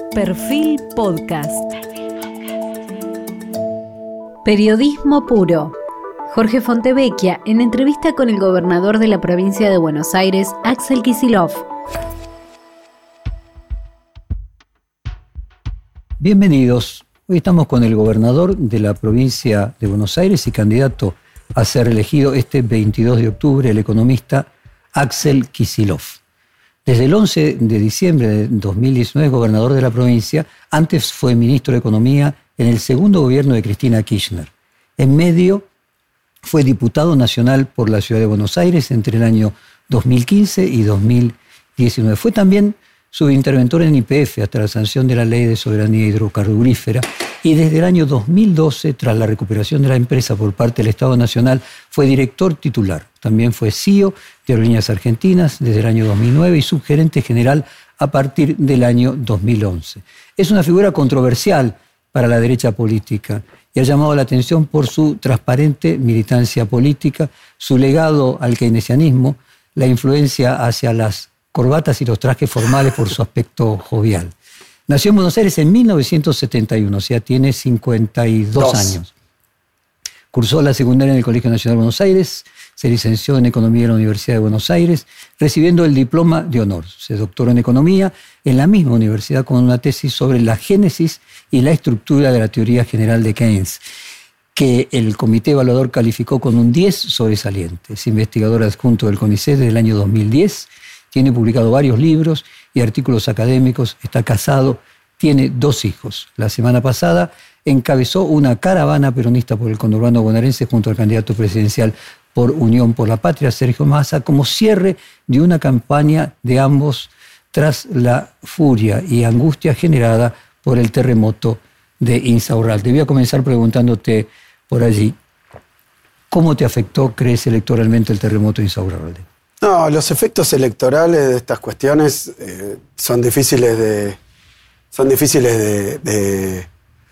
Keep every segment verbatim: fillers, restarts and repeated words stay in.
Perfil Podcast. Periodismo puro. Jorge Fontevecchia en entrevista con el gobernador de la provincia de Buenos Aires, Axel Kicillof. Bienvenidos. Hoy estamos con el gobernador de la provincia de Buenos Aires y candidato a ser elegido este veintidós de octubre, el economista Axel Kicillof. Desde el once de diciembre de dos mil diecinueve es gobernador de la provincia, antes fue ministro de Economía en el segundo gobierno de Cristina Kirchner. En medio fue diputado nacional por la ciudad de Buenos Aires entre el año dos mil quince y dos mil diecinueve. Fue también subinterventor en Y P F hasta la sanción de la Ley de Soberanía Hidrocarburífera y desde el año dos mil doce, tras la recuperación de la empresa por parte del Estado Nacional, fue director titular. También fue C E O de Aerolíneas Argentinas desde el año dos mil nueve y subgerente general a partir del año dos mil once. Es una figura controversial para la derecha política y ha llamado la atención por su transparente militancia política, su legado al keynesianismo, la influencia hacia las corbatas y los trajes formales por su aspecto jovial. Nació en Buenos Aires en mil novecientos setenta y uno, o sea, tiene cincuenta y dos años. Cursó la secundaria en el Colegio Nacional de Buenos Aires, se licenció en Economía en la Universidad de Buenos Aires, recibiendo el diploma de honor. Se doctoró en Economía en la misma universidad con una tesis sobre la génesis y la estructura de la teoría general de Keynes, que el comité evaluador calificó con un diez sobresaliente. Es investigador adjunto del CONICET desde el año dos mil diez, tiene publicado varios libros y artículos académicos, está casado, tiene dos hijos. La semana pasada encabezó una caravana peronista por el conurbano bonaerense junto al candidato presidencial por Unión por la Patria, Sergio Massa, como cierre de una campaña de ambos tras la furia y angustia generada por el terremoto de Insaurralde. Voy a comenzar preguntándote por allí, ¿cómo te afectó, crees, electoralmente el terremoto de Insaurralde? No, los efectos electorales de estas cuestiones eh, son difíciles de, son difíciles de, de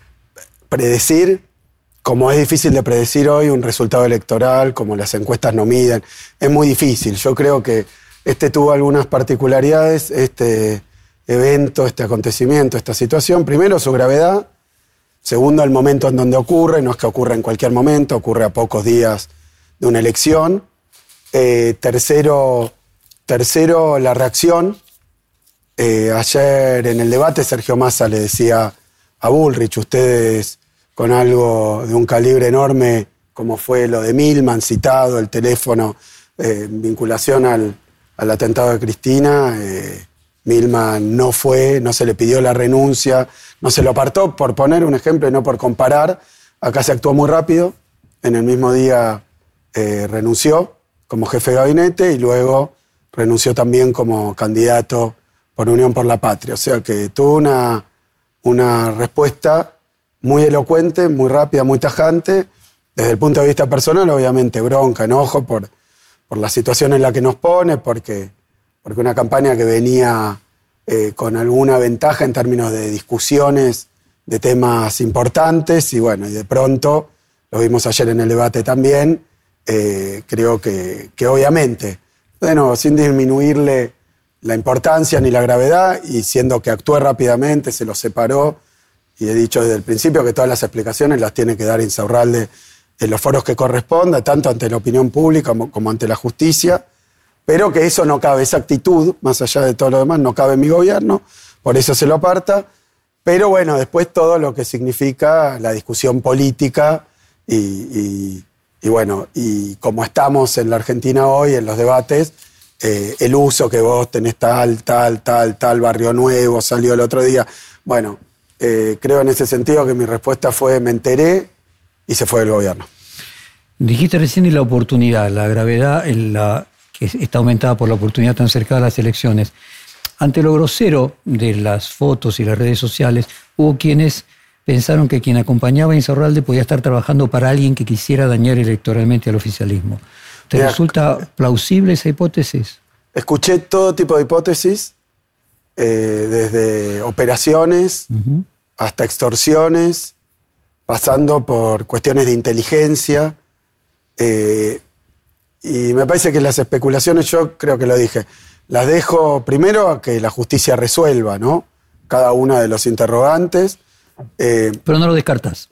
predecir, como es difícil de predecir hoy un resultado electoral, como las encuestas no miden. Es muy difícil. Yo creo que este tuvo algunas particularidades, este evento, este acontecimiento, esta situación. Primero, su gravedad. Segundo, el momento en donde ocurre. No es que ocurra en cualquier momento, ocurre a pocos días de una elección. Eh, tercero, tercero, la reacción. Eh, ayer en el debate Sergio Massa le decía a Bullrich, ustedes con algo de un calibre enorme, como fue lo de Milman, citado, el teléfono eh, en vinculación al, al atentado de Cristina, eh, Milman no fue, no se le pidió la renuncia, no se lo apartó, por poner un ejemplo y no por comparar. Acá se actuó muy rápido, en el mismo día eh, renunció como jefe de gabinete y luego renunció también como candidato por Unión por la Patria. O sea que tuvo una, una respuesta muy elocuente, muy rápida, muy tajante. Desde el punto de vista personal, obviamente, bronca, enojo por, por la situación en la que nos pone, porque, porque una campaña que venía eh, con alguna ventaja en términos de discusiones de temas importantes, y bueno, y de pronto, lo vimos ayer en el debate también, Eh, creo que, que obviamente, bueno, sin disminuirle la importancia ni la gravedad y siendo que actuó rápidamente, se lo separó y he dicho desde el principio que todas las explicaciones las tiene que dar Insaurralde en los foros que corresponda, tanto ante la opinión pública como, como ante la justicia, pero que eso no cabe, esa actitud, más allá de todo lo demás, no cabe en mi gobierno, por eso se lo aparta, pero bueno, después todo lo que significa la discusión política y... y Y bueno, y como estamos en la Argentina hoy, en los debates, eh, el uso que vos tenés tal, tal, tal, tal, Barrio Nuevo, salió el otro día. Bueno, eh, creo en ese sentido que mi respuesta fue, me enteré y se fue del gobierno. Dijiste recién y la oportunidad, la gravedad en la, que está aumentada por la oportunidad tan cercana a las elecciones. Ante lo grosero de las fotos y las redes sociales, hubo quienes pensaron que quien acompañaba a Insaurralde podía estar trabajando para alguien que quisiera dañar electoralmente al oficialismo. ¿Te Mira, resulta plausible esa hipótesis? Escuché todo tipo de hipótesis, eh, desde operaciones uh-huh. hasta extorsiones, pasando por cuestiones de inteligencia. Eh, y me parece que las especulaciones, yo creo que lo dije, las dejo primero a que la justicia resuelva, ¿no? cada uno de los interrogantes. Eh, Pero no lo descartás.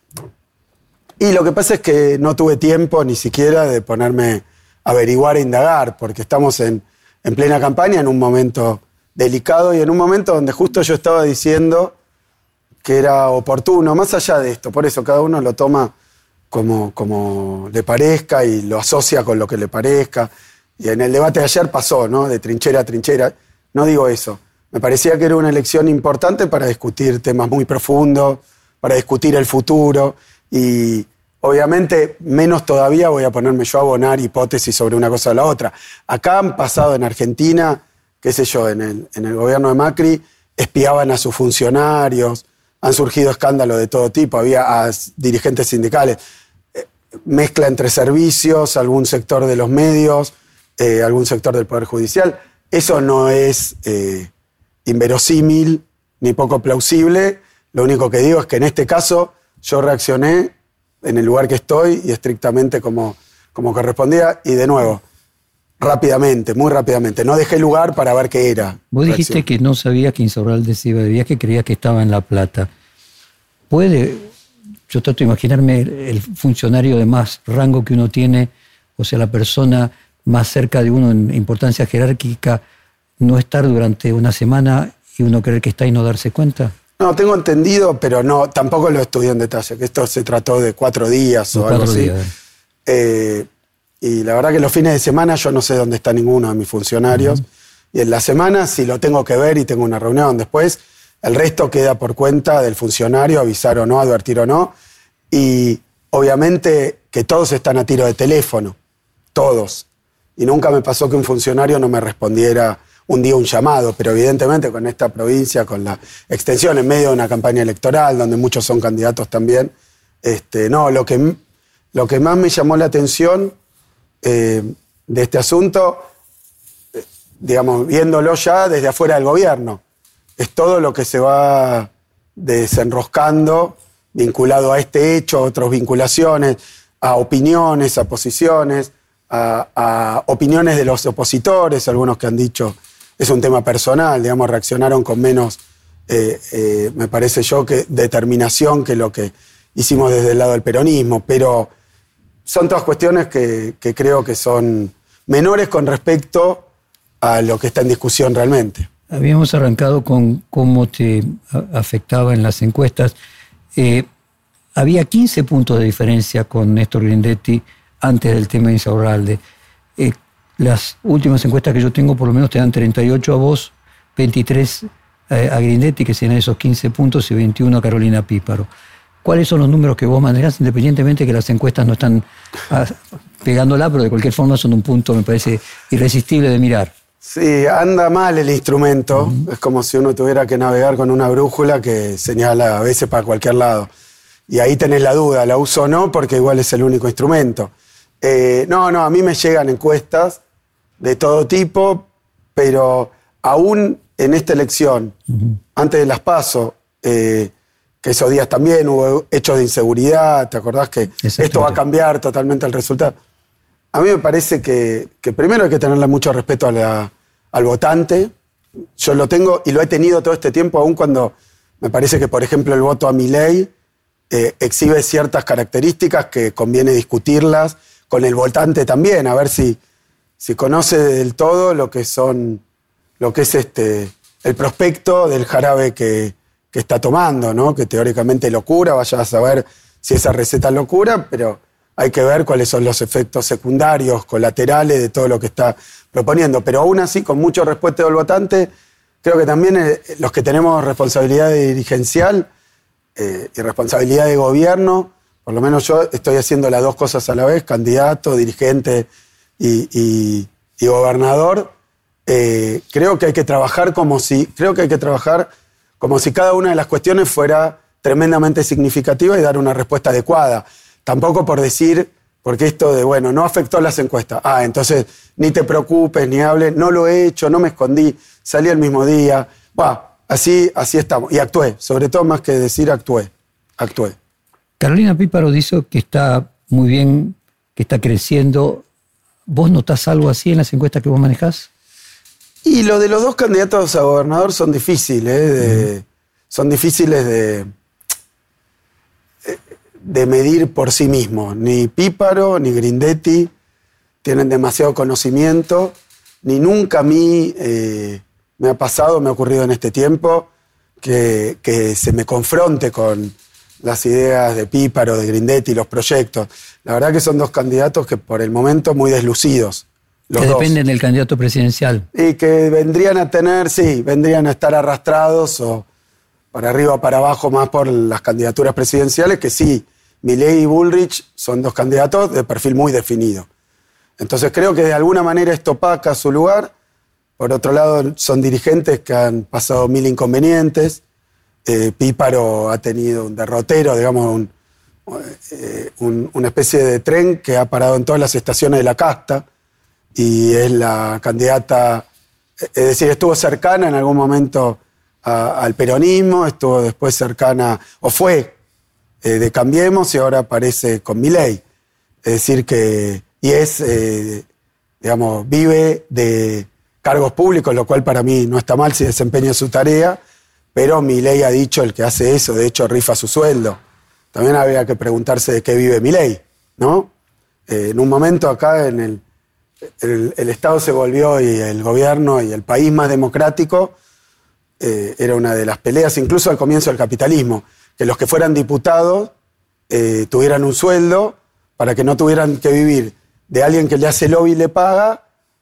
Y lo que pasa es que no tuve tiempo ni siquiera de ponerme a averiguar e indagar, porque estamos en, en plena campaña, en un momento delicado y en un momento donde justo yo estaba diciendo que era oportuno, más allá de esto, por eso cada uno lo toma como, como le parezca y lo asocia con lo que le parezca. Y en el debate de ayer pasó, ¿no? De trinchera a trinchera. No digo eso. Me parecía que era una elección importante para discutir temas muy profundos, para discutir el futuro. Y obviamente, menos todavía voy a ponerme yo a abonar hipótesis sobre una cosa o la otra. Acá han pasado en Argentina, qué sé yo, en el, en el gobierno de Macri, espiaban a sus funcionarios, han surgido escándalos de todo tipo, había a dirigentes sindicales, eh, mezcla entre servicios, algún sector de los medios, eh, algún sector del Poder Judicial. Eso no es eh, inverosímil ni poco plausible. Lo único que digo es que en este caso yo reaccioné en el lugar que estoy y estrictamente como, como correspondía. Y de nuevo, rápidamente, muy rápidamente. No dejé lugar para ver qué era. Vos dijiste reacción. que no sabías que Insaurralde se iba de viaje, creías que estaba en La Plata. ¿Puede, yo trato de imaginarme el funcionario de más rango que uno tiene, o sea, la persona más cerca de uno en importancia jerárquica, no estar durante una semana y uno creer que está y no darse cuenta? No, tengo entendido, pero no, tampoco lo estudié en detalle, que esto se trató de cuatro días o algo así. Días. Eh, y la verdad que los fines de semana yo no sé dónde está ninguno de mis funcionarios. Uh-huh. Y en la semana, si lo tengo que ver y tengo una reunión después, el resto queda por cuenta del funcionario, avisar o no, advertir o no. Y obviamente que todos están a tiro de teléfono, todos. Y nunca me pasó que un funcionario no me respondiera un día un llamado, pero evidentemente con esta provincia, con la extensión en medio de una campaña electoral, donde muchos son candidatos también, este, no, lo que, lo que más me llamó la atención eh, de este asunto, eh, digamos, viéndolo ya desde afuera del gobierno, es todo lo que se va desenroscando vinculado a este hecho, a otras vinculaciones, a opiniones, a posiciones, A, a opiniones de los opositores, algunos que han dicho es un tema personal, digamos, reaccionaron con menos, eh, eh, me parece yo, que determinación que lo que hicimos desde el lado del peronismo, pero son todas cuestiones que, que creo que son menores con respecto a lo que está en discusión realmente. Habíamos arrancado con cómo te afectaba en las encuestas. Eh, había quince puntos de diferencia con Néstor Grindetti antes del tema de Insaurralde. Eh, las últimas encuestas que yo tengo por lo menos te dan treinta y ocho a vos, veintitrés eh, a Grindetti, que serían esos quince puntos, y veintiuno a Carolina Píparo. ¿Cuáles son los números que vos manejás, independientemente que las encuestas no están a, pegándola, pero de cualquier forma son un punto, me parece, irresistible de mirar? Sí, anda mal el instrumento. Uh-huh. Es como si uno tuviera que navegar con una brújula que señala a veces para cualquier lado. Y ahí tenés la duda, ¿la uso o no? Porque igual es el único instrumento. Eh, no, no, a mí me llegan encuestas de todo tipo, pero aún en esta elección, uh-huh. antes de las PASO, eh, que esos días también hubo hechos de inseguridad, ¿te acordás que esto va a cambiar totalmente el resultado? A mí me parece que, que primero hay que tenerle mucho respeto a la, al votante. Yo lo tengo y lo he tenido todo este tiempo, aún cuando me parece que, por ejemplo, el voto a Milei eh, exhibe ciertas características que conviene discutirlas con el votante también, a ver si, si conoce del todo lo que son, lo que es este, el prospecto del jarabe que, que está tomando, ¿no? Que teóricamente lo cura, vaya a saber si esa receta lo cura, pero hay que ver cuáles son los efectos secundarios, colaterales de todo lo que está proponiendo. Pero aún así, con mucho respeto del votante, creo que también eh, los que tenemos responsabilidad dirigencial eh, y responsabilidad de gobierno, por lo menos yo estoy haciendo las dos cosas a la vez, candidato, dirigente y, y, y gobernador. Eh, creo que hay que trabajar como si, creo que hay que trabajar como si cada una de las cuestiones fuera tremendamente significativa y dar una respuesta adecuada. Tampoco por decir, porque esto de, bueno, no afectó las encuestas. Ah, entonces ni te preocupes, ni hables, no lo he hecho, no me escondí, salí el mismo día. Bueno, así, así estamos. Y actué, sobre todo más que decir actué, actué. Carolina Píparo dice que está muy bien, que está creciendo. ¿Vos notás algo así en las encuestas que vos manejás? Y lo de los dos candidatos a gobernador son difíciles, ¿eh? De, son difíciles de, de medir por sí mismos. Ni Píparo ni Grindetti tienen demasiado conocimiento, ni nunca a mí eh, me ha pasado, me ha ocurrido en este tiempo, que, que se me confronte con las ideas de Píparo, de Grindetti, los proyectos. La verdad que son dos candidatos que por el momento muy deslucidos. Los que dos. dependen del candidato presidencial. Y que vendrían a tener, sí, vendrían a estar arrastrados o para arriba o para abajo más por las candidaturas presidenciales, que sí, Milei y Bullrich son dos candidatos de perfil muy definido. Entonces creo que de alguna manera esto opaca su lugar. Por otro lado, son dirigentes que han pasado mil inconvenientes. Eh, Píparo ha tenido un derrotero, digamos, un, eh, un, una especie de tren que ha parado en todas las estaciones de la casta y es la candidata, es decir, estuvo cercana en algún momento a, al peronismo, estuvo después cercana, o fue eh, de Cambiemos y ahora aparece con Milei. Es decir, que, y es, eh, digamos, vive de cargos públicos, lo cual para mí no está mal si desempeña su tarea, pero Milei ha dicho, el que hace eso, de hecho rifa su sueldo. También habría que preguntarse de qué vive Milei, ¿no? Eh, en un momento acá en el, el, el Estado se volvió y el gobierno y el país más democrático, eh, era una de las peleas, incluso al comienzo del capitalismo, que los que fueran diputados eh, tuvieran un sueldo para que no tuvieran que vivir de alguien que le hace lobby y le paga,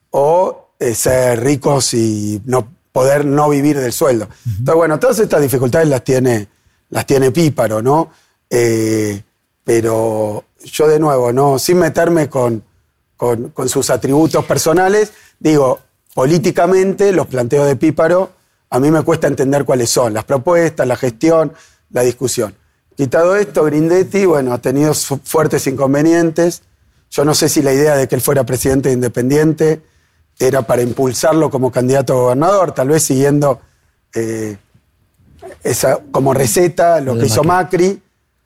o eh, ser ricos y no poder no vivir del sueldo. Uh-huh. Entonces, bueno, todas estas dificultades las tiene, las tiene Píparo, ¿no? Eh, pero yo de nuevo, ¿no? Sin meterme con, con, con sus atributos personales, digo, políticamente los planteos de Píparo a mí me cuesta entender cuáles son, las propuestas, la gestión, la discusión. Quitado esto, Grindetti, bueno, ha tenido fuertes inconvenientes. Yo no sé si la idea de que él fuera presidente independiente era para impulsarlo como candidato a gobernador, tal vez siguiendo eh, esa como receta lo que hizo Macri.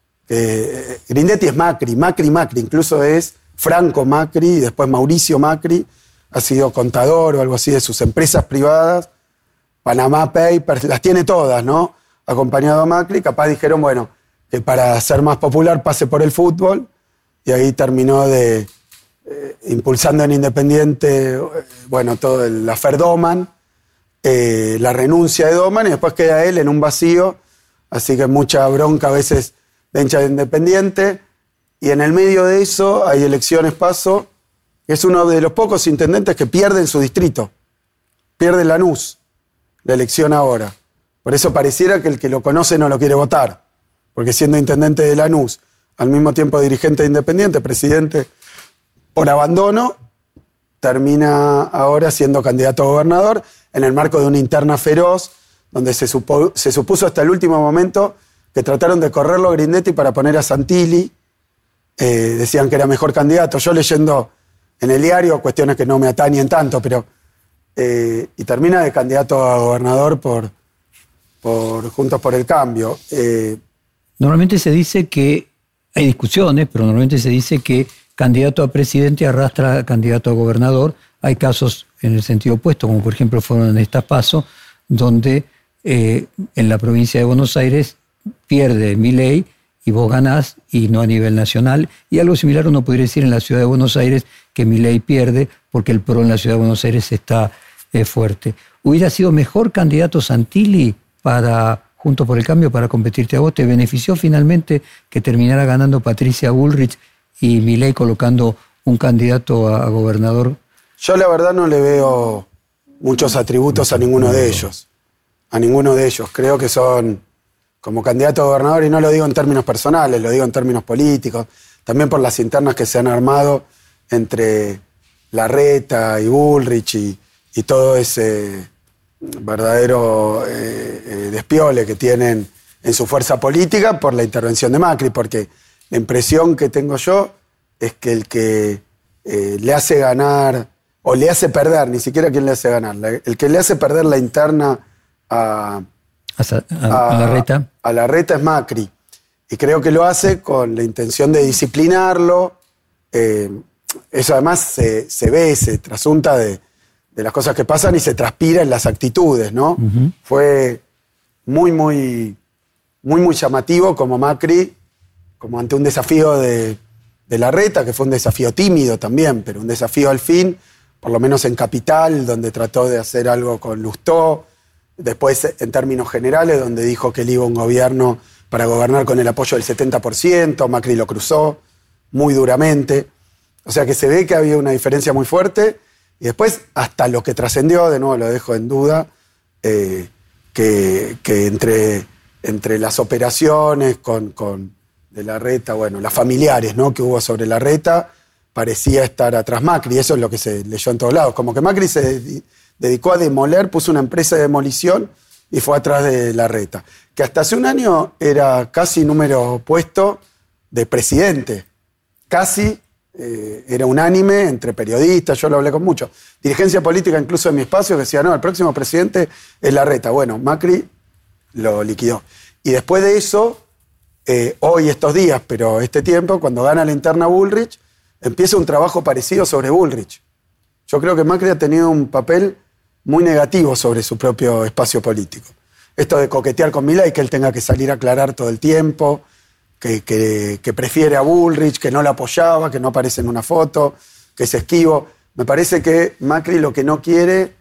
Eh, Grindetti es Macri, Macri, Macri, incluso es Franco Macri y después Mauricio Macri, ha sido contador o algo así de sus empresas privadas, Panama Papers, las tiene todas, ¿no? Acompañado a Macri, capaz dijeron, bueno, que para ser más popular pase por el fútbol, y ahí terminó de eh, impulsando en Independiente, eh, bueno, todo el affair Doman, eh, la renuncia de Doman, y después queda él en un vacío, así que mucha bronca a veces de hincha de Independiente, y en el medio de eso hay elecciones paso, es uno de los pocos intendentes que pierden su distrito, pierde Lanús, la elección ahora. Por eso pareciera que el que lo conoce no lo quiere votar, porque siendo intendente de Lanús, al mismo tiempo dirigente de Independiente, presidente por abandono, termina ahora siendo candidato a gobernador en el marco de una interna feroz, donde se, supo, se supuso hasta el último momento que trataron de correrlo a Grindetti para poner a Santilli, eh, decían que era mejor candidato. Yo leyendo en el diario cuestiones que no me atañen tanto, pero eh, y termina de candidato a gobernador por, por Juntos por el Cambio. Eh, Normalmente se dice que hay discusiones, pero normalmente se dice que candidato a presidente arrastra a candidato a gobernador. Hay casos en el sentido opuesto, como por ejemplo fueron en estas PASO, donde eh, en la provincia de Buenos Aires pierde Milei y vos ganás, y no a nivel nacional. Y algo similar uno podría decir en la ciudad de Buenos Aires, que Milei pierde porque el PRO en la ciudad de Buenos Aires está eh, fuerte. ¿Hubiera sido mejor candidato Santilli para Juntos por el Cambio para competirte a vos? ¿Te benefició finalmente que terminara ganando Patricia Bullrich y Milei colocando un candidato a, a gobernador? Yo la verdad no le veo muchos atributos a ninguno de ellos. A ninguno de ellos. Creo que son como candidato a gobernador, y no lo digo en términos personales, lo digo en términos políticos, también por las internas que se han armado entre Larreta y Bullrich y, y todo ese verdadero eh, eh, despiole que tienen en su fuerza política por la intervención de Macri, porque la impresión que tengo yo es que el que eh, le hace ganar, o le hace perder, ni siquiera quien le hace ganar, la, el que le hace perder la interna a, a, a, a Larreta a Larreta es Macri, y creo que lo hace con la intención de disciplinarlo. Eh, eso además se, se ve, se trasunta de de las cosas que pasan y se transpira en las actitudes, ¿no? Uh-huh. Fue muy, muy, muy, muy llamativo como Macri, como ante un desafío de, de Larreta, que fue un desafío tímido también, pero un desafío al fin, por lo menos en Capital, donde trató de hacer algo con Lustó, después en términos generales, donde dijo que él iba a un gobierno para gobernar con el apoyo del setenta por ciento, Macri lo cruzó muy duramente, o sea que se ve que había una diferencia muy fuerte, y después hasta lo que trascendió, de nuevo lo dejo en duda, eh, que, que entre, entre las operaciones con, con de Larreta, bueno, las familiares, ¿no?, que hubo sobre Larreta, parecía estar atrás Macri, eso es lo que se leyó en todos lados, como que Macri se de- dedicó a demoler, puso una empresa de demolición y fue atrás de Larreta, que hasta hace un año era casi número puesto de presidente, casi eh, era unánime entre periodistas, yo lo hablé con muchos, dirigencia política incluso en mi espacio, que decía, no, el próximo presidente es Larreta. Bueno, Macri lo liquidó. Y después de eso, eh, hoy, estos días, pero este tiempo, cuando gana la interna Bullrich, empieza un trabajo parecido sobre Bullrich. Yo creo que Macri ha tenido un papel muy negativo sobre su propio espacio político. Esto de coquetear con Milei, que él tenga que salir a aclarar todo el tiempo, que, que, que prefiere a Bullrich, que no la apoyaba, que no aparece en una foto, que es esquivo. Me parece que Macri lo que no quiere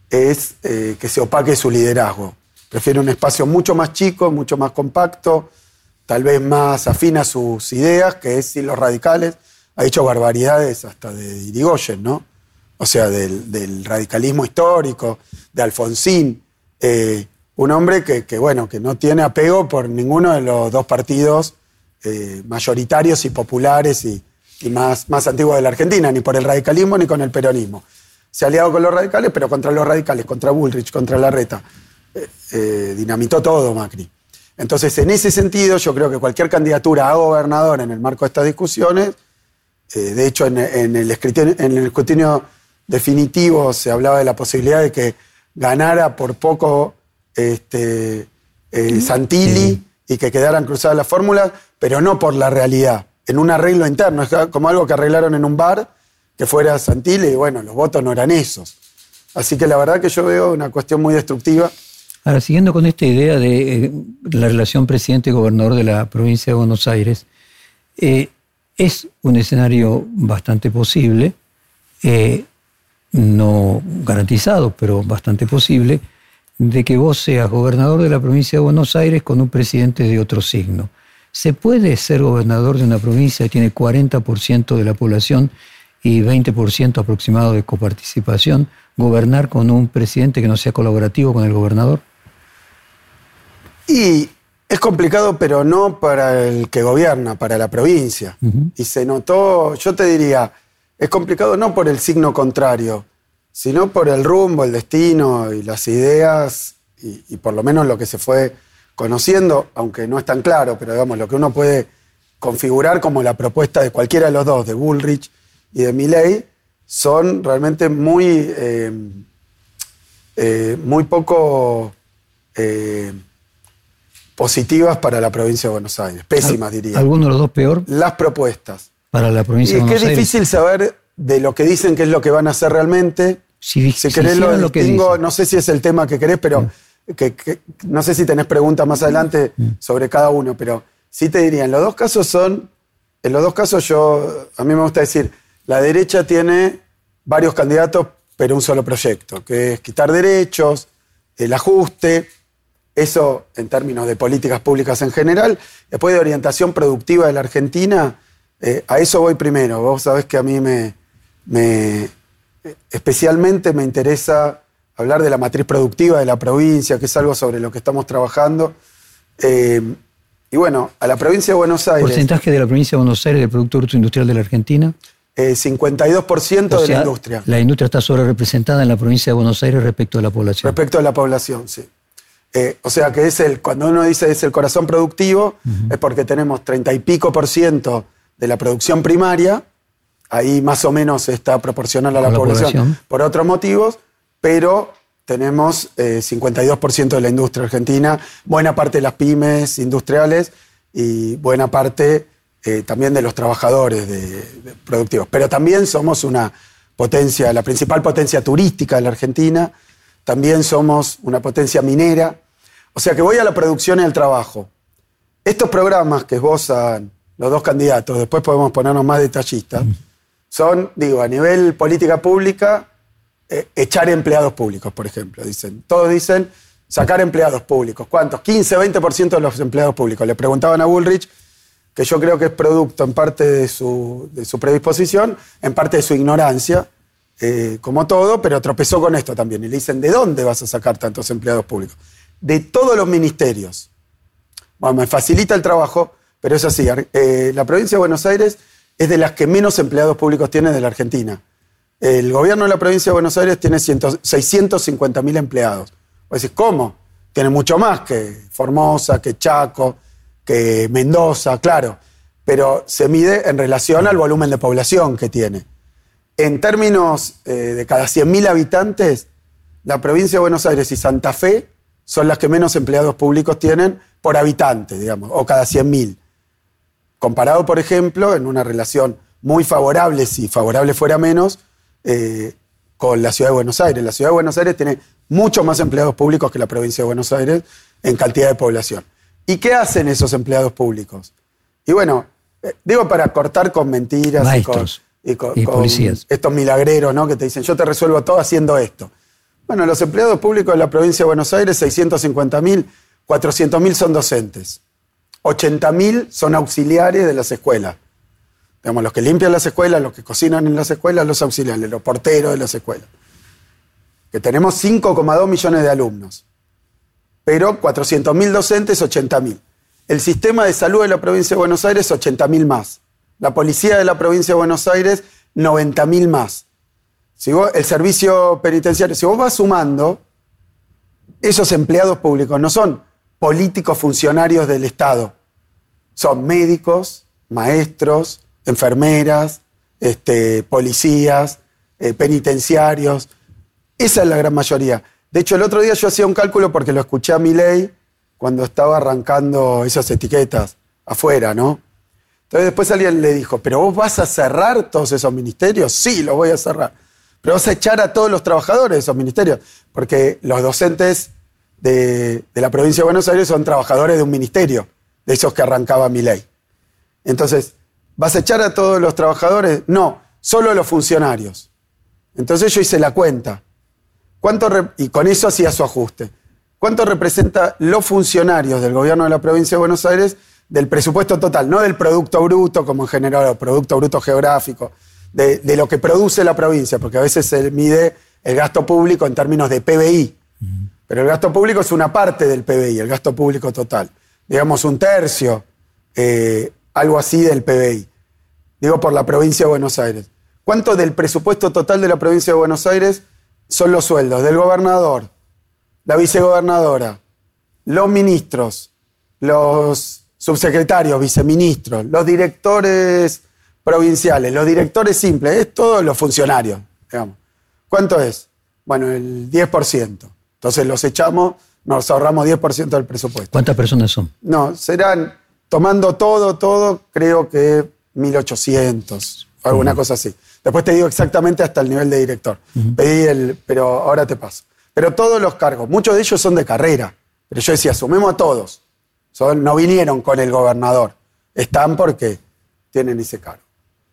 es eh, que se opaque su liderazgo. Prefiere un espacio mucho más chico, mucho más compacto, tal vez más afín a sus ideas, que es sin los radicales. Ha dicho barbaridades hasta de Irigoyen, ¿no? O sea, del, del radicalismo histórico, de Alfonsín. Eh, un hombre que, que, bueno, que no tiene apego por ninguno de los dos partidos eh, mayoritarios y populares y, y más, más antiguos de la Argentina, ni por el radicalismo ni con el peronismo. Se ha aliado con los radicales, pero contra los radicales, contra Bullrich, contra Larreta. Eh, eh, dinamitó todo Macri. Entonces, en ese sentido, yo creo que cualquier candidatura a gobernador en el marco de estas discusiones, eh, de hecho, en, en, el escrutinio, en el escrutinio definitivo se hablaba de la posibilidad de que ganara por poco este, eh, Santilli sí. y que quedaran cruzadas las fórmulas, pero no por la realidad, en un arreglo interno, es como algo que arreglaron en un bar, que fuera Santilli, y bueno, los votos no eran esos. Así que la verdad que yo veo una cuestión muy destructiva. Ahora, siguiendo con esta idea de eh, la relación presidente-gobernador de la provincia de Buenos Aires, eh, es un escenario bastante posible, eh, no garantizado, pero bastante posible, de que vos seas gobernador de la provincia de Buenos Aires con un presidente de otro signo. ¿Se puede ser gobernador de una provincia que tiene cuarenta por ciento de la población y veinte por ciento aproximado de coparticipación, gobernar con un presidente que no sea colaborativo con el gobernador? Y es complicado, pero no para el que gobierna, para la provincia. Uh-huh. Y se notó, yo te diría, es complicado no por el signo contrario, sino por el rumbo, el destino y las ideas, y, y por lo menos lo que se fue conociendo, aunque no es tan claro, pero digamos, lo que uno puede configurar como la propuesta de cualquiera de los dos, de Bullrich y de Milei, son realmente muy, eh, eh, muy poco eh, positivas para la provincia de Buenos Aires. Pésimas, diría. ¿Alguno de los dos peor? Las propuestas. Para la provincia y de Buenos Aires. Y es que es difícil saber de lo que dicen qué es lo que van a hacer realmente. Si, si si querés lo, lo que distingo, dicen. No sé si es el tema que querés, pero mm. que, que, no sé si tenés preguntas más adelante mm. sobre cada uno, pero sí te diría, en los dos casos son, en los dos casos yo, a mí me gusta decir, la derecha tiene varios candidatos, pero un solo proyecto, que es quitar derechos, el ajuste, eso en términos de políticas públicas en general. Después de orientación productiva de la Argentina, eh, a eso voy primero. Vos sabés que a mí me, me especialmente me interesa hablar de la matriz productiva de la provincia, que es algo sobre lo que estamos trabajando. Eh, y bueno, a la provincia de Buenos Aires... ¿Porcentaje de la provincia de Buenos Aires del Producto Bruto Industrial de la Argentina? Eh, cincuenta y dos por ciento o de sea, la industria. La industria está sobre representada en la provincia de Buenos Aires respecto a la población. Respecto a la población, sí. Eh, o sea que es el, cuando uno dice es el corazón productivo, uh-huh. es porque tenemos treinta y pico por ciento de la producción primaria, ahí más o menos está proporcional a la, la población, población por otros motivos, pero tenemos eh, cincuenta y dos por ciento de la industria argentina, buena parte de las pymes industriales y buena parte eh, también de los trabajadores de, de productivos. Pero también somos una potencia, la principal potencia turística de la Argentina, también somos una potencia minera. O sea que voy a la producción y al trabajo. Estos programas que esbozan los dos candidatos, después podemos ponernos más detallistas, mm. son, digo, a nivel política pública, eh, echar empleados públicos, por ejemplo. Dicen, todos dicen sacar empleados públicos. ¿Cuántos? quince, veinte por ciento de los empleados públicos. Le preguntaban a Bullrich, que yo creo que es producto en parte de su, de su predisposición, en parte de su ignorancia, eh, como todo, pero tropezó con esto también. Y le dicen, ¿de dónde vas a sacar tantos empleados públicos? De todos los ministerios. Bueno, me facilita el trabajo, pero es así. Eh, la provincia de Buenos Aires es de las que menos empleados públicos tiene de la Argentina. El gobierno de la provincia de Buenos Aires tiene seiscientos cincuenta mil empleados. Vos decís, ¿cómo? Tiene mucho más que Formosa, que Chaco, que Mendoza, claro. Pero se mide en relación al volumen de población que tiene. En términos eh, de cada cien mil habitantes, la provincia de Buenos Aires y Santa Fe son las que menos empleados públicos tienen por habitante, digamos, o cada cien mil. Comparado, por ejemplo, en una relación muy favorable, si favorable fuera menos, eh, con la Ciudad de Buenos Aires. La Ciudad de Buenos Aires tiene mucho más empleados públicos que la provincia de Buenos Aires en cantidad de población. ¿Y qué hacen esos empleados públicos? Y bueno, eh, digo para cortar con mentiras Maestros y con, y con, y con policías. Estos milagreros, ¿no? Que te dicen, yo te resuelvo todo haciendo esto. Bueno, los empleados públicos de la provincia de Buenos Aires, seiscientos cincuenta mil, cuatrocientos mil son docentes. ochenta mil son auxiliares de las escuelas. Digamos, los que limpian las escuelas, los que cocinan en las escuelas, los auxiliares, los porteros de las escuelas. Que tenemos cinco coma dos millones de alumnos. Pero cuatrocientos mil docentes, ochenta mil. El sistema de salud de la provincia de Buenos Aires, ochenta mil más. La policía de la provincia de Buenos Aires, noventa mil más. Si vos, el servicio penitenciario, si vos vas sumando, esos empleados públicos no son políticos funcionarios del Estado. Son médicos, maestros, enfermeras, este, policías, eh, penitenciarios. Esa es la gran mayoría. De hecho, el otro día yo hacía un cálculo porque lo escuché a Milei cuando estaba arrancando esas etiquetas afuera, ¿no? Entonces después alguien le dijo, ¿pero vos vas a cerrar todos esos ministerios? Sí, los voy a cerrar. Pero vas a echar a todos los trabajadores de esos ministerios, porque los docentes de, de la provincia de Buenos Aires son trabajadores de un ministerio, de esos que arrancaba Milei. Entonces, ¿vas a echar a todos los trabajadores? No, solo a los funcionarios. Entonces yo hice la cuenta. ¿Cuánto re- y con eso hacía su ajuste. ¿Cuánto representa los funcionarios del gobierno de la provincia de Buenos Aires del presupuesto total? No del producto bruto, como en general, el producto bruto geográfico, de, de lo que produce la provincia, porque a veces se mide el gasto público en términos de P B I. Uh-huh. Pero el gasto público es una parte del P B I, el gasto público total. Digamos un tercio, eh, algo así del P B I. Digo por la provincia de Buenos Aires. ¿Cuánto del presupuesto total de la provincia de Buenos Aires son los sueldos del gobernador, la vicegobernadora, los ministros, los subsecretarios, viceministros, los directores provinciales, los directores simples? Es todos los funcionarios, digamos. ¿Cuánto es? Bueno, el diez por ciento. Entonces los echamos, nos ahorramos diez por ciento del presupuesto. ¿Cuántas personas son? No, serán, tomando todo, todo, creo que mil ochocientos, alguna uh-huh. cosa así. Después te digo exactamente hasta el nivel de director. Uh-huh. Pedí el, pero ahora te paso. Pero todos los cargos, muchos de ellos son de carrera. Pero yo decía, sumemos a todos. Son, no vinieron con el gobernador. Están porque tienen ese cargo.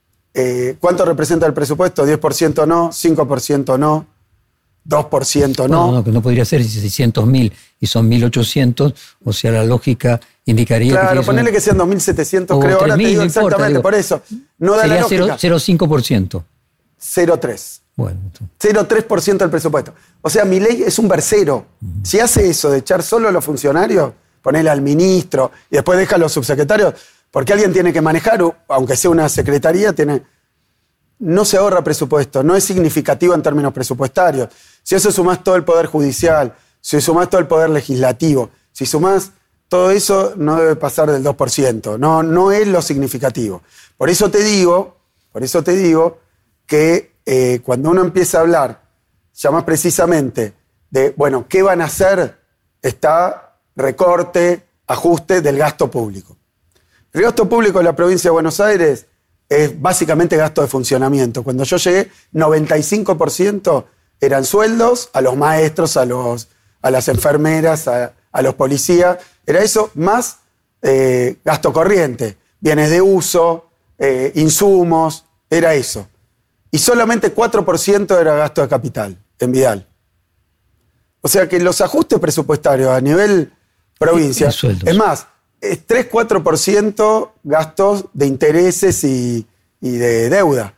Eh, ¿Cuánto representa el presupuesto? diez por ciento no, cinco por ciento no, dos por ciento no. No, no, que no podría ser seiscientos mil y son mil ochocientos, o sea, la lógica indicaría claro, que... Claro, ponele que sean dos mil setecientos, creo. Ahora te digo no exactamente, importa, digo, por eso. No da la lógica. Sería cero coma cinco por ciento. cero coma tres. Bueno. cero coma tres por ciento del presupuesto. O sea, Milei es un versero. Uh-huh. Si hace eso de echar solo a los funcionarios, ponerle al ministro y después deja a los subsecretarios, porque alguien tiene que manejar, aunque sea una secretaría, tiene... no se ahorra presupuesto, no es significativo en términos presupuestarios. Si eso sumás todo el poder judicial, si sumás todo el poder legislativo, si sumás todo eso, no debe pasar del dos por ciento. No, no es lo significativo. Por eso te digo, por eso te digo que eh, cuando uno empieza a hablar, ya más precisamente, de, bueno, ¿qué van a hacer? Está recorte, ajuste del gasto público. El gasto público de la provincia de Buenos Aires es básicamente gasto de funcionamiento. Cuando yo llegué, noventa y cinco por ciento eran sueldos a los maestros, a, los, a las enfermeras, a, a los policías, era eso más eh, gasto corriente, bienes de uso, eh, insumos, era eso. Y solamente cuatro por ciento era gasto de capital en Vidal. O sea que los ajustes presupuestarios a nivel provincia, es más, es tres a cuatro por ciento gastos de intereses y, y de deuda.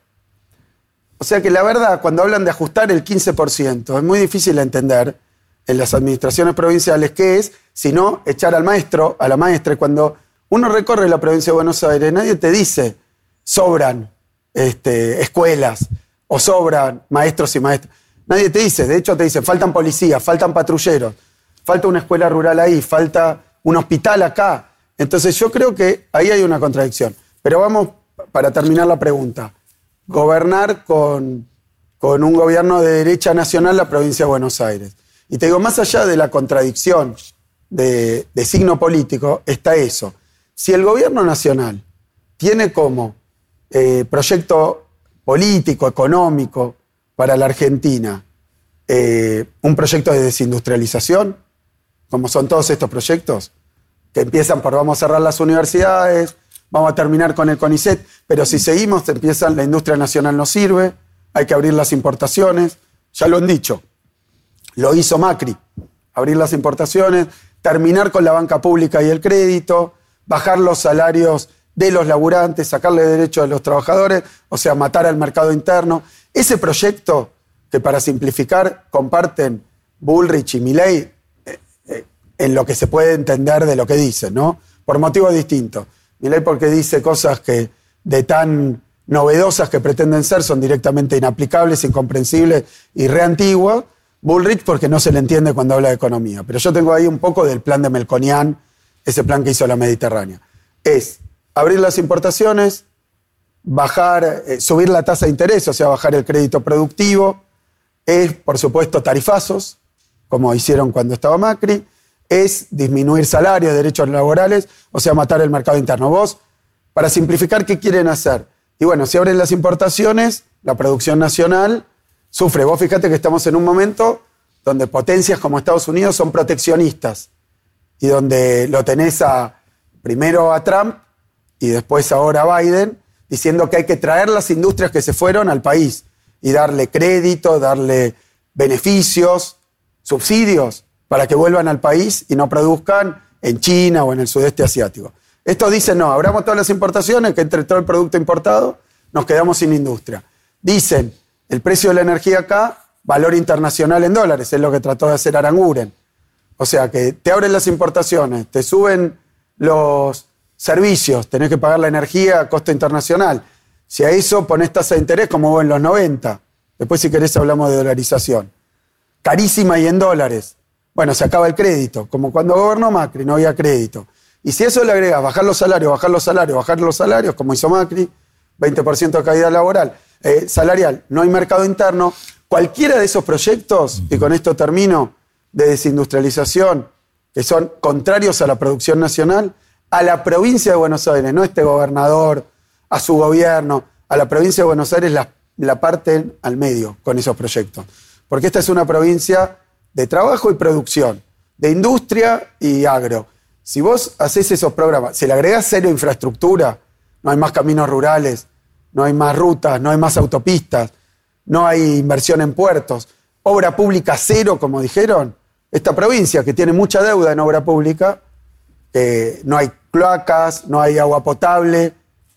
O sea que la verdad, cuando hablan de ajustar el quince por ciento, es muy difícil de entender en las administraciones provinciales qué es, sino echar al maestro, a la maestra. Cuando uno recorre la provincia de Buenos Aires, nadie te dice sobran este, escuelas o sobran maestros y maestras. Nadie te dice, de hecho te dicen, faltan policías, faltan patrulleros, falta una escuela rural ahí, falta un hospital acá. Entonces yo creo que ahí hay una contradicción. Pero vamos, para terminar la pregunta, gobernar con, con un gobierno de derecha nacional la provincia de Buenos Aires. Y te digo, más allá de la contradicción de, de signo político, está eso. Si el gobierno nacional tiene como eh, proyecto político, económico, para la Argentina, eh, un proyecto de desindustrialización, como son todos estos proyectos, que empiezan por vamos a cerrar las universidades, vamos a terminar con el CONICET, pero si seguimos, empiezan, la industria nacional no sirve, hay que abrir las importaciones, ya lo han dicho, lo hizo Macri, abrir las importaciones, terminar con la banca pública y el crédito, bajar los salarios de los laburantes, sacarle derechos a los trabajadores, o sea, matar al mercado interno. Ese proyecto que, para simplificar, comparten Bullrich y Milei eh, eh, en lo que se puede entender de lo que dicen, ¿no? Por motivos distintos. Milei porque dice cosas que de tan novedosas que pretenden ser son directamente inaplicables, incomprensibles y reantiguas. Bullrich porque no se le entiende cuando habla de economía. Pero yo tengo ahí un poco del plan de Melconian, ese plan que hizo la Mediterránea. Es abrir las importaciones, bajar, eh, subir la tasa de interés, o sea, bajar el crédito productivo, es, por supuesto, tarifazos, como hicieron cuando estaba Macri, es disminuir salarios, derechos laborales, o sea, matar el mercado interno. Vos, para simplificar, ¿qué quieren hacer? Y bueno, si abren las importaciones, la producción nacional sufre. Vos fíjate que estamos en un momento donde potencias como Estados Unidos son proteccionistas y donde lo tenés a, primero a Trump y después ahora a Biden, diciendo que hay que traer las industrias que se fueron al país y darle crédito, darle beneficios, subsidios, para que vuelvan al país y no produzcan en China o en el sudeste asiático. Estos dicen, no, abramos todas las importaciones, que entre todo el producto importado nos quedamos sin industria. Dicen, el precio de la energía acá, valor internacional en dólares, es lo que trató de hacer Aranguren. O sea, que te abren las importaciones, te suben los servicios, tenés que pagar la energía a costo internacional. Si a eso ponés tasa de interés como vos en los noventa, después si querés hablamos de dolarización. Carísima y en dólares. Bueno, se acaba el crédito, como cuando gobernó Macri, no había crédito. Y si eso le agregas bajar los salarios, bajar los salarios, bajar los salarios, como hizo Macri, veinte por ciento de caída laboral, eh, salarial, no hay mercado interno, cualquiera de esos proyectos, y con esto termino, de desindustrialización, que son contrarios a la producción nacional, a la provincia de Buenos Aires, no a este gobernador, a su gobierno, a la provincia de Buenos Aires la, la parten al medio con esos proyectos. Porque esta es una provincia de trabajo y producción, de industria y agro. Si vos hacés esos programas, si le agregás cero infraestructura, no hay más caminos rurales, no hay más rutas, no hay más autopistas, no hay inversión en puertos, obra pública cero, como dijeron, esta provincia que tiene mucha deuda en obra pública, eh, no hay cloacas, no hay agua potable.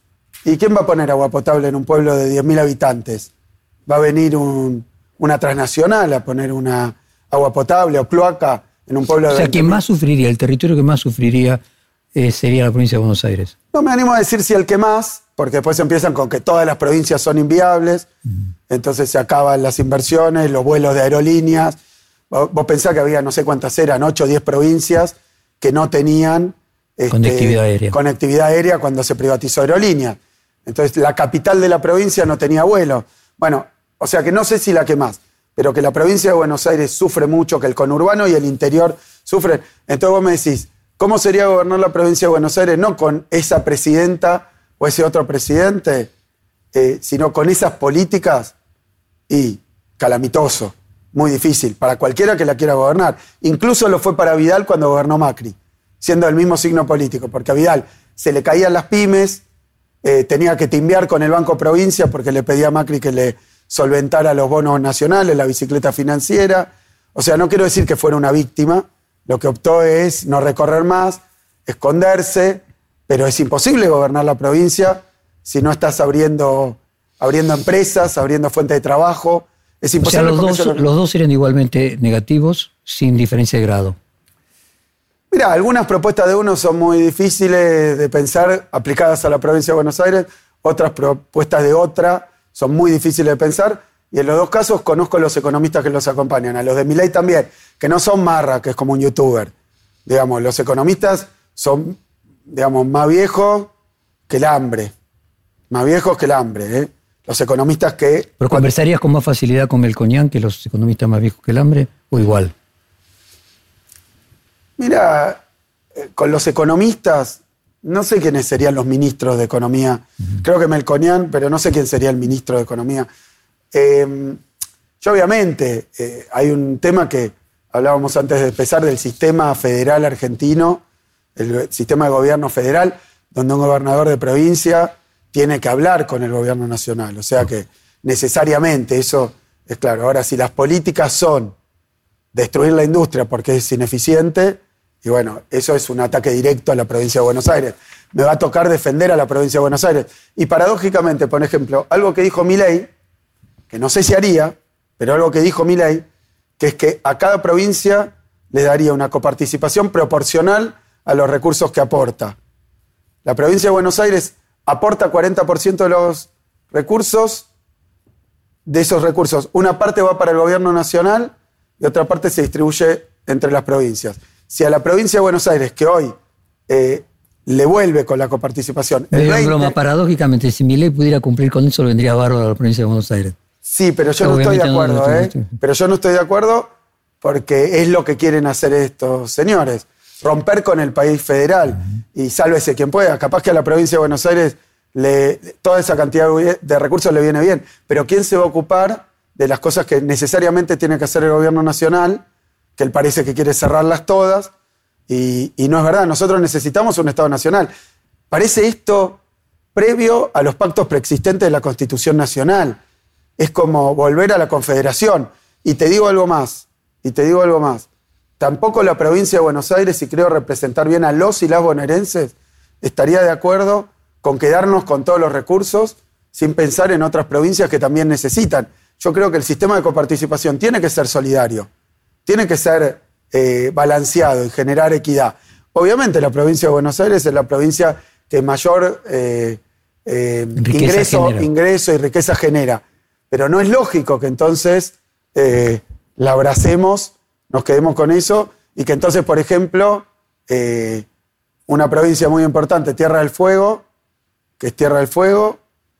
¿Y quién va a poner agua potable en un pueblo de diez mil habitantes? ¿Va a venir un, una transnacional a poner una agua potable o cloaca en un pueblo de... O sea, quien más sufriría, el territorio que más sufriría eh, sería la provincia de Buenos Aires. No me animo a decir si el que más, porque después empiezan con que todas las provincias son inviables, mm. entonces se acaban las inversiones, los vuelos de aerolíneas. Vos, vos pensás que había no sé cuántas eran, ocho o diez provincias que no tenían... Este, conectividad aérea. Conectividad aérea cuando se privatizó Aerolíneas. Entonces la capital de la provincia no tenía vuelo. Bueno, o sea que no sé si la que más, pero que la provincia de Buenos Aires sufre mucho, que el conurbano y el interior sufren. Entonces vos me decís, ¿cómo sería gobernar la provincia de Buenos Aires? No con esa presidenta o ese otro presidente, eh, sino con esas políticas y calamitoso. muy difícil para cualquiera que la quiera gobernar. Incluso lo fue para Vidal cuando gobernó Macri, siendo del mismo signo político, porque a Vidal se le caían las pymes, eh, tenía que timbear con el Banco Provincia porque le pedía a Macri que le solventara los bonos nacionales, la bicicleta financiera. O sea, no quiero decir que fuera una víctima, lo que optó es no recorrer más, esconderse, pero es imposible gobernar la provincia si no estás abriendo, abriendo empresas, abriendo fuentes de trabajo. Es imposible. O sea, los, dos, lo... los dos eran igualmente negativos, sin diferencia de grado. Mira, algunas propuestas de uno son muy difíciles de pensar aplicadas a la provincia de Buenos Aires, otras propuestas de otra son muy difíciles de pensar, y en los dos casos conozco a los economistas que los acompañan, a los de Milei también, que no son Marra, que es como un youtuber. Digamos, los economistas son, digamos, más viejos que el hambre. Más viejos que el hambre, ¿eh? Los economistas que... ¿Pero conversarías con más facilidad con Melconian que los economistas más viejos que el hambre o igual? Mira, eh, con los economistas, no sé quiénes serían los ministros de Economía. Uh-huh. Creo que Melconian, pero no sé quién sería el ministro de Economía. Eh, yo obviamente, eh, hay un tema que hablábamos antes de empezar del sistema federal argentino, el sistema de gobierno federal, donde un gobernador de provincia tiene que hablar con el gobierno nacional. O sea que necesariamente eso es claro. Ahora, si las políticas son destruir la industria porque es ineficiente, y bueno, eso es un ataque directo a la provincia de Buenos Aires. Me va a tocar defender a la provincia de Buenos Aires. Y paradójicamente, por ejemplo, algo que dijo Milei, que no sé si haría, pero algo que dijo Milei, que es que a cada provincia le daría una coparticipación proporcional a los recursos que aporta. La provincia de Buenos Aires aporta cuarenta por ciento de los recursos, de esos recursos una parte va para el gobierno nacional y otra parte se distribuye entre las provincias. Si a la provincia de Buenos Aires, que hoy eh, le vuelve con la coparticipación... El veinte, broma, paradójicamente, si Milei pudiera cumplir con eso, le vendría bárbaro a la provincia de Buenos Aires. Sí, pero yo no estoy de acuerdo, no, no estoy, ¿eh? Pero yo no estoy de acuerdo porque es lo que quieren hacer estos señores. Romper con el país federal. Uh-huh. Y sálvese quien pueda. Capaz que a la provincia de Buenos Aires le, toda esa cantidad de recursos le viene bien. Pero ¿quién se va a ocupar de las cosas que necesariamente tiene que hacer el gobierno nacional? Que él parece que quiere cerrarlas todas. Y, y no es verdad. Nosotros necesitamos un Estado nacional. Parece esto previo a los pactos preexistentes de la Constitución Nacional. Es como volver a la Confederación. Y te digo algo más. Y te digo algo más. Tampoco la provincia de Buenos Aires, si creo representar bien a los y las bonaerenses, estaría de acuerdo con quedarnos con todos los recursos sin pensar en otras provincias que también necesitan. Yo creo que el sistema de coparticipación tiene que ser solidario, tiene que ser eh, balanceado y generar equidad. Obviamente la provincia de Buenos Aires es la provincia que mayor eh, eh, ingreso, ingreso y riqueza genera. Pero no es lógico que entonces eh, la abracemos, nos quedemos con eso, y que entonces, por ejemplo, eh, una provincia muy importante, Tierra del Fuego, que es Tierra del Fuego...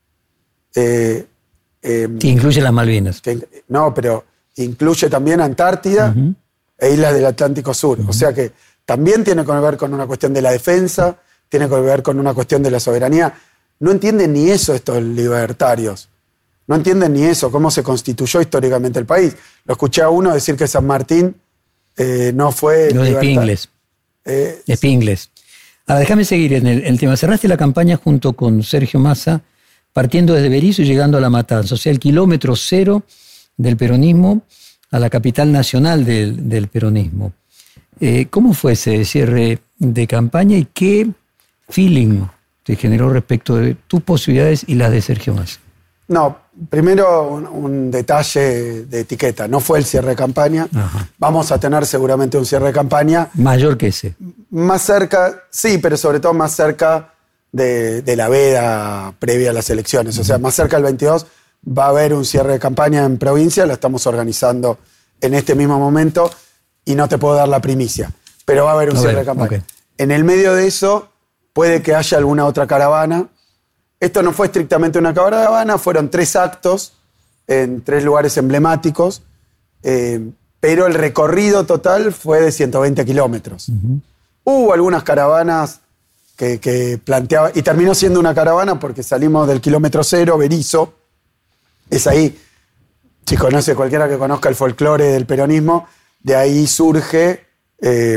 Eh, eh, que incluye las Malvinas. Que, no, pero incluye también Antártida uh-huh. e islas del Atlántico Sur. Uh-huh. O sea que también tiene que ver con una cuestión de la defensa, tiene que ver con una cuestión de la soberanía. No entienden ni eso estos libertarios. No entienden ni eso, cómo se constituyó históricamente el país. Lo escuché a uno decir que San Martín eh, no fue... Lo de Pingles. Eh, de Pingles. Ahora, déjame seguir en el, el tema. Cerraste la campaña junto con Sergio Massa, partiendo desde Berisso y llegando a La Matanza. O sea, el kilómetro cero del peronismo a la capital nacional del, del peronismo. Eh, ¿Cómo fue ese cierre de campaña y qué feeling te generó respecto de tus posibilidades y las de Sergio Massa? No, primero un, un detalle de etiqueta. No fue el cierre de campaña. Ajá. Vamos a tener seguramente un cierre de campaña. Mayor que ese. Más cerca, sí, pero sobre todo más cerca de, de la veda previa a las elecciones. Uh-huh. O sea, más cerca del veintidós va a haber un cierre de campaña en provincia. Lo estamos organizando en este mismo momento y no te puedo dar la primicia. Pero va a haber un a cierre ver, de campaña. Okay. En el medio de eso puede que haya alguna otra caravana. Esto no fue estrictamente una caravana, fueron tres actos en tres lugares emblemáticos, eh, pero el recorrido total fue de ciento veinte kilómetros. Uh-huh. Hubo algunas caravanas que, que planteaban, y terminó siendo una caravana porque salimos del kilómetro cero, Berisso, es ahí. si conoce cualquiera que conozca el folclore del peronismo, de ahí surge eh,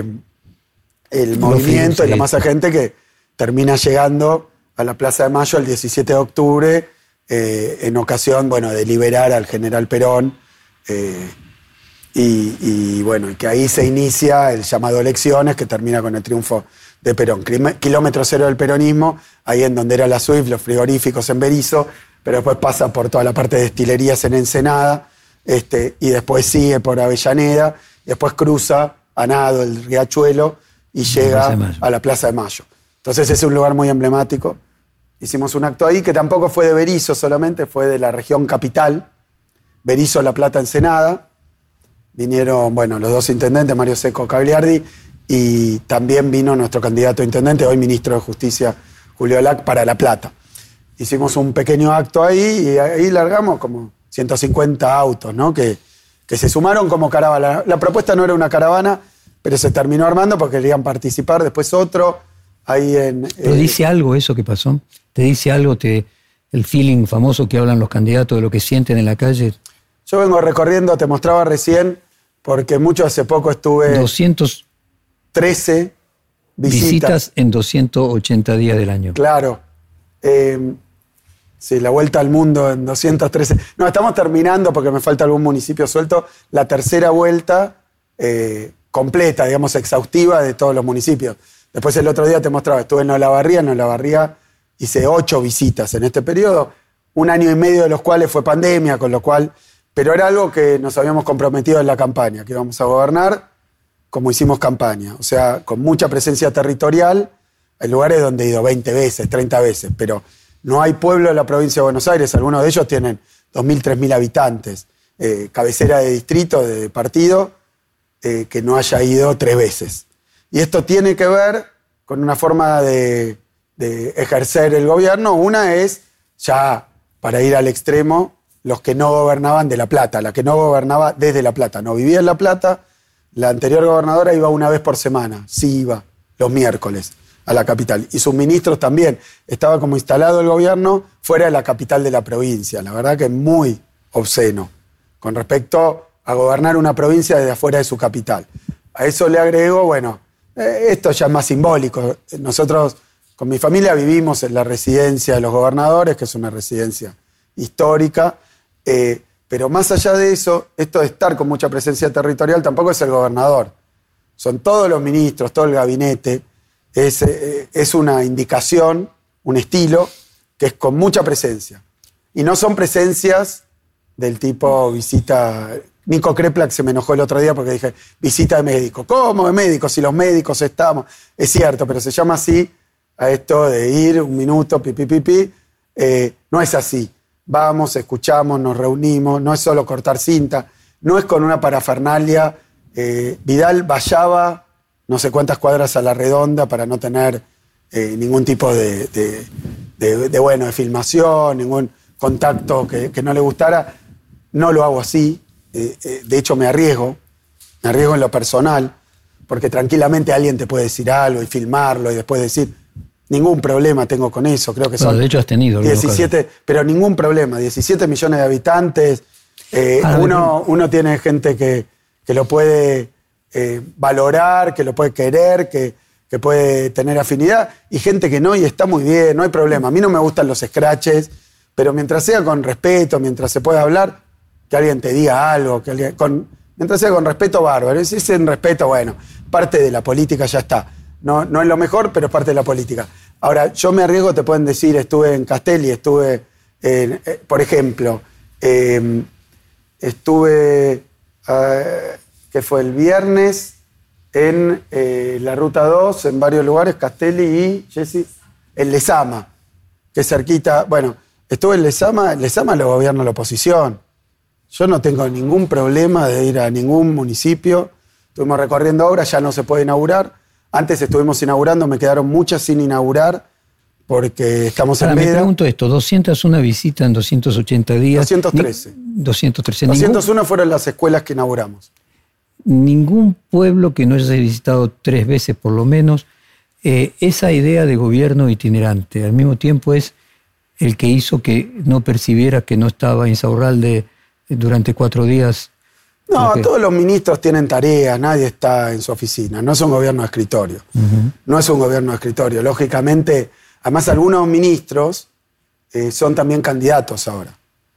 el movimiento y la masa de gente que termina llegando a la Plaza de Mayo el diecisiete de octubre, eh, en ocasión, bueno, de liberar al general Perón, eh, y, y bueno, y que ahí se inicia el llamado elecciones, que termina con el triunfo de Perón. Kilómetro cero del peronismo, ahí en donde era la S U I F, los frigoríficos en Berisso, pero después pasa por toda la parte de destilerías en Ensenada, este, y después sigue por Avellaneda, y después cruza a nado el Riachuelo y llega a la Plaza de Mayo. Entonces es un lugar muy emblemático. Hicimos un acto ahí que tampoco fue de Berisso solamente, fue de la región capital, Berisso, La Plata, Ensenada. Vinieron, bueno, los dos intendentes, Mario Seco, Cagliardi, y también vino nuestro candidato a intendente, hoy ministro de Justicia, Julio Lac, para La Plata. Hicimos un pequeño acto ahí y ahí largamos como ciento cincuenta autos, ¿no? Que, que se sumaron como caravana. La propuesta no era una caravana, pero se terminó armando porque querían participar. Después otro, ahí en... ¿Pero eh, dice algo eso que pasó? ¿Te dice algo te, el feeling famoso que hablan los candidatos de lo que sienten en la calle? Yo vengo recorriendo, te mostraba recién, porque mucho hace poco estuve... doscientas trece visitas. Visitas en doscientos ochenta días del año. Claro. Eh, sí, la vuelta al mundo en doscientos trece. No, estamos terminando, porque me falta algún municipio suelto, la tercera vuelta eh, completa, digamos, exhaustiva de todos los municipios. Después el otro día te mostraba, estuve en Olavarría, en Olavarría hice ocho visitas en este periodo, un año y medio de los cuales fue pandemia, con lo cual... Pero era algo que nos habíamos comprometido en la campaña, que íbamos a gobernar como hicimos campaña. O sea, con mucha presencia territorial. Hay lugares donde he ido veinte veces, treinta veces, pero no hay pueblo de la provincia de Buenos Aires. Algunos de ellos tienen dos mil, tres mil habitantes. Eh, cabecera de distrito, de partido, eh, que no haya ido tres veces. Y esto tiene que ver con una forma de, de ejercer el gobierno. Una es, ya para ir al extremo, los que no gobernaban de La Plata, la que no gobernaba desde La Plata. No vivía en La Plata, la anterior gobernadora iba una vez por semana, sí iba, los miércoles, a la capital. Y sus ministros también. Estaba como instalado el gobierno fuera de la capital de la provincia. La verdad que es muy obsceno con respecto a gobernar una provincia desde afuera de su capital. A eso le agrego, bueno, eh, esto ya es más simbólico. Nosotros con mi familia vivimos en la residencia de los gobernadores, que es una residencia histórica. Eh, pero más allá de eso, esto de estar con mucha presencia territorial tampoco es el gobernador. Son todos los ministros, todo el gabinete. Es, eh, es una indicación, un estilo, que es con mucha presencia. Y no son presencias del tipo visita... Nico Kreplak se me enojó el otro día porque dije, visita de médico. ¿Cómo de médico? Si los médicos estamos... Es cierto, pero se llama así a esto de ir un minuto, pi, pi, pi, pi. Eh, no es así. Vamos, escuchamos, nos reunimos, no es solo cortar cinta, no es con una parafernalia. Eh, Vidal vallaba no sé cuántas cuadras a la redonda para no tener eh, ningún tipo de, de, de, de, bueno, de filmación, ningún contacto que, que no le gustara. No lo hago así, eh, eh, de hecho me arriesgo, me arriesgo en lo personal, porque tranquilamente alguien te puede decir algo y filmarlo y después decir... Ningún problema tengo con eso, creo que son... Bueno, de hecho has tenido diecisiete, pero ningún problema, diecisiete millones de habitantes, eh, ah, uno, uno tiene gente que, que lo puede eh, valorar, que lo puede querer, que, que puede tener afinidad, y gente que no, y está muy bien, no hay problema. A mí no me gustan los scratches, pero mientras sea con respeto, mientras se pueda hablar, que alguien te diga algo, que alguien, con, mientras sea con respeto, bárbaro. Si es en respeto, bueno, parte de la política ya está. No, no es lo mejor, pero es parte de la política. Ahora, yo me arriesgo, te pueden decir, estuve en Castelli, estuve, en, eh, por ejemplo, eh, estuve, eh, que fue el viernes, en eh, la Ruta dos, en varios lugares, Castelli y, Jessy, en Lezama, que es cerquita. Bueno, estuve en Lezama, Lezama lo gobierna la oposición. Yo no tengo ningún problema de ir a ningún municipio. Estuvimos recorriendo obras, ya no se puede inaugurar. Antes estuvimos inaugurando, me quedaron muchas sin inaugurar porque estamos Ahora, en veda. Me pregunto esto, doscientos una visitas en doscientos ochenta días. doscientos trece. Ni, doscientos trece. doscientos uno ningún, fueron las escuelas que inauguramos. Ningún pueblo que no haya visitado tres veces por lo menos, eh, esa idea de gobierno itinerante, al mismo tiempo es el que hizo que no percibiera que no estaba Insaurralde durante cuatro días? No, Okay. Todos los ministros tienen tareas, nadie está en su oficina, no es un gobierno de escritorio. Uh-huh. No es un gobierno de escritorio. Lógicamente, además algunos ministros eh, son también candidatos ahora.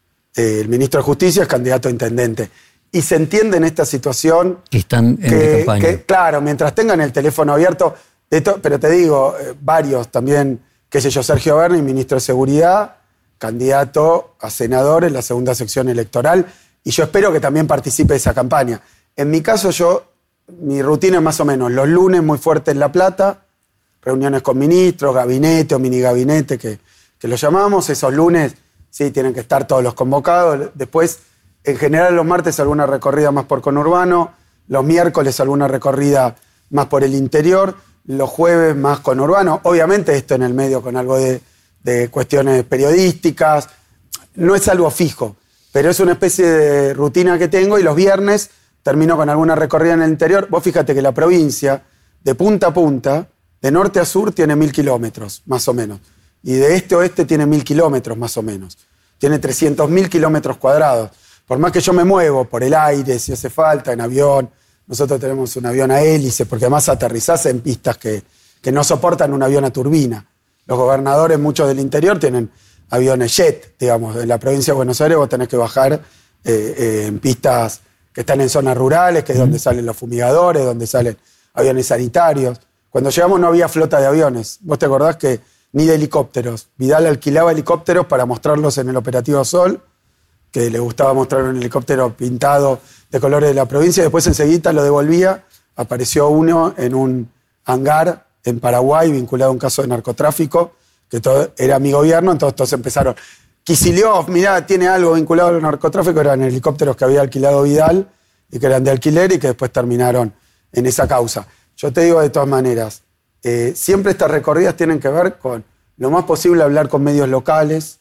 Eh, el ministro de Justicia es candidato a intendente. Y se entiende en esta situación... Que están en que, campaña. Que, claro, mientras tengan el teléfono abierto, de to, pero te digo, eh, varios también, qué sé yo, Sergio Berni, ministro de Seguridad, candidato a senador en la segunda sección electoral, y yo espero que también participe de esa campaña. En mi caso, yo, mi rutina es más o menos los lunes muy fuerte en La Plata, reuniones con ministros, gabinete o mini gabinete, que, que lo llamamos. Esos lunes, sí, tienen que estar todos los convocados. Después, en general, los martes alguna recorrida más por conurbano, los miércoles alguna recorrida más por el interior, los jueves más conurbano. Obviamente esto en el medio con algo de, de cuestiones periodísticas. No es algo fijo, pero es una especie de rutina que tengo, y los viernes termino con alguna recorrida en el interior. Vos fíjate que la provincia, de punta a punta, de norte a sur, tiene mil kilómetros, más o menos. Y de este a oeste tiene mil kilómetros, más o menos. Tiene trescientos mil kilómetros cuadrados. Por más que yo me muevo por el aire, si hace falta, en avión. Nosotros tenemos un avión a hélice, porque además aterrizás en pistas que, que no soportan un avión a turbina. Los gobernadores, muchos del interior, tienen aviones jet, digamos. En la provincia de Buenos Aires vos tenés que bajar eh, eh, en pistas que están en zonas rurales, que es donde salen los fumigadores, donde salen aviones sanitarios. Cuando llegamos no había flota de aviones. ¿Vos te acordás que ni de helicópteros? Vidal alquilaba helicópteros para mostrarlos en el Operativo Sol, que le gustaba mostrar un helicóptero pintado de colores de la provincia, y después enseguida lo devolvía. Apareció uno en un hangar en Paraguay vinculado a un caso de narcotráfico, que todo era mi gobierno, entonces todos empezaron. Kicillof, mirá, tiene algo vinculado al narcotráfico, eran helicópteros que había alquilado Vidal y que eran de alquiler y que después terminaron en esa causa. Yo te digo de todas maneras, eh, siempre estas recorridas tienen que ver con lo más posible hablar con medios locales.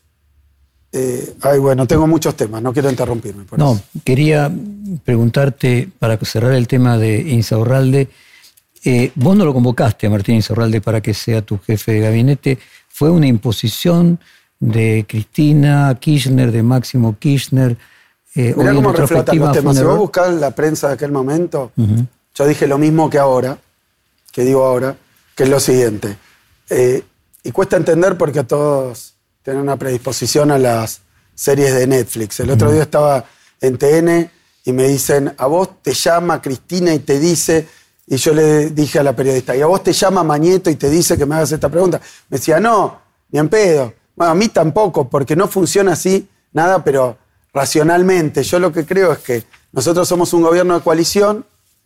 Eh, ay, bueno, tengo muchos temas, no quiero interrumpirme. Por no, eso. Quería preguntarte, para cerrar el tema de Insaurralde, eh, vos no lo convocaste a Martín Insaurralde para que sea tu jefe de gabinete, fue una imposición de Cristina Kirchner, de Máximo Kirchner. Eh, Mirá cómo reflotan los temas. Si vos error. buscás la prensa de aquel momento, Uh-huh. yo dije lo mismo que ahora, que digo ahora, que es lo siguiente. Eh, y cuesta entender porque a todos tienen una predisposición a las series de Netflix. El otro uh-huh. día estaba en T N y me dicen, a vos te llama Cristina y te dice, y yo le dije a la periodista, y a vos te llama Mañeto y te dice que me hagas esta pregunta. Me decía, no, ni en pedo. Bueno, a mí tampoco, porque no funciona así nada, pero racionalmente. Yo lo que creo es que nosotros somos un gobierno de coalición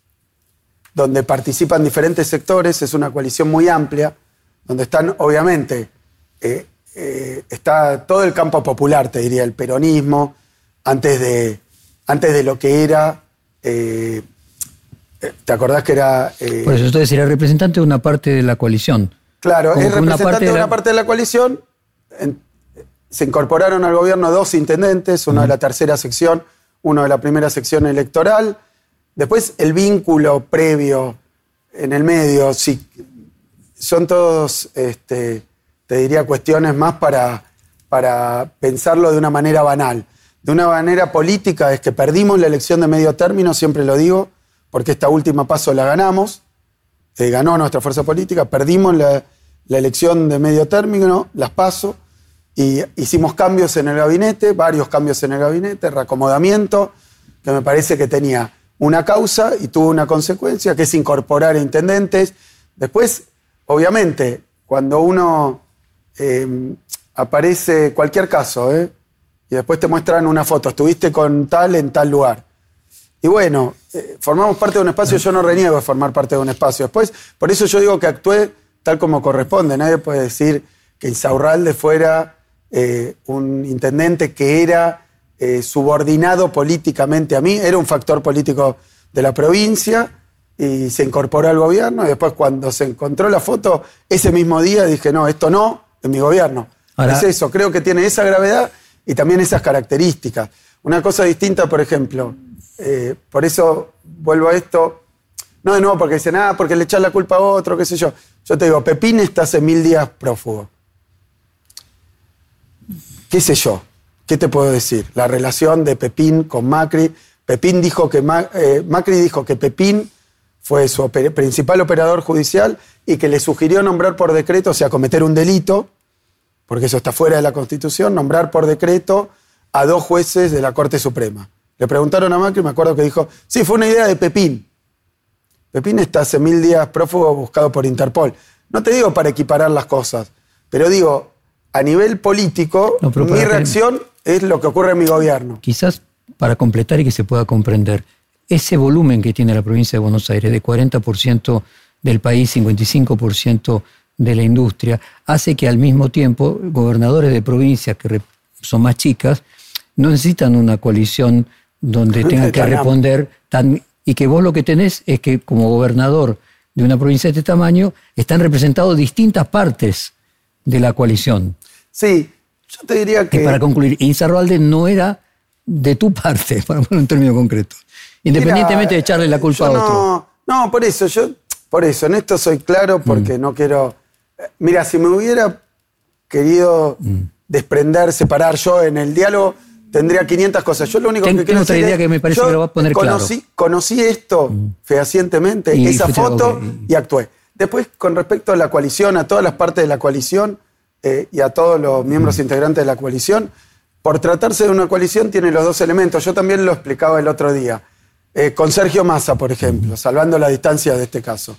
donde participan diferentes sectores, es una coalición muy amplia, donde están, obviamente, eh, eh, está todo el campo popular, te diría, el peronismo, antes de, antes de lo que era... Eh, ¿Te acordás que era...? Eh, Por eso usted sería representante de una parte de la coalición. Claro, Como es que una representante parte de de la- una parte de la coalición. En- se incorporaron al gobierno dos intendentes, uno de la tercera sección, uno de la primera sección electoral. Después el vínculo previo en el medio, sí, son todos, este, te diría, cuestiones más para, para pensarlo de una manera banal. De una manera política es que perdimos la elección de medio término, siempre lo digo, porque esta última paso la ganamos, eh, ganó nuestra fuerza política, perdimos la, la elección de medio término, las paso, y hicimos cambios en el gabinete, varios cambios en el gabinete, reacomodamiento, que me parece que tenía una causa y tuvo una consecuencia, que es incorporar intendentes. Después, obviamente, cuando uno eh, aparece, cualquier caso, ¿eh? y después te muestran una foto, estuviste con tal en tal lugar. Y bueno, eh, formamos parte de un espacio, yo no reniego de formar parte de un espacio. Después, por eso yo digo que actué tal como corresponde. Nadie puede decir que Insaurralde fuera eh, un intendente que era eh, subordinado políticamente a mí. Era un factor político de la provincia y se incorporó al gobierno. Y después, cuando se encontró la foto, ese mismo día dije, no, esto no, en mi gobierno. Ahora, es eso, creo que tiene esa gravedad y también esas características. Una cosa distinta, por ejemplo... Eh, por eso vuelvo a esto, no de nuevo porque dicen, ah, porque le echas la culpa a otro, qué sé yo. Yo te digo, Pepín está hace mil días prófugo. ¿Qué sé yo? ¿qué te puedo decir? La relación de Pepín con Macri. Pepín dijo que Ma- eh, Macri dijo que Pepín fue su oper- principal operador judicial y que le sugirió nombrar por decreto, o sea, cometer un delito, porque eso está fuera de la Constitución, nombrar por decreto a dos jueces de la Corte Suprema. Le preguntaron a Macri, me acuerdo que dijo, sí, fue una idea de Pepín. Pepín está hace mil días prófugo buscado por Interpol. No te digo para equiparar las cosas, pero digo, a nivel político, No, pero mi para que- reacción es lo que ocurre en mi gobierno. Quizás para completar y que se pueda comprender, ese volumen que tiene la provincia de Buenos Aires, de cuarenta por ciento del país, cincuenta y cinco por ciento de la industria, hace que al mismo tiempo gobernadores de provincias que re- son más chicas no necesitan una coalición donde tengan que Tan responder tan, y que vos lo que tenés es que como gobernador de una provincia de este tamaño están representados distintas partes de la coalición. Sí, yo te diría que... Y para concluir, Insaurralde no era de tu parte, para ponerlo en términos concretos, independientemente Mira, de echarle la culpa yo a otro. No, no, por eso, yo, por eso, en esto soy claro porque mm. no quiero... Mira, si me hubiera querido mm. desprender, separar yo en el diálogo, tendría quinientas cosas. Yo lo único Ten, que quiero otra decir idea es, que me parece yo que lo va a poner conocí, claro. Conocí esto mm. fehacientemente, y esa fuiste, foto, okay. y actué. Después, con respecto a la coalición, a todas las partes de la coalición eh, y a todos los miembros mm. integrantes de la coalición, por tratarse de una coalición tiene los dos elementos. Yo también lo explicaba el otro día. Eh, con Sergio Massa, por ejemplo, salvando la distancia de este caso.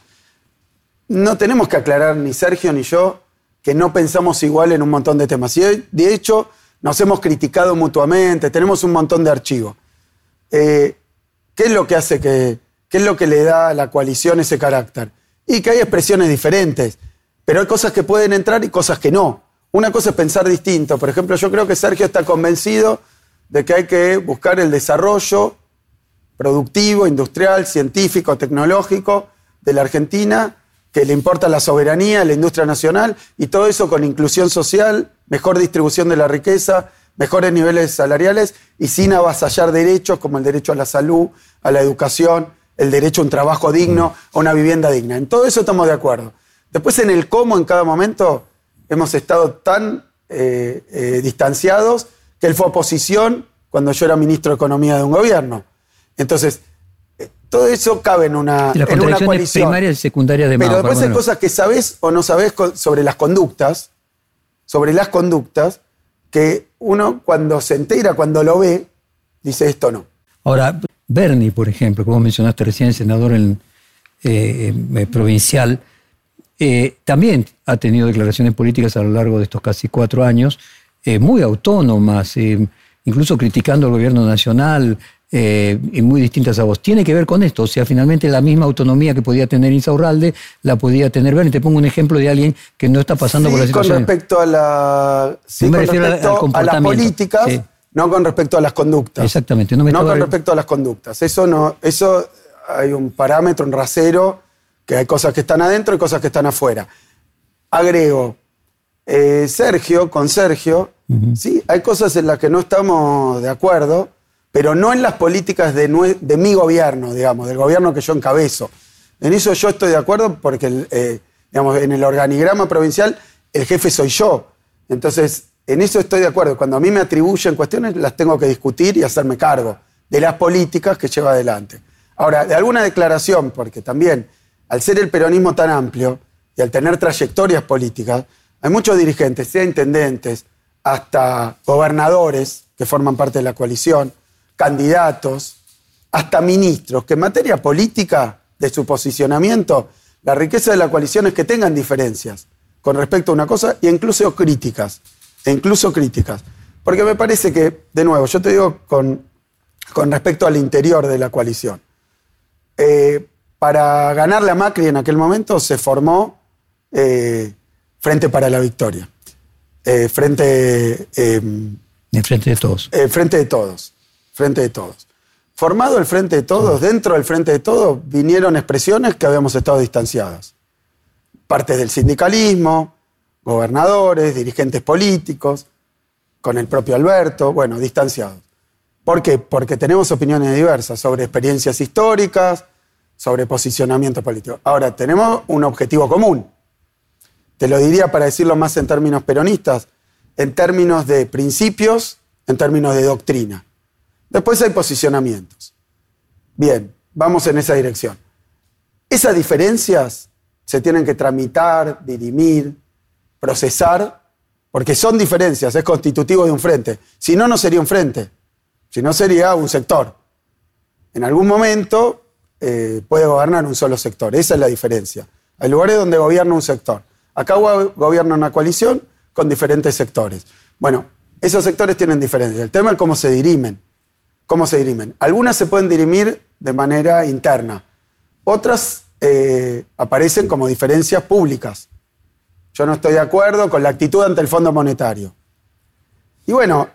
No tenemos que aclarar ni Sergio ni yo que no pensamos igual en un montón de temas. Y hoy, de hecho, nos hemos criticado mutuamente, tenemos un montón de archivos. Eh, ¿Qué es lo que hace que, qué es lo que le da a la coalición ese carácter? Y que hay expresiones diferentes, pero hay cosas que pueden entrar y cosas que no. Una cosa es pensar distinto. Por ejemplo, yo creo que Sergio está convencido de que hay que buscar el desarrollo productivo, industrial, científico, tecnológico de la Argentina, que le importa la soberanía, la industria nacional, y todo eso con inclusión social, mejor distribución de la riqueza, mejores niveles salariales y sin avasallar derechos como el derecho a la salud, a la educación, el derecho a un trabajo digno, a una vivienda digna. En todo eso estamos de acuerdo. Después, en el cómo, en cada momento, hemos estado tan eh, eh, distanciados que él fue oposición cuando yo era ministro de Economía de un gobierno. Entonces, eh, todo eso cabe en una, y las en una contradicciones coalición. primarias y secundarias de Mao. Pero después hay bueno. cosas que sabés o no sabés con, sobre las conductas, sobre las conductas, que uno cuando se entera, cuando lo ve, dice esto no. Ahora, Bernie, por ejemplo, como mencionaste recién, senador en, eh, eh, provincial, eh, también ha tenido declaraciones políticas a lo largo de estos casi cuatro años, eh, muy autónomas, eh, incluso criticando al gobierno nacional, eh, y muy distintas a vos. Tiene que ver con esto, o sea, finalmente la misma autonomía que podía tener Insaurralde la podía tener Bernie. Te pongo un ejemplo de alguien que no está pasando sí, por la situación. Con respecto a la, sí, no me con refiero respecto al a comportamiento. las políticas, sí. No con respecto a las conductas. Exactamente. No, me no estaba... con respecto a las conductas. Eso no, eso hay un parámetro, un rasero, que hay cosas que están adentro y cosas que están afuera. Agrego, eh, Sergio, con Sergio, uh-huh. sí, hay cosas en las que no estamos de acuerdo, pero no en las políticas de, nue- de mi gobierno, digamos, del gobierno que yo encabezo. En eso yo estoy de acuerdo porque, eh, digamos, en el organigrama provincial el jefe soy yo. Entonces, en eso estoy de acuerdo. Cuando a mí me atribuyen cuestiones, las tengo que discutir y hacerme cargo de las políticas que lleva adelante. Ahora, de alguna declaración, porque también, al ser el peronismo tan amplio y al tener trayectorias políticas, hay muchos dirigentes, sea intendentes, hasta gobernadores que forman parte de la coalición, candidatos, hasta ministros, que en materia política de su posicionamiento, la riqueza de la coalición es que tengan diferencias con respecto a una cosa e incluso críticas, e incluso críticas. Porque me parece que, de nuevo, yo te digo con, con respecto al interior de la coalición, eh, para ganarle a Macri en aquel momento se formó eh, Frente para la Victoria, eh, Frente... Eh, en Frente de Todos. Eh, frente de Todos. Frente de Todos. Formado el Frente de Todos, sí. Dentro del Frente de Todos vinieron expresiones que habíamos estado distanciadas. Partes del sindicalismo, gobernadores, dirigentes políticos, con el propio Alberto, bueno, distanciados. ¿Por qué? Porque tenemos opiniones diversas sobre experiencias históricas, sobre posicionamiento político. Ahora, tenemos un objetivo común. Te lo diría para decirlo más en términos peronistas, en términos de principios en términos de doctrina. Después hay posicionamientos. Bien, vamos en esa dirección. Esas diferencias se tienen que tramitar, dirimir, procesar, porque son diferencias, es constitutivo de un frente. Si no, no sería un frente, si no sería un sector. En algún momento eh, puede gobernar un solo sector, esa es la diferencia. Hay lugares donde gobierna un sector. Acá gobierna una coalición con diferentes sectores. Bueno, esos sectores tienen diferencias. El tema es cómo se dirimen. ¿Cómo se dirimen? Algunas se pueden dirimir de manera interna. Otras eh, aparecen como diferencias públicas. Yo no estoy de acuerdo con la actitud ante el Fondo Monetario. Y bueno,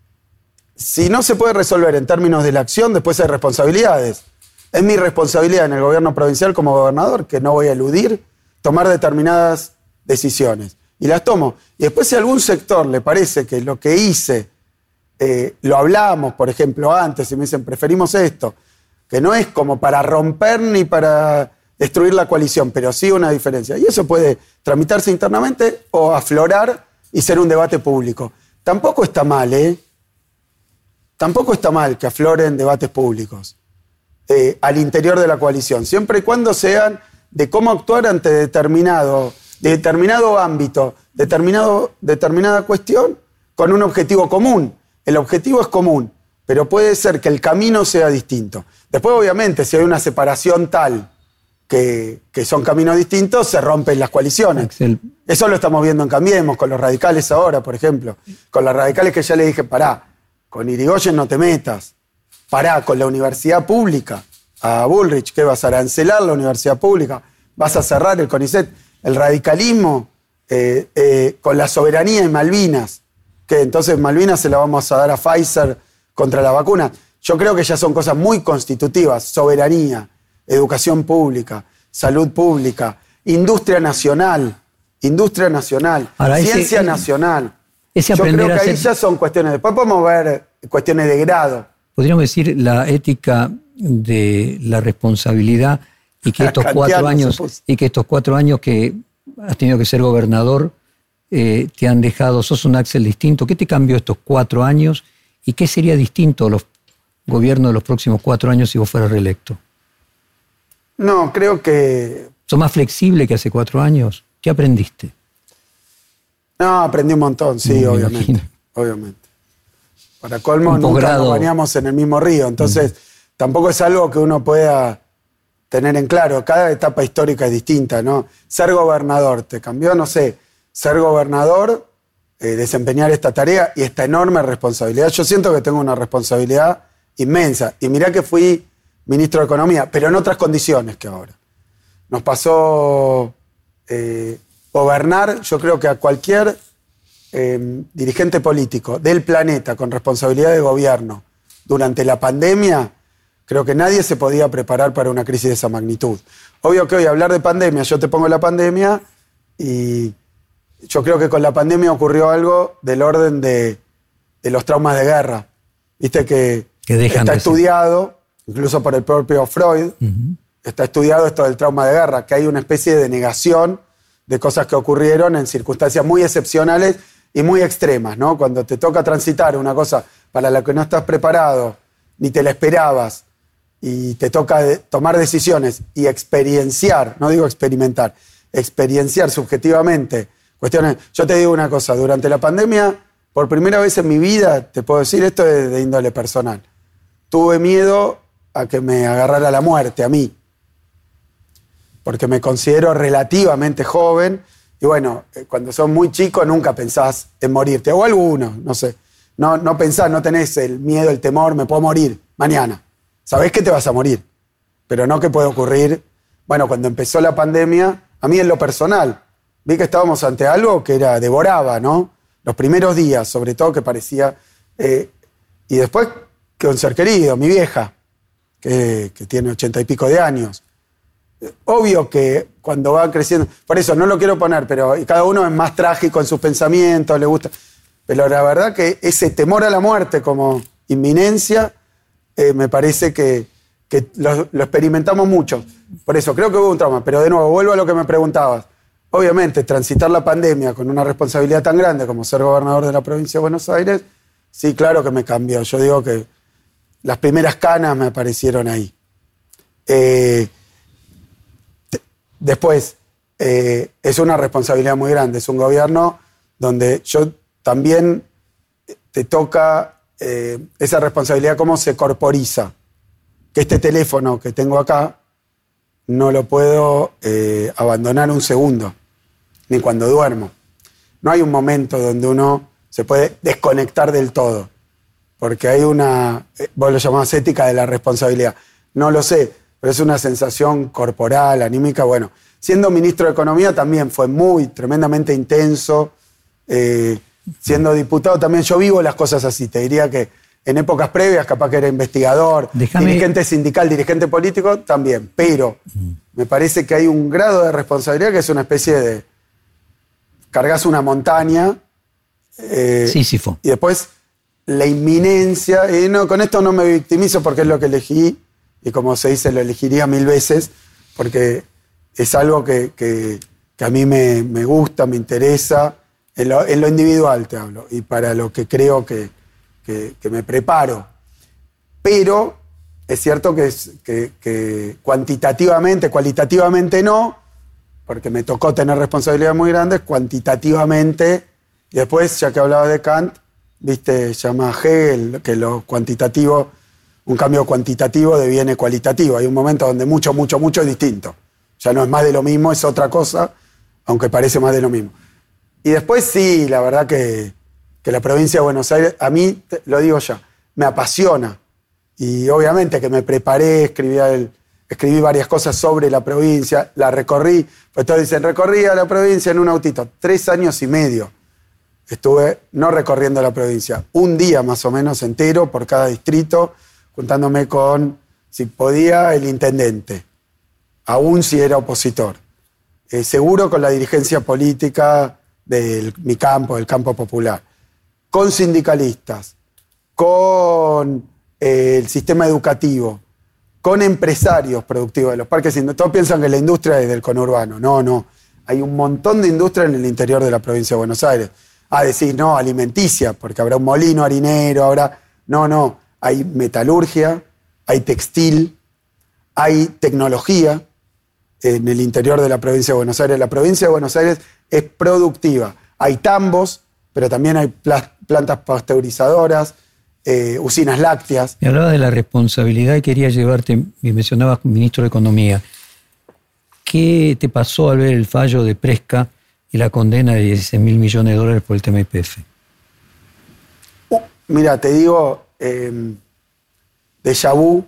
si no se puede resolver en términos de la acción, después hay responsabilidades. Es mi responsabilidad en el gobierno provincial como gobernador, que no voy a eludir, tomar determinadas decisiones. Y las tomo. Y después si a algún sector le parece que lo que hice, eh, lo hablamos, por ejemplo, antes, y me dicen, preferimos esto, que no es como para romper ni para destruir la coalición, pero sí una diferencia. Y eso puede tramitarse internamente o aflorar y ser un debate público. Tampoco está mal, ¿eh? Tampoco está mal que afloren debates públicos eh, al interior de la coalición, siempre y cuando sean de cómo actuar ante determinado, de determinado ámbito, determinado, determinada cuestión, con un objetivo común. El objetivo es común, pero puede ser que el camino sea distinto. Después, obviamente, si hay una separación tal que, que son caminos distintos, se rompen las coaliciones. Axel. Eso lo estamos viendo en Cambiemos, con los radicales ahora, por ejemplo. Con los radicales que ya le dije, pará, con Irigoyen no te metas. Pará, con la universidad pública, a Bullrich, ¿qué vas a arancelar la universidad pública? ¿Vas a cerrar el CONICET? El radicalismo eh, eh, con la soberanía en Malvinas, que entonces Malvinas se la vamos a dar a Pfizer contra la vacuna. Yo creo que ya son cosas muy constitutivas: soberanía, educación pública, salud pública, industria nacional, industria nacional, Ahora, ciencia ese, nacional. Ese Yo creo que ahí ser... ya son cuestiones. Después podemos ver cuestiones de grado. Podríamos decir la ética de la responsabilidad y que estos cuatro años y que estos cuatro años que has tenido que ser gobernador eh, te han dejado, sos un Axel distinto. ¿Qué te cambió estos cuatro años y qué sería distinto a los gobiernos de los próximos cuatro años si vos fueras reelecto? No, creo que... ¿Sos más flexible que hace cuatro años? ¿Qué aprendiste? No, aprendí un montón, sí, no, obviamente. Obviamente. Para colmo, nunca nos bañamos en el mismo río. Entonces, mm. tampoco es algo que uno pueda tener en claro. Cada etapa histórica es distinta, ¿no? Ser gobernador, ¿te cambió? No sé. Ser gobernador, eh, desempeñar esta tarea y esta enorme responsabilidad. Yo siento que tengo una responsabilidad inmensa. Y mirá que fui ministro de Economía, pero en otras condiciones que ahora. Nos pasó eh, gobernar, yo creo que a cualquier eh, dirigente político del planeta con responsabilidad de gobierno durante la pandemia, creo que nadie se podía preparar para una crisis de esa magnitud. Obvio que hoy hablar de pandemia, yo te pongo la pandemia y yo creo que con la pandemia ocurrió algo del orden de, de los traumas de guerra. Viste que, que está estudiado, incluso por el propio Freud, uh-huh. está estudiado esto del trauma de guerra, que hay una especie de negación de cosas que ocurrieron en circunstancias muy excepcionales y muy extremas, ¿no? Cuando te toca transitar una cosa para la que no estás preparado, ni te la esperabas, y te toca de tomar decisiones y experienciar, no digo experimentar, experienciar subjetivamente cuestiones. Yo te digo una cosa, durante la pandemia, por primera vez en mi vida, te puedo decir, esto es de índole personal, tuve miedo a que me agarrara la muerte, a mí, porque me considero relativamente joven, y bueno, cuando sos muy chico nunca pensás en morirte, o alguno, no sé, no, no pensás, no tenés el miedo, el temor, me puedo morir mañana. Sabés que te vas a morir, pero no que puede ocurrir. Bueno, cuando empezó la pandemia, a mí en lo personal, vi que estábamos ante algo que era, devoraba, ¿no? Los primeros días, sobre todo, que parecía... Eh, y después, que un ser querido, mi vieja, que, que tiene ochenta y pico de años. Eh, obvio que cuando va creciendo... Por eso, no lo quiero poner, pero cada uno es más trágico en sus pensamientos, le gusta... Pero la verdad que ese temor a la muerte como inminencia... Eh, me parece que, que lo, lo experimentamos mucho. Por eso, creo que hubo un trauma. Pero de nuevo, vuelvo a lo que me preguntabas. Obviamente, transitar la pandemia con una responsabilidad tan grande como ser gobernador de la provincia de Buenos Aires sí, claro que me cambió. Yo digo que las primeras canas me aparecieron ahí. Eh, te, después, eh, es una responsabilidad muy grande. Es un gobierno donde yo también te toca eh, esa responsabilidad, cómo se corporiza. Que este teléfono que tengo acá no lo puedo eh, abandonar un segundo, ni cuando duermo. No hay un momento donde uno se puede desconectar del todo, porque hay una, vos lo llamás ética de la responsabilidad. No lo sé, pero es una sensación corporal, anímica. Bueno, siendo ministro de Economía también fue muy, tremendamente intenso. Eh, siendo diputado también, yo vivo las cosas así. Te diría que en épocas previas, capaz que era investigador, Déjame... dirigente sindical, dirigente político, también. Pero mm. me parece que hay un grado de responsabilidad que es una especie de... Cargas una montaña... Eh, Sísifo. Y después la inminencia... Y no, con esto no me victimizo porque es lo que elegí, y como se dice, lo elegiría mil veces, porque es algo que, que, que a mí me, me gusta, me interesa, en lo, en lo individual te hablo, y para lo que creo que... Que, que me preparo. Pero es cierto que, es, que, que cuantitativamente, cualitativamente no, porque me tocó tener responsabilidades muy grandes, cuantitativamente, y después, ya que hablaba de Kant, viste, llama Hegel, que lo cuantitativo, un cambio cuantitativo deviene cualitativo. Hay un momento donde mucho, mucho, mucho es distinto. Ya no es más de lo mismo, es otra cosa, aunque parece más de lo mismo. Y después sí, la verdad que que la provincia de Buenos Aires, a mí, te, lo digo ya, me apasiona. Y obviamente que me preparé, escribí, el, escribí varias cosas sobre la provincia, la recorrí, pues todos dicen, recorrí a la provincia en un autito. Tres años y medio estuve no recorriendo la provincia, un día más o menos entero por cada distrito, juntándome con, si podía, el intendente, aún si era opositor. Eh, seguro con la dirigencia política de mi campo, del campo popular. Con sindicalistas, con eh, el sistema educativo, con empresarios productivos de los parques industriales. Todos piensan que la industria es del conurbano. No, no. Hay un montón de industria en el interior de la provincia de Buenos Aires. Ah, decir, no, alimenticia, porque habrá un molino harinero, habrá... No, no. Hay metalurgia, hay textil, hay tecnología en el interior de la provincia de Buenos Aires. La provincia de Buenos Aires es productiva. Hay tambos, pero también hay plantas pasteurizadoras, eh, usinas lácteas. Me hablaba de la responsabilidad y quería llevarte, me mencionabas ministro de Economía. ¿Qué te pasó al ver el fallo de Presca y la condena de dieciséis mil millones de dólares por el tema I P F? Uh, mira, te digo, eh, déjà vu,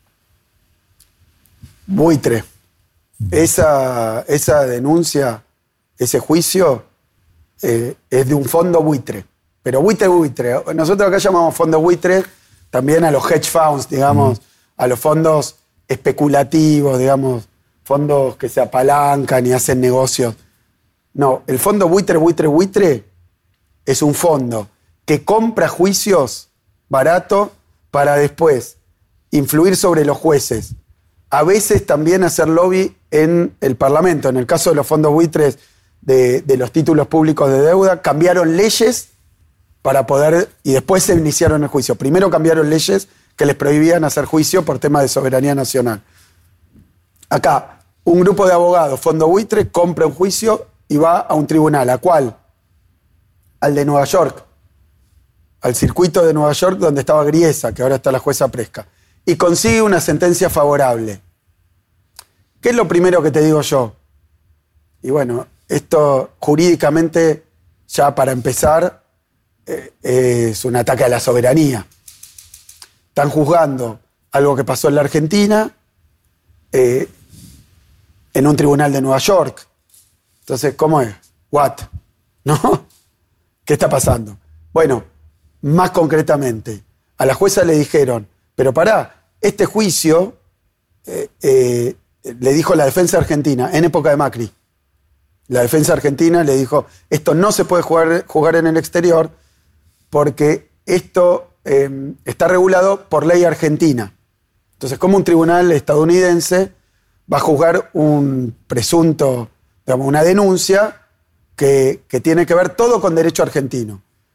buitre. Esa, esa denuncia, ese juicio... Eh, es de un fondo buitre, pero buitre, buitre. Nosotros acá llamamos fondo buitre también a los hedge funds, digamos, mm. a los fondos especulativos, digamos, fondos que se apalancan y hacen negocios. No, el fondo buitre, buitre, buitre es un fondo que compra juicios barato para después influir sobre los jueces. A veces también hacer lobby en el Parlamento. En el caso de los fondos buitres De, de los títulos públicos de deuda, cambiaron leyes para poder, y después se iniciaron el juicio. Primero cambiaron leyes que les prohibían hacer juicio por temas de soberanía nacional. Acá, un grupo de abogados, fondo buitre, compra un juicio y va a un tribunal. ¿A cuál? Al de Nueva York. Al circuito de Nueva York donde estaba Griesa, que ahora está la jueza Presca. Y consigue una sentencia favorable. ¿Qué es lo primero que te digo yo? Y bueno... Esto jurídicamente, ya para empezar, eh, es un ataque a la soberanía. Están juzgando algo que pasó en la Argentina eh, en un tribunal de Nueva York. Entonces, ¿cómo es? ¿What? ¿No? ¿Qué está pasando? Bueno, más concretamente, a la jueza le dijeron, pero pará, este juicio, eh, eh, le dijo la defensa argentina en época de Macri. La defensa argentina le dijo, esto no se puede jugar, jugar en el exterior porque esto eh, está regulado por ley argentina. Entonces, ¿cómo un tribunal estadounidense va a juzgar un presunto, digamos, una denuncia que, que tiene que ver todo con derecho argentino?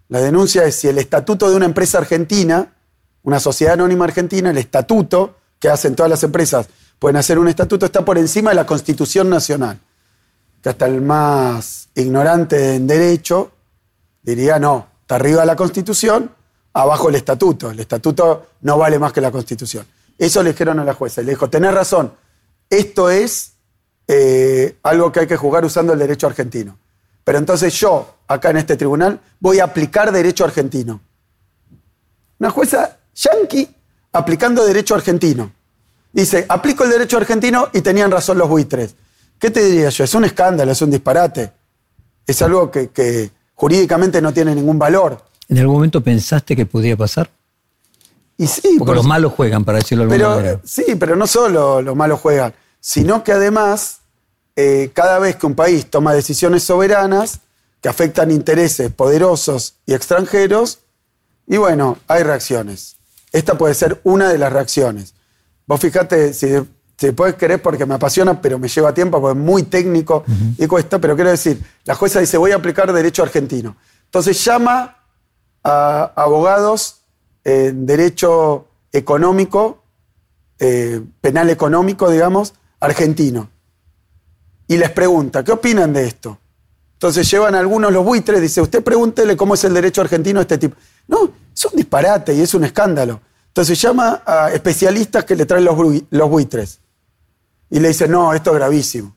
La denuncia es si el estatuto de una empresa argentina, una sociedad anónima argentina, el estatuto que hacen todas las empresas, pueden hacer un estatuto, está por encima de la Constitución Nacional. Que hasta el más ignorante en derecho diría, no, está arriba de la Constitución, abajo el estatuto. El estatuto no vale más que la Constitución. Eso le dijeron a la jueza. Y le dijo, tenés razón, esto es eh, algo que hay que juzgar usando el derecho argentino. Pero entonces yo, acá en este tribunal, voy a aplicar derecho argentino. Una jueza yanqui aplicando derecho argentino. Dice, aplico el derecho argentino y tenían razón los buitres. ¿Qué te diría yo? Es un escándalo, es un disparate. Es algo que, que jurídicamente no tiene ningún valor. ¿En algún momento pensaste que podía pasar? Y sí, porque por, los malos juegan, para decirlo de alguna pero, manera. Sí, pero no solo los malos juegan, sino que además, eh, cada vez que un país toma decisiones soberanas que afectan intereses poderosos y extranjeros, y bueno, hay reacciones. Esta puede ser una de las reacciones. Vos fijate, si, si podés querer, porque me apasiona, pero me lleva tiempo, porque es muy técnico uh-huh. y cuesta, pero quiero decir, la jueza dice, voy a aplicar derecho argentino. Entonces llama a abogados en derecho económico, eh, penal económico, digamos, argentino. Y les pregunta, ¿qué opinan de esto? Entonces llevan a algunos los buitres, dice, usted pregúntele cómo es el derecho argentino a este tipo. No, es un disparate y es un escándalo. Entonces llama a especialistas que le traen los, los buitres. Y le dice, no, esto es gravísimo.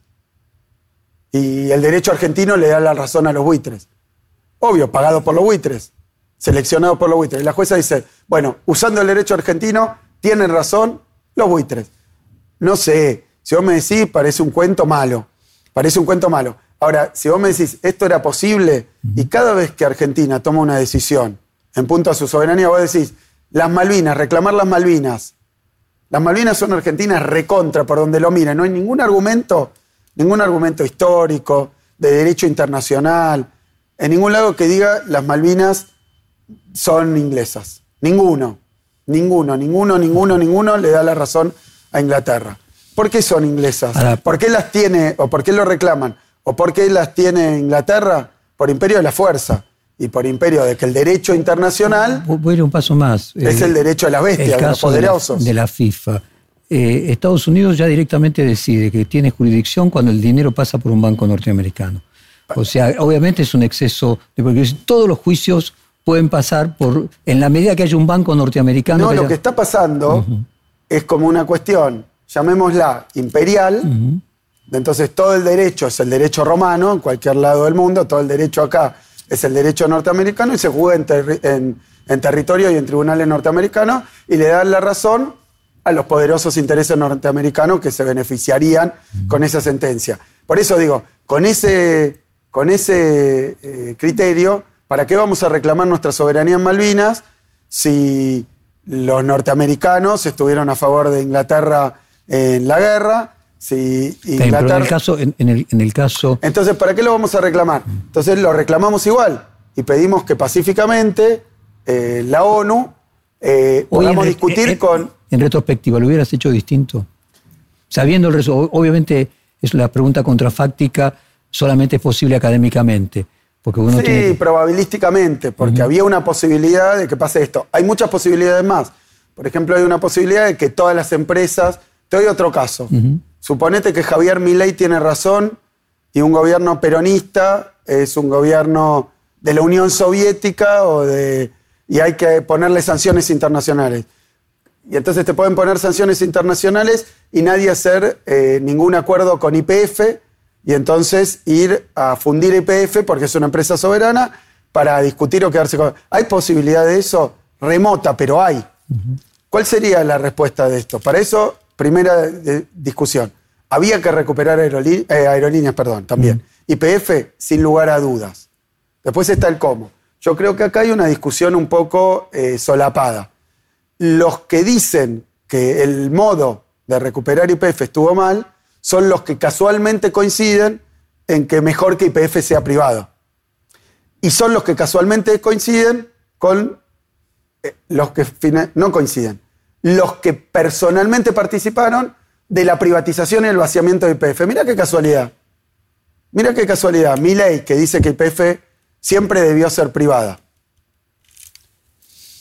Y el derecho argentino le da la razón a los buitres. Obvio, pagado por los buitres, seleccionado por los buitres. Y la jueza dice, bueno, usando el derecho argentino, tienen razón los buitres. No sé, si vos me decís, parece un cuento malo. Parece un cuento malo. Ahora, si vos me decís, esto era posible, y cada vez que Argentina toma una decisión en punto a su soberanía, vos decís, las Malvinas, reclamar las Malvinas. Las Malvinas son argentinas recontra, por donde lo miren. No hay ningún argumento, ningún argumento histórico, de derecho internacional, en ningún lado que diga las Malvinas son inglesas. Ninguno, ninguno, ninguno, ninguno, ninguno le da la razón a Inglaterra. ¿Por qué son inglesas? Ahora, ¿por qué las tiene, o por qué lo reclaman? ¿O por qué las tiene Inglaterra? Por imperio de la fuerza. Y por imperio de que el derecho internacional... Voy a ir un paso más. Es eh, el derecho de las bestias, de los poderosos. De la, de la FIFA. Eh, Estados Unidos ya directamente decide que tiene jurisdicción cuando el dinero pasa por un banco norteamericano. O sea, obviamente es un exceso de... Porque todos los juicios pueden pasar por... En la medida que haya un banco norteamericano... No, que lo haya... que está pasando uh-huh. es como una cuestión, llamémosla imperial... Uh-huh. Entonces todo el derecho es el derecho romano en cualquier lado del mundo, todo el derecho acá es el derecho norteamericano y se juega en, ter- en, en territorio y en tribunales norteamericanos y le dan la razón a los poderosos intereses norteamericanos que se beneficiarían mm. con esa sentencia. Por eso digo, con ese, con ese eh, criterio, ¿para qué vamos a reclamar nuestra soberanía en Malvinas si los norteamericanos estuvieron a favor de Inglaterra en la guerra? Sí, Inglaterra... Pero en el caso, en, en, el, en el caso... Entonces, ¿para qué lo vamos a reclamar? Entonces lo reclamamos igual y pedimos que pacíficamente eh, la ONU eh, podamos Oye, discutir en, con... En retrospectiva, ¿lo hubieras hecho distinto? Sabiendo el resto, obviamente es la pregunta contrafáctica, solamente es posible académicamente. Porque uno sí, tiene que... probabilísticamente, porque uh-huh. había una posibilidad de que pase esto. Hay muchas posibilidades más. Por ejemplo, hay una posibilidad de que todas las empresas... Te doy otro caso. Uh-huh. Suponete que Javier Milei tiene razón y un gobierno peronista es un gobierno de la Unión Soviética o de, y hay que ponerle sanciones internacionales. Y entonces te pueden poner sanciones internacionales y nadie hacer eh, ningún acuerdo con Y P F y entonces ir a fundir Y P F porque es una empresa soberana para discutir o quedarse con... ¿Hay posibilidad de eso? Remota, pero hay. Uh-huh. ¿Cuál sería la respuesta de esto? Para eso... Primera eh, discusión. Había que recuperar aerolí- eh, aerolíneas, perdón, también. Mm. Y P F, sin lugar a dudas. Después está el cómo. Yo creo que acá hay una discusión un poco eh, solapada. Los que dicen que el modo de recuperar Y P F estuvo mal son los que casualmente coinciden en que mejor que Y P F sea privado. Y son los que casualmente coinciden con eh, los que fina- no coinciden. Los que personalmente participaron de la privatización y el vaciamiento de Y P F. Mira qué casualidad. Mira qué casualidad. Milei, que dice que Y P F siempre debió ser privada.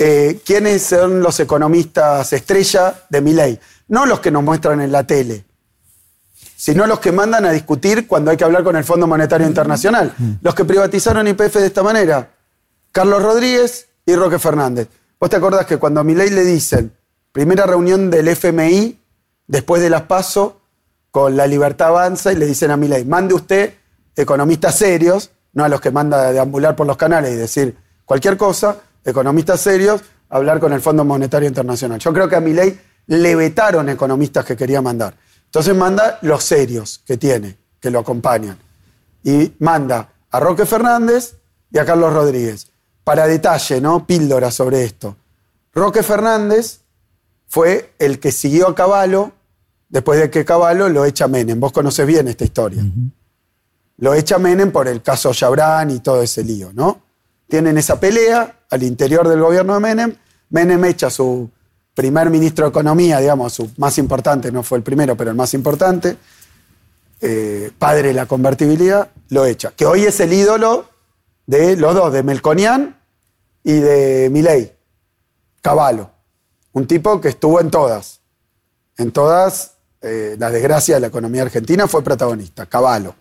eh, quiénes son los economistas estrella de Milei. No los que nos muestran en la tele, sino los que mandan a discutir cuando hay que hablar con el Fondo Monetario Internacional. Mm. Los que privatizaron Y P F de esta manera, Carlos Rodríguez y Roque Fernández. ¿Vos te acordás que cuando a Milei le dicen, primera reunión del F M I, después de las PASO, con La Libertad Avanza, y le dicen a Milei, mande usted economistas serios, no a los que manda a deambular por los canales y decir cualquier cosa, economistas serios, a hablar con el Fondo Monetario Internacional. Yo creo que a Milei le vetaron economistas que quería mandar. Entonces manda los serios que tiene, que lo acompañan. Y manda a Roque Fernández y a Carlos Rodríguez. Para detalle, ¿no? Píldora sobre esto. Roque Fernández fue el que siguió a Cavallo después de que Cavallo lo echa Menem. Vos conocés bien esta historia. Uh-huh. Lo echa Menem por el caso Chabrán y todo ese lío, ¿no? Tienen esa pelea al interior del gobierno de Menem. Menem echa a su primer ministro de Economía, digamos, su más importante, no fue el primero, pero el más importante, eh, padre de la convertibilidad, lo echa. Que hoy es el ídolo de los dos, de Melconian y de Milei, Cavallo. Un tipo que estuvo en todas. En todas, eh, la desgracia de la economía argentina fue protagonista, Cavallo.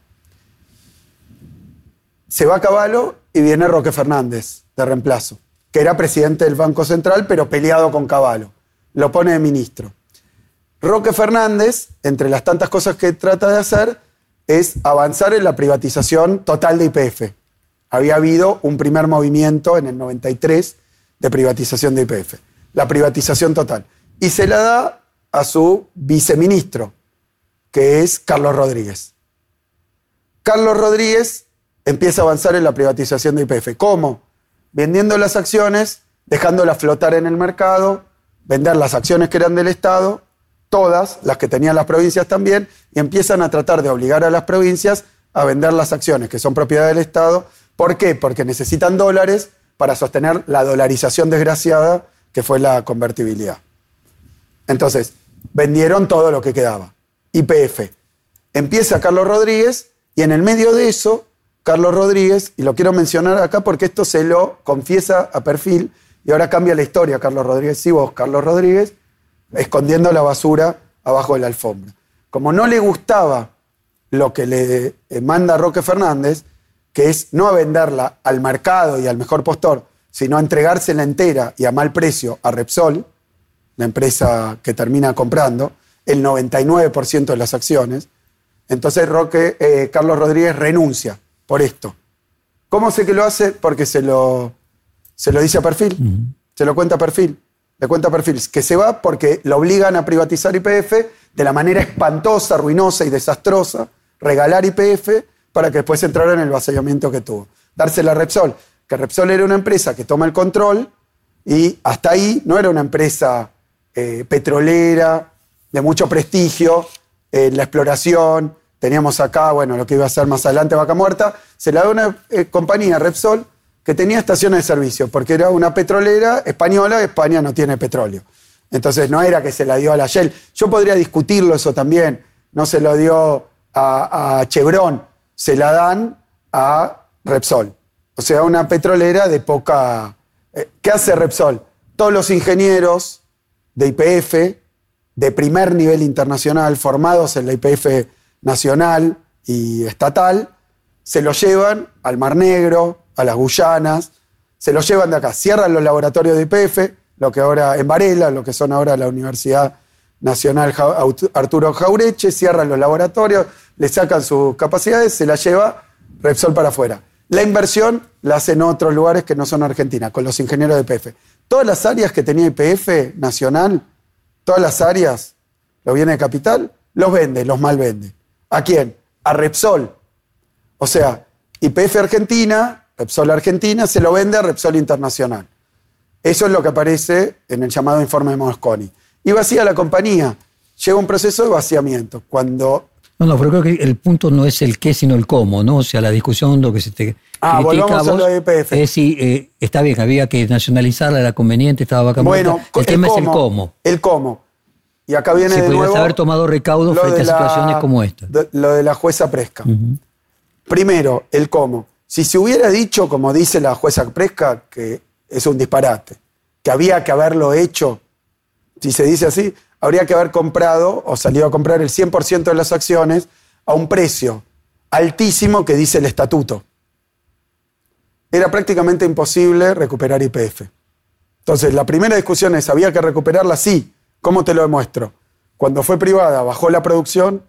Se va Cavallo y viene Roque Fernández de reemplazo, que era presidente del Banco Central, pero peleado con Cavallo. Lo pone de ministro. Roque Fernández, entre las tantas cosas que trata de hacer, es avanzar en la privatización total de Y P F. Había habido un primer movimiento en el noventa y tres de privatización de Y P F. La privatización total. Y se la da a su viceministro, que es Carlos Rodríguez. Carlos Rodríguez empieza a avanzar en la privatización de Y P F. ¿Cómo? Vendiendo las acciones, dejándolas flotar en el mercado, vender las acciones que eran del Estado, todas, las que tenían las provincias también, y empiezan a tratar de obligar a las provincias a vender las acciones que son propiedad del Estado. ¿Por qué? Porque necesitan dólares para sostener la dolarización desgraciada que fue la convertibilidad. Entonces, vendieron todo lo que quedaba. Y P F. Empieza Carlos Rodríguez y en el medio de eso, Carlos Rodríguez, y lo quiero mencionar acá porque esto se lo confiesa a perfil y ahora cambia la historia Carlos Rodríguez. Sí, vos, Carlos Rodríguez, escondiendo la basura abajo de la alfombra. Como no le gustaba lo que le manda Roque Fernández, que es no a venderla al mercado y al mejor postor, sino a entregársela entera y a mal precio a Repsol, la empresa que termina comprando, el noventa y nueve por ciento de las acciones. Entonces Roque, eh, Carlos Rodríguez renuncia por esto. ¿Cómo sé que lo hace? Porque se lo, se lo dice a perfil, uh-huh. se lo cuenta a perfil. Le cuenta a perfil que se va porque lo obligan a privatizar Y P F de la manera espantosa, ruinosa y desastrosa, regalar Y P F para que después entrara en el vasallamiento que tuvo. Dársela a Repsol, que Repsol era una empresa que toma el control y hasta ahí no era una empresa eh, petrolera, de mucho prestigio, en eh, la exploración. Teníamos acá, bueno, lo que iba a ser más adelante Vaca Muerta. Se la da una eh, compañía, Repsol, que tenía estaciones de servicio, porque era una petrolera española, España no tiene petróleo. Entonces no era que se la dio a la Shell. Yo podría discutirlo eso también. No se lo dio a, a Chevron, se la dan a Repsol. O sea, una petrolera de poca... Eh, ¿Qué hace Repsol? Todos los ingenieros de Y P F, de primer nivel internacional, formados en la Y P F nacional y estatal, se los llevan al Mar Negro, a las Guyanas, se los llevan de acá, cierran los laboratorios de Y P F, lo que ahora en Varela, lo que son ahora la Universidad Nacional Arturo Jaureche, cierran los laboratorios, le sacan sus capacidades, se la lleva Repsol para afuera. La inversión la hacen en otros lugares que no son Argentina, con los ingenieros de Y P F. Todas las áreas que tenía Y P F nacional, todas las áreas, los bienes de capital, los vende, los mal vende. ¿A quién? A Repsol. O sea, Y P F Argentina, Repsol Argentina, se lo vende a Repsol Internacional. Eso es lo que aparece en el llamado informe de Mosconi. Y vacía la compañía. Llega un proceso de vaciamiento. Cuando... No, no, pero creo que el punto no es el qué, sino el cómo, ¿no? O sea, la discusión, lo que se te ah, critica a vos, a lo de Y P F. Es si eh, está bien, había que nacionalizarla, era conveniente, estaba Vaca Muerta. Bueno, el, el tema cómo, es el cómo. El cómo. Y acá viene si de nuevo... Se podría haber tomado recaudos frente a la, situaciones como esta. De, lo de la jueza Presca. Uh-huh. Primero, el cómo. Si se hubiera dicho, como dice la jueza Presca, que es un disparate, que había que haberlo hecho, si se dice así, habría que haber comprado o salido a comprar el cien por ciento de las acciones a un precio altísimo que dice el estatuto. Era prácticamente imposible recuperar Y P F. Entonces, la primera discusión es, ¿había que recuperarla? Sí. ¿Cómo te lo demuestro? Cuando fue privada, bajó la producción.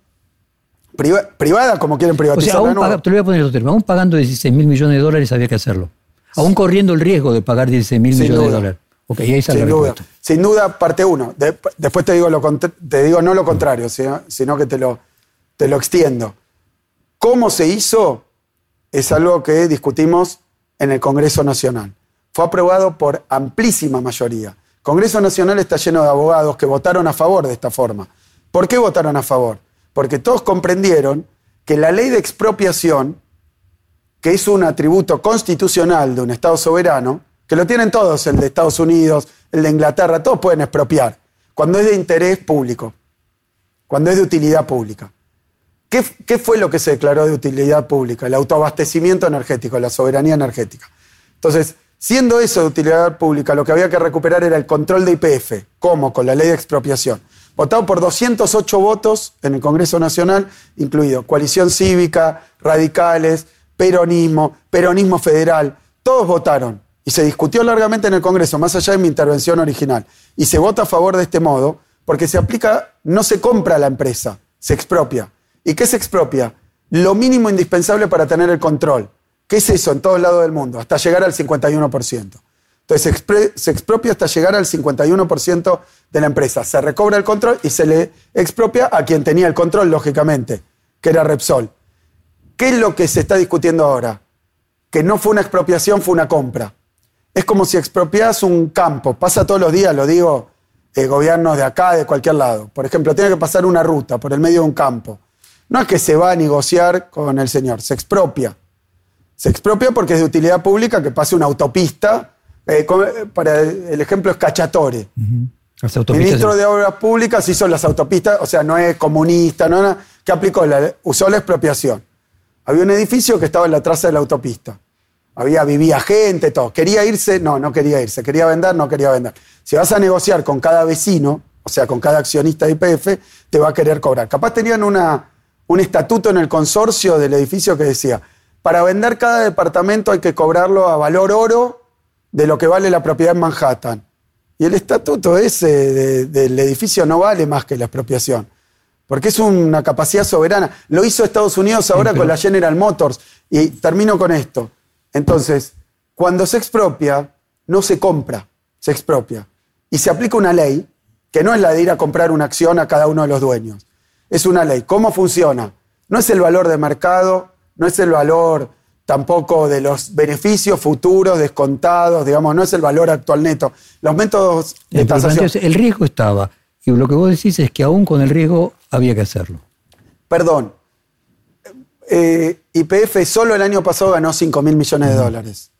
Priva, privada, como quieren privatizar. O sea, aún paga, te lo voy a poner otro término. Aún pagando dieciséis mil millones de dólares había que hacerlo. Aún corriendo el riesgo de pagar dieciséis mil millones de dólares. Ok, ahí está la respuesta. Sin duda, parte uno. De, después te digo, lo, te digo no lo contrario, sino, sino que te lo, te lo extiendo. ¿Cómo se hizo? Es algo que discutimos en el Congreso Nacional. Fue aprobado por amplísima mayoría. El Congreso Nacional está lleno de abogados que votaron a favor de esta forma. ¿Por qué votaron a favor? Porque todos comprendieron que la ley de expropiación, que es un atributo constitucional de un Estado soberano, que lo tienen todos, el de Estados Unidos, el de Inglaterra, todos pueden expropiar, cuando es de interés público, cuando es de utilidad pública. ¿Qué, qué fue lo que se declaró de utilidad pública? El autoabastecimiento energético, la soberanía energética. Entonces, siendo eso de utilidad pública, lo que había que recuperar era el control de Y P F. ¿Cómo? Con la ley de expropiación. Votado por doscientos ocho votos en el Congreso Nacional, incluido Coalición Cívica, Radicales, Peronismo, Peronismo Federal. Todos votaron. Y se discutió largamente en el Congreso, más allá de mi intervención original. Y se vota a favor de este modo, porque se aplica, no se compra a la empresa, se expropia. ¿Y qué se expropia? Lo mínimo indispensable para tener el control. ¿Qué es eso en todos lados del mundo? Hasta llegar al cincuenta y uno por ciento. Entonces se, expre, se expropia hasta llegar al cincuenta y uno por ciento de la empresa. Se recobra el control y se le expropia a quien tenía el control, lógicamente, que era Repsol. ¿Qué es lo que se está discutiendo ahora? Que no fue una expropiación, fue una compra. Es como si expropias un campo. Pasa todos los días, lo digo, eh, gobiernos de acá, de cualquier lado. Por ejemplo, tiene que pasar una ruta por el medio de un campo. No es que se va a negociar con el señor, se expropia. Se expropia porque es de utilidad pública que pase una autopista. Eh, para el ejemplo es Cacciatore. Uh-huh. El ministro de Obras Públicas hizo las autopistas, o sea, no es comunista, no era, ¿qué aplicó? La, usó la expropiación. Había un edificio que estaba en la traza de la autopista. Había, vivía gente, todo. ¿Quería irse? No, no quería irse. ¿Quería vender? No quería vender. Si vas a negociar con cada vecino, o sea, con cada accionista de Y P F, te va a querer cobrar. Capaz tenían una, un estatuto en el consorcio del edificio que decía, para vender cada departamento hay que cobrarlo a valor oro de lo que vale la propiedad en Manhattan. Y el estatuto ese de, del edificio no vale más que la expropiación. Porque es una capacidad soberana. Lo hizo Estados Unidos ahora con la General Motors. Y termino con esto. Entonces, cuando se expropia, no se compra, se expropia. Y se aplica una ley que no es la de ir a comprar una acción a cada uno de los dueños. Es una ley. ¿Cómo funciona? No es el valor de mercado, no es el valor tampoco de los beneficios futuros descontados, digamos, no es el valor actual neto. Los métodos de tasación... El riesgo estaba. Y lo que vos decís es que aún con el riesgo había que hacerlo. Perdón. Eh, Y P F solo el año pasado ganó cinco mil millones de dólares.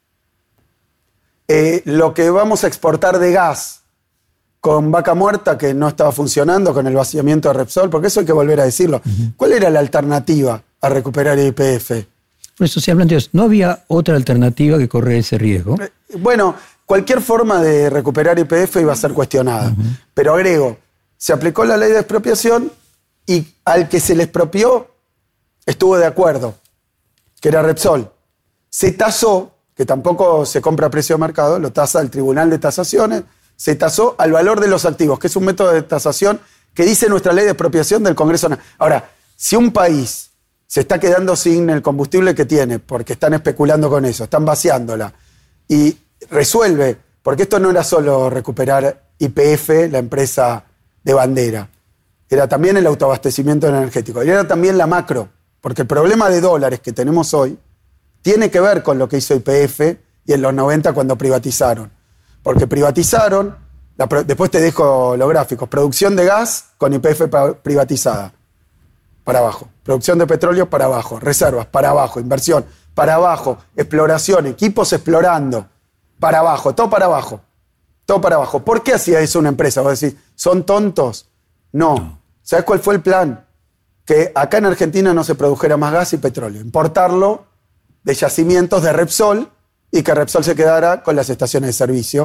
Eh, lo que vamos a exportar de gas con Vaca Muerta, que no estaba funcionando, con el vaciamiento de Repsol, porque eso hay que volver a decirlo. Uh-huh. ¿Cuál era la alternativa a recuperar Y P F? Por eso se ha planteado, ¿no había otra alternativa que correr ese riesgo? Eh, bueno, cualquier forma de recuperar Y P F iba a ser cuestionada. Uh-huh. Pero agrego, se aplicó la ley de expropiación y al que se le expropió estuvo de acuerdo, que era Repsol. Se tasó, que tampoco se compra a precio de mercado, lo tasa el Tribunal de Tasaciones, se tasó al valor de los activos, que es un método de tasación que dice nuestra ley de expropiación del Congreso. Ahora, si un país se está quedando sin el combustible que tiene, porque están especulando con eso, están vaciándola, y resuelve, porque esto no era solo recuperar Y P F, la empresa de bandera, era también el autoabastecimiento energético, y era también la macro, porque el problema de dólares que tenemos hoy tiene que ver con lo que hizo Y P F y en los noventa cuando privatizaron. Porque privatizaron, la, después te dejo los gráficos, producción de gas con Y P F privatizada, para abajo. Producción de petróleo, para abajo. Reservas, para abajo. Inversión, para abajo. Exploración, equipos explorando, para abajo. Todo para abajo. Todo para abajo. ¿Por qué hacía eso una empresa? Vos decís, ¿son tontos? No. ¿Sabés cuál fue el plan? Que acá en Argentina no se produjera más gas y petróleo. Importarlo de yacimientos de Repsol y que Repsol se quedara con las estaciones de servicio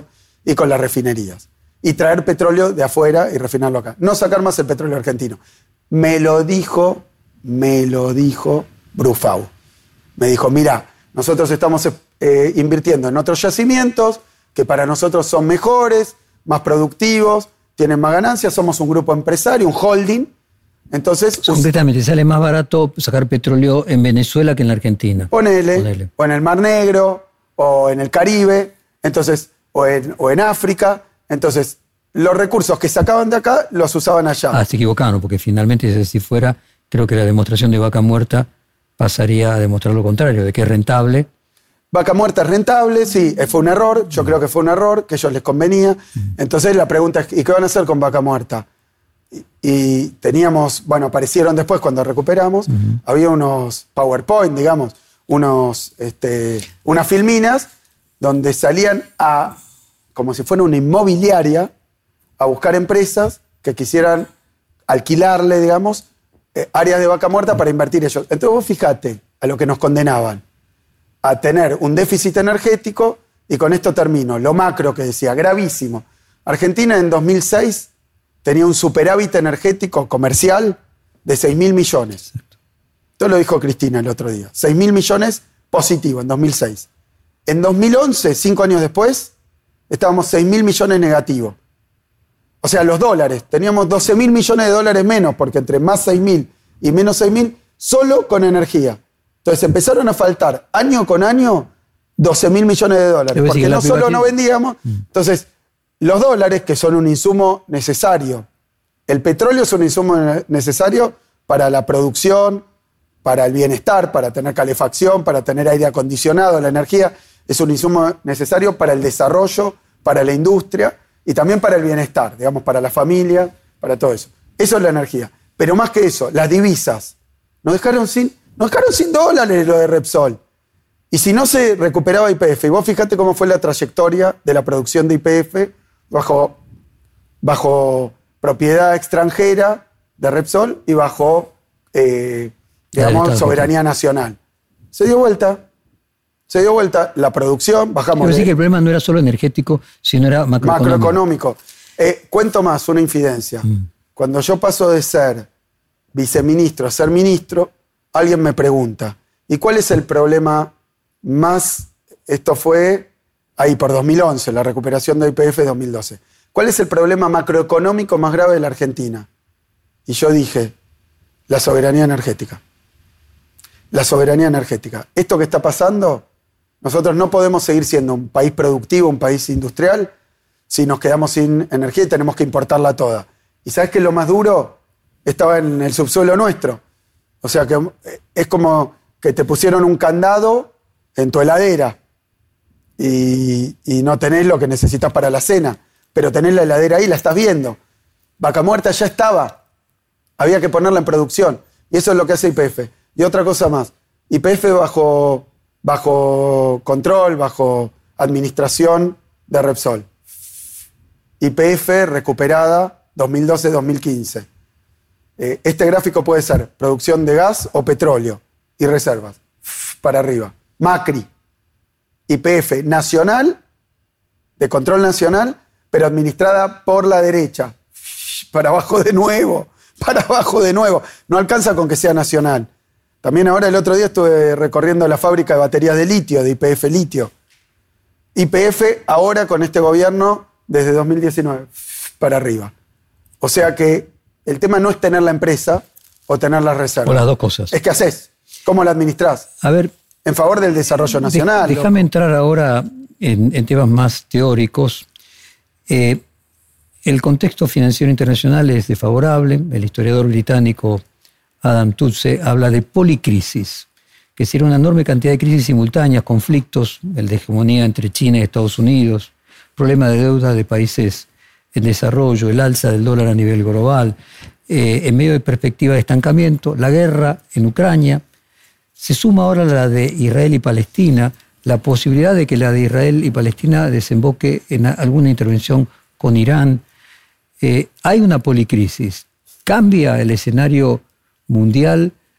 y con las refinerías. Y traer petróleo de afuera y refinarlo acá. No sacar más el petróleo argentino. Me lo dijo, me lo dijo Brufau. Me dijo, mira, nosotros estamos eh, invirtiendo en otros yacimientos que para nosotros son mejores, más productivos, tienen más ganancias, somos un grupo empresario, un holding. Entonces, concretamente, sale más barato sacar petróleo en Venezuela que en la Argentina. Ponele, ponele. O en el Mar Negro, o en el Caribe, entonces, o en, o en África. Entonces, los recursos que sacaban de acá los usaban allá. Ah, se equivocaron, porque finalmente, si así fuera, creo que la demostración de Vaca Muerta pasaría a demostrar lo contrario, de que es rentable. Vaca Muerta es rentable, sí, fue un error, yo mm. creo que fue un error, que a ellos les convenía. Mm. Entonces la pregunta es, ¿y qué van a hacer con Vaca Muerta? Y, y teníamos, bueno, aparecieron después cuando recuperamos, mm. había unos PowerPoint, digamos, unos, este, unas filminas donde salían a, como si fuera una inmobiliaria, a buscar empresas que quisieran alquilarle, digamos, eh, áreas de Vaca Muerta para invertir ellos. Entonces vos fíjate a lo que nos condenaban. A tener un déficit energético, y con esto termino, lo macro que decía, gravísimo. Argentina en dos mil seis tenía un superávit energético comercial de seis mil millones. Esto lo dijo Cristina el otro día. seis mil millones positivo en dos mil seis. En dos mil once, cinco años después, estábamos seis mil millones negativos. O sea, los dólares, teníamos doce mil millones de dólares menos, porque entre más seis mil y menos seis mil, solo con energía. Entonces empezaron a faltar año con año doce mil millones de dólares, porque no solo no vendíamos. Entonces, los dólares, que son un insumo necesario, el petróleo es un insumo necesario para la producción, para el bienestar, para tener calefacción, para tener aire acondicionado, la energía es un insumo necesario para el desarrollo, para la industria y también para el bienestar, digamos, para la familia, para todo eso. Eso es la energía. Pero más que eso, las divisas nos dejaron sin... Nos dejaron sin dólares lo de Repsol. Y si no se recuperaba Y P F, y vos fíjate cómo fue la trayectoria de la producción de Y P F bajo, bajo propiedad extranjera de Repsol y bajo, eh, digamos, soberanía nacional. Se dio vuelta. Se dio vuelta la producción, bajamos... Quiero decir que el problema no era solo energético, sino era macroeconómico. Macroeconómico. Eh, cuento más, una infidencia. Mm. Cuando yo paso de ser viceministro a ser ministro, alguien me pregunta, ¿y cuál es el problema más? Esto fue ahí por dos mil once, la recuperación de Y P F dos mil doce. ¿Cuál es el problema macroeconómico más grave de la Argentina? Y yo dije, la soberanía energética. La soberanía energética. Esto que está pasando, nosotros no podemos seguir siendo un país productivo, un país industrial, si nos quedamos sin energía y tenemos que importarla toda. ¿Y sabes qué es lo más duro? Estaba en el subsuelo nuestro. O sea que es como que te pusieron un candado en tu heladera y, y no tenés lo que necesitas para la cena, pero tenés la heladera ahí, la estás viendo. Vaca Muerta ya estaba, había que ponerla en producción. Y eso es lo que hace Y P F. Y otra cosa más, Y P F bajo, bajo control, bajo administración de Repsol. Y P F recuperada dos mil doce dos mil quince. Eh, este gráfico puede ser producción de gas o petróleo y reservas. Para arriba. Macri. Y P F nacional, de control nacional, pero administrada por la derecha. Para abajo de nuevo. Para abajo de nuevo. No alcanza con que sea nacional. También ahora el otro día estuve recorriendo la fábrica de baterías de litio, de Y P F Litio. Y P F ahora con este gobierno desde dos mil diecinueve. Para arriba. O sea que el tema no es tener la empresa o tener las reservas. O las dos cosas. Es qué haces, cómo la administrás. A ver, en favor del desarrollo nacional. De, déjame entrar ahora en, en temas más teóricos. Eh, el contexto financiero internacional es desfavorable. El historiador británico Adam Tutse habla de policrisis, que es decir, una enorme cantidad de crisis simultáneas, conflictos, el de hegemonía entre China y Estados Unidos, problema de deuda de países en desarrollo, el alza del dólar a nivel global, eh, en medio de perspectiva de estancamiento, la guerra en Ucrania. Se suma ahora la de Israel y Palestina, la posibilidad de que la de Israel y Palestina desemboque en alguna intervención con Irán. Eh, hay una policrisis. Cambia el escenario mundial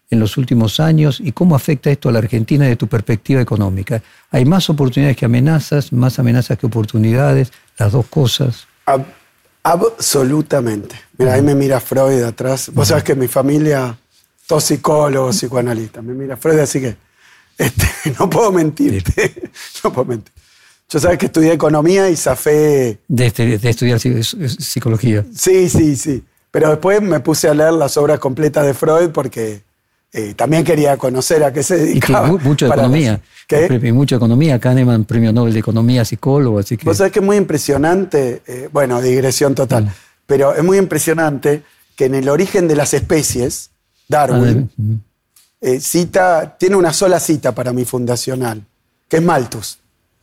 en los últimos años y cómo afecta esto a la Argentina desde tu perspectiva económica. ¿Hay más oportunidades que amenazas, más amenazas que oportunidades, las dos cosas? Ab- absolutamente. Mira, ahí me mira Freud atrás. Vos sabés que mi familia, todos psicólogos, psicoanalistas, me mira Freud, así que este, no puedo mentirte. No puedo mentir. Yo sabés que estudié economía y zafé... De, este, de estudiar psicología. Sí, sí, sí. Pero después me puse a leer las obras completas de Freud porque eh, también quería conocer a qué se dedicaba. Y que mucho de economía. Las, ¿qué? Y mucho de economía. Kahneman, premio Nobel de Economía, psicólogo, así que... Vos sabés que es muy impresionante, eh, bueno, digresión total, mm. pero es muy impresionante que en El origen de las especies, Darwin, ah, mm. eh, cita, tiene una sola cita para mí fundacional, que es Malthus.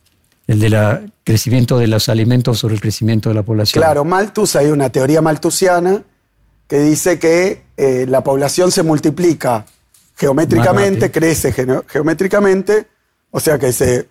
El del crecimiento de los alimentos sobre el crecimiento de la población. Claro, Malthus, hay una teoría malthusiana que dice que eh, la población se multiplica geométricamente, crece ge- geométricamente, o sea que se,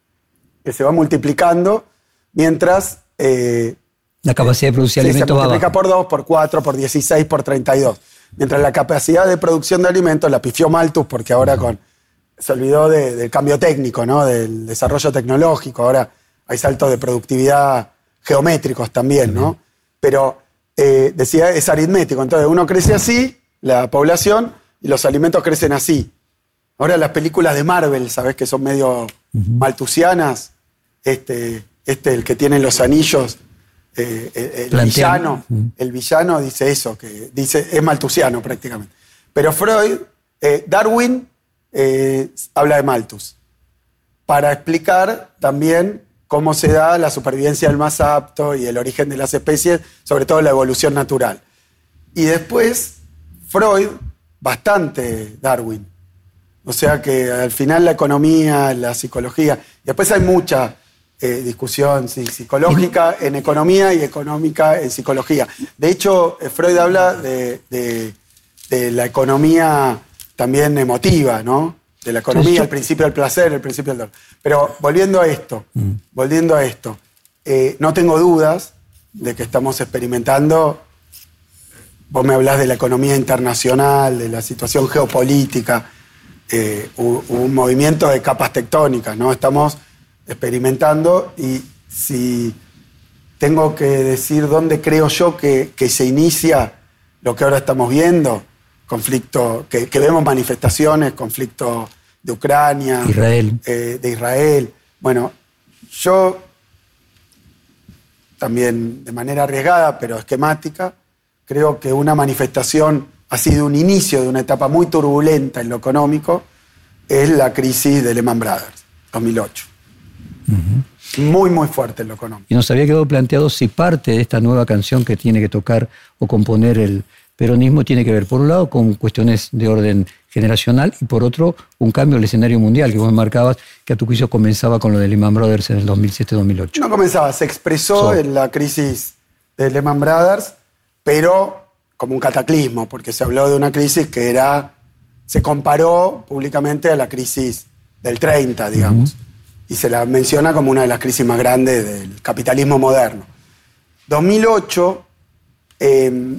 que se va multiplicando, mientras... Eh, la capacidad de producir sí, alimentos se multiplica va por dos, por cuatro, por dieciséis, por treinta y dos. Mientras la capacidad de producción de alimentos la pifió Malthus, porque ahora con... Se olvidó de, del cambio técnico, ¿no? Del desarrollo tecnológico. Ahora hay saltos de productividad geométricos también, ¿no? Uh-huh. Pero eh, decía, es aritmético. Entonces uno crece así, la población, y los alimentos crecen así. Ahora las películas de Marvel, ¿sabés? Que son medio uh-huh. malthusianas. Este, este, el que tiene los anillos, eh, el, el villano, uh-huh. el villano dice eso, que dice, es malthusiano prácticamente. Pero Freud, eh, Darwin... Eh, habla de Malthus, para explicar también cómo se da la supervivencia del más apto y el origen de las especies, sobre todo la evolución natural. Y después, Freud, bastante Darwin. O sea que al final la economía, la psicología, y después hay mucha eh, discusión sí, psicológica en economía y económica en psicología. De hecho, Freud habla de, de, de la economía también emotiva, ¿no? De la economía, el principio del placer, el principio del dolor. Pero volviendo a esto, mm. volviendo a esto, eh, no tengo dudas de que estamos experimentando, vos me hablás de la economía internacional, de la situación geopolítica, eh, un, un movimiento de capas tectónicas, ¿no? Estamos experimentando y si tengo que decir dónde creo yo que, que se inicia lo que ahora estamos viendo, conflicto, que, que vemos manifestaciones, conflicto de Ucrania, Israel. Eh, de Israel. Bueno, yo también de manera arriesgada, pero esquemática, creo que una manifestación ha sido un inicio de una etapa muy turbulenta en lo económico, es la crisis de Lehman Brothers, dos mil ocho. Uh-huh. Muy, muy fuerte en lo económico. Y nos había quedado planteado si parte de esta nueva canción que tiene que tocar o componer el peronismo tiene que ver, por un lado, con cuestiones de orden generacional y, por otro, un cambio del escenario mundial que vos marcabas, que a tu juicio comenzaba con lo de Lehman Brothers en el dos mil siete dos mil ocho. No comenzaba, se expresó so. en la crisis de Lehman Brothers, pero como un cataclismo, porque se habló de una crisis que era, se comparó públicamente a la crisis del treinta, digamos, uh-huh. y se la menciona como una de las crisis más grandes del capitalismo moderno. dos mil ocho... Eh,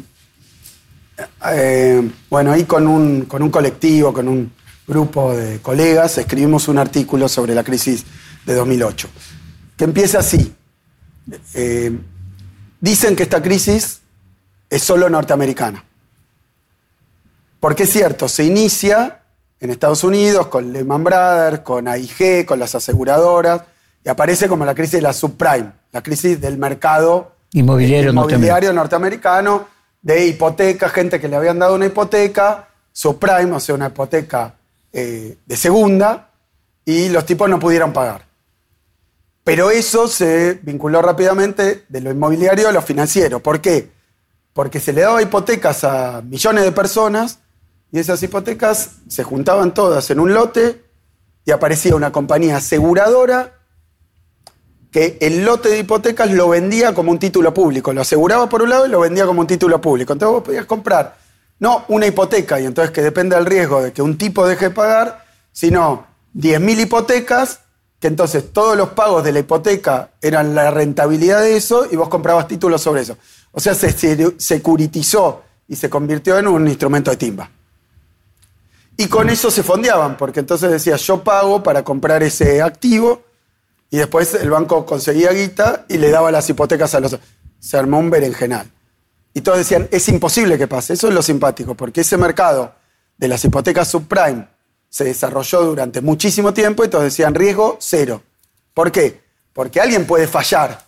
Eh, bueno, ahí con un, con un colectivo, con un grupo de colegas, escribimos un artículo sobre la crisis de dos mil ocho, que empieza así. Eh, dicen que esta crisis es solo norteamericana. Porque es cierto, se inicia en Estados Unidos con Lehman Brothers, con A I G, con las aseguradoras, y aparece como la crisis de la subprime, la crisis del mercado inmobiliario, inmobiliario norteamericano, de hipoteca, gente que le habían dado una hipoteca, subprime, o sea, una hipoteca eh, de segunda, y los tipos no pudieron pagar. Pero eso se vinculó rápidamente de lo inmobiliario a lo financiero. ¿Por qué? Porque se le daba hipotecas a millones de personas y esas hipotecas se juntaban todas en un lote y aparecía una compañía aseguradora que el lote de hipotecas lo vendía como un título público. Lo aseguraba por un lado y lo vendía como un título público. Entonces vos podías comprar, no una hipoteca, y entonces que depende del riesgo de que un tipo deje de pagar, sino diez mil hipotecas, que entonces todos los pagos de la hipoteca eran la rentabilidad de eso y vos comprabas títulos sobre eso. O sea, se securitizó y se convirtió en un instrumento de timba. Y con eso se fondeaban, porque entonces decía, yo pago para comprar ese activo y después el banco conseguía guita y le daba las hipotecas a los... Se armó un berenjenal. Y todos decían, es imposible que pase. Eso es lo simpático, porque ese mercado de las hipotecas subprime se desarrolló durante muchísimo tiempo y todos decían, riesgo cero. ¿Por qué? Porque alguien puede fallar.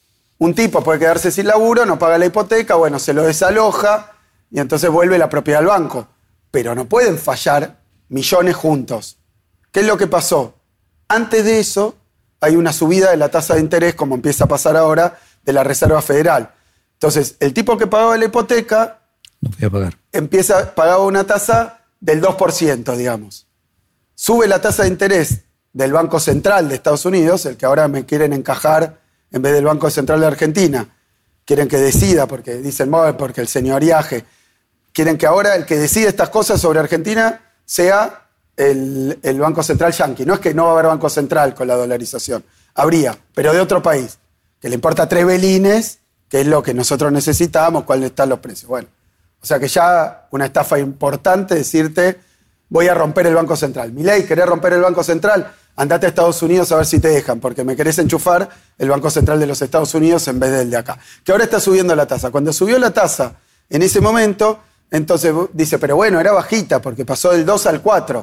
Un tipo puede quedarse sin laburo, no paga la hipoteca, bueno, se lo desaloja y entonces vuelve la propiedad al banco. Pero no pueden fallar millones juntos. ¿Qué es lo que pasó? Antes de eso, hay una subida de la tasa de interés, como empieza a pasar ahora, de la Reserva Federal. Entonces, el tipo que pagaba la hipoteca no podía pagar. Empieza, pagaba una tasa del dos por ciento, digamos. Sube la tasa de interés del Banco Central de Estados Unidos, el que ahora me quieren encajar en vez del Banco Central de Argentina. Quieren que decida, porque dicen, bueno, porque el señoriaje. Quieren que ahora el que decide estas cosas sobre Argentina sea el, el Banco Central yanqui. No es que no va a haber Banco Central con la dolarización. Habría, pero de otro país. Que le importa tres velines, que es lo que nosotros necesitamos, cuáles están los precios. Bueno, o sea que ya una estafa importante decirte, voy a romper el Banco Central. Milei, ¿querés romper el Banco Central? Andate a Estados Unidos a ver si te dejan, porque me querés enchufar el Banco Central de los Estados Unidos en vez del de acá. Que ahora está subiendo la tasa. Cuando subió la tasa en ese momento... Entonces dice, pero bueno, era bajita porque pasó del dos al cuatro.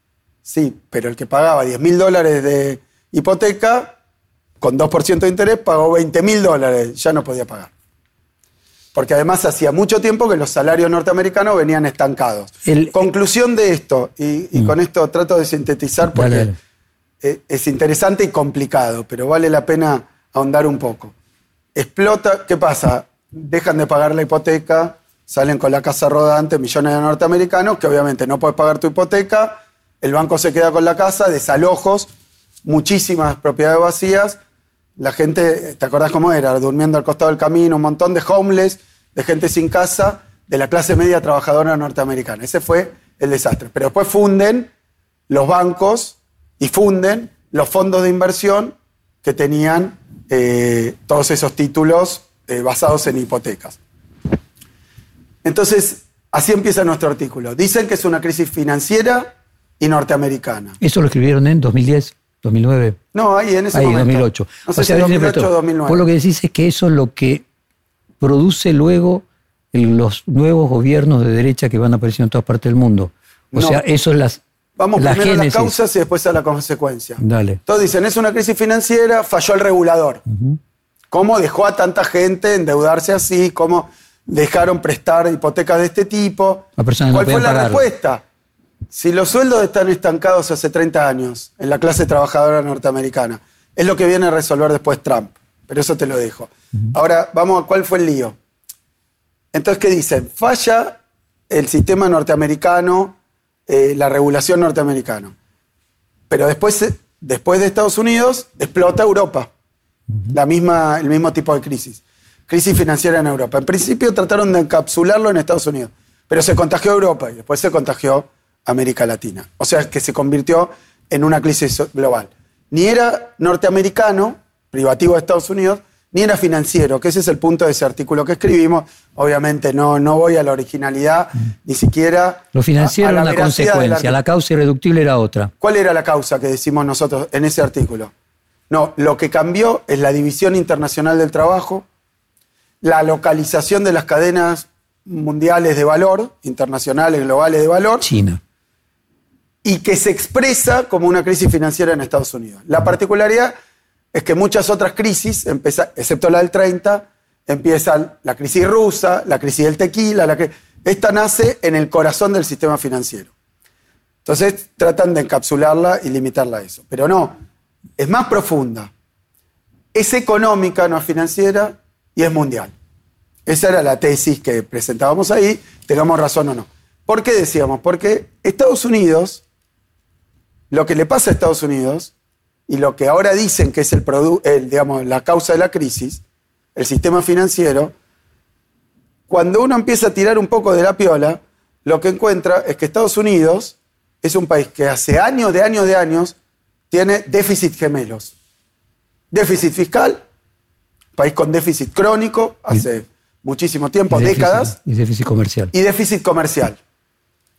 Sí, pero el que pagaba diez mil dólares de hipoteca, con dos por ciento de interés, pagó veinte mil dólares. Ya no podía pagar. Porque además hacía mucho tiempo que los salarios norteamericanos venían estancados. El, Conclusión de esto, y, y mm. con esto trato de sintetizar porque dale, dale. es interesante y complicado, pero vale la pena ahondar un poco. Explota, ¿qué pasa? Dejan de pagar la hipoteca... Salen con la casa rodante millones de norteamericanos que obviamente no puedes pagar tu hipoteca, el banco se queda con la casa, desalojos, muchísimas propiedades vacías, la gente, ¿te acordás cómo era? Durmiendo al costado del camino, un montón de homeless, de gente sin casa, de la clase media trabajadora norteamericana. Ese fue el desastre. Pero después funden los bancos y funden los fondos de inversión que tenían eh, todos esos títulos eh, basados en hipotecas. Entonces, así empieza nuestro artículo. Dicen que es una crisis financiera y norteamericana. ¿Eso lo escribieron en dos mil diez, dos mil nueve? No, ahí en ese ahí, momento. dos mil ocho. No sé o sea, si dos mil ocho o dos mil nueve. Vos lo que decís es que eso es lo que produce luego el, los nuevos gobiernos de derecha que van apareciendo en todas partes del mundo. O no. sea, eso es las Vamos la primero génesis. a las causas y después a la consecuencia. Dale. Todos dicen, es una crisis financiera, falló el regulador. Uh-huh. ¿Cómo dejó a tanta gente endeudarse así? ¿Cómo dejaron prestar hipotecas de este tipo? ¿Cuál no fue la pagar. respuesta? Si los sueldos están estancados hace treinta años en la clase trabajadora norteamericana, es lo que viene a resolver después Trump. Pero eso te lo dejo. Uh-huh. Ahora, vamos a cuál fue el lío. Entonces, ¿qué dicen? Falla el sistema norteamericano, eh, la regulación norteamericana. Pero después, después de Estados Unidos, explota Europa. Uh-huh. La misma, el mismo tipo de crisis. Crisis financiera en Europa. En principio trataron de encapsularlo en Estados Unidos, pero se contagió Europa y después se contagió América Latina. O sea, que se convirtió en una crisis global. Ni era norteamericano, privativo de Estados Unidos, ni era financiero, que ese es el punto de ese artículo que escribimos. Obviamente no, no voy a la originalidad, ni siquiera... Lo financiero era una consecuencia, la... la causa irreductible era otra. ¿Cuál era la causa que decimos nosotros en ese artículo? No, lo que cambió es la división internacional del trabajo, la localización de las cadenas mundiales de valor, internacionales, globales de valor. China. Y que se expresa como una crisis financiera en Estados Unidos. La particularidad es que muchas otras crisis, excepto la del treinta, empiezan la crisis rusa, la crisis del tequila, la que, esta nace en el corazón del sistema financiero. Entonces tratan de encapsularla y limitarla a eso. Pero no, es más profunda. Es económica, no es financiera, y es mundial. Esa era la tesis que presentábamos ahí, tengamos razón o no. ¿Por qué decíamos? Porque Estados Unidos, lo que le pasa a Estados Unidos, y lo que ahora dicen que es el produ- el, digamos, la causa de la crisis, el sistema financiero, cuando uno empieza a tirar un poco de la piola, lo que encuentra es que Estados Unidos es un país que hace años de años de años tiene déficit gemelos. Déficit fiscal, país con déficit crónico hace y, muchísimo tiempo, y déficit, décadas. Y déficit comercial. Y déficit comercial.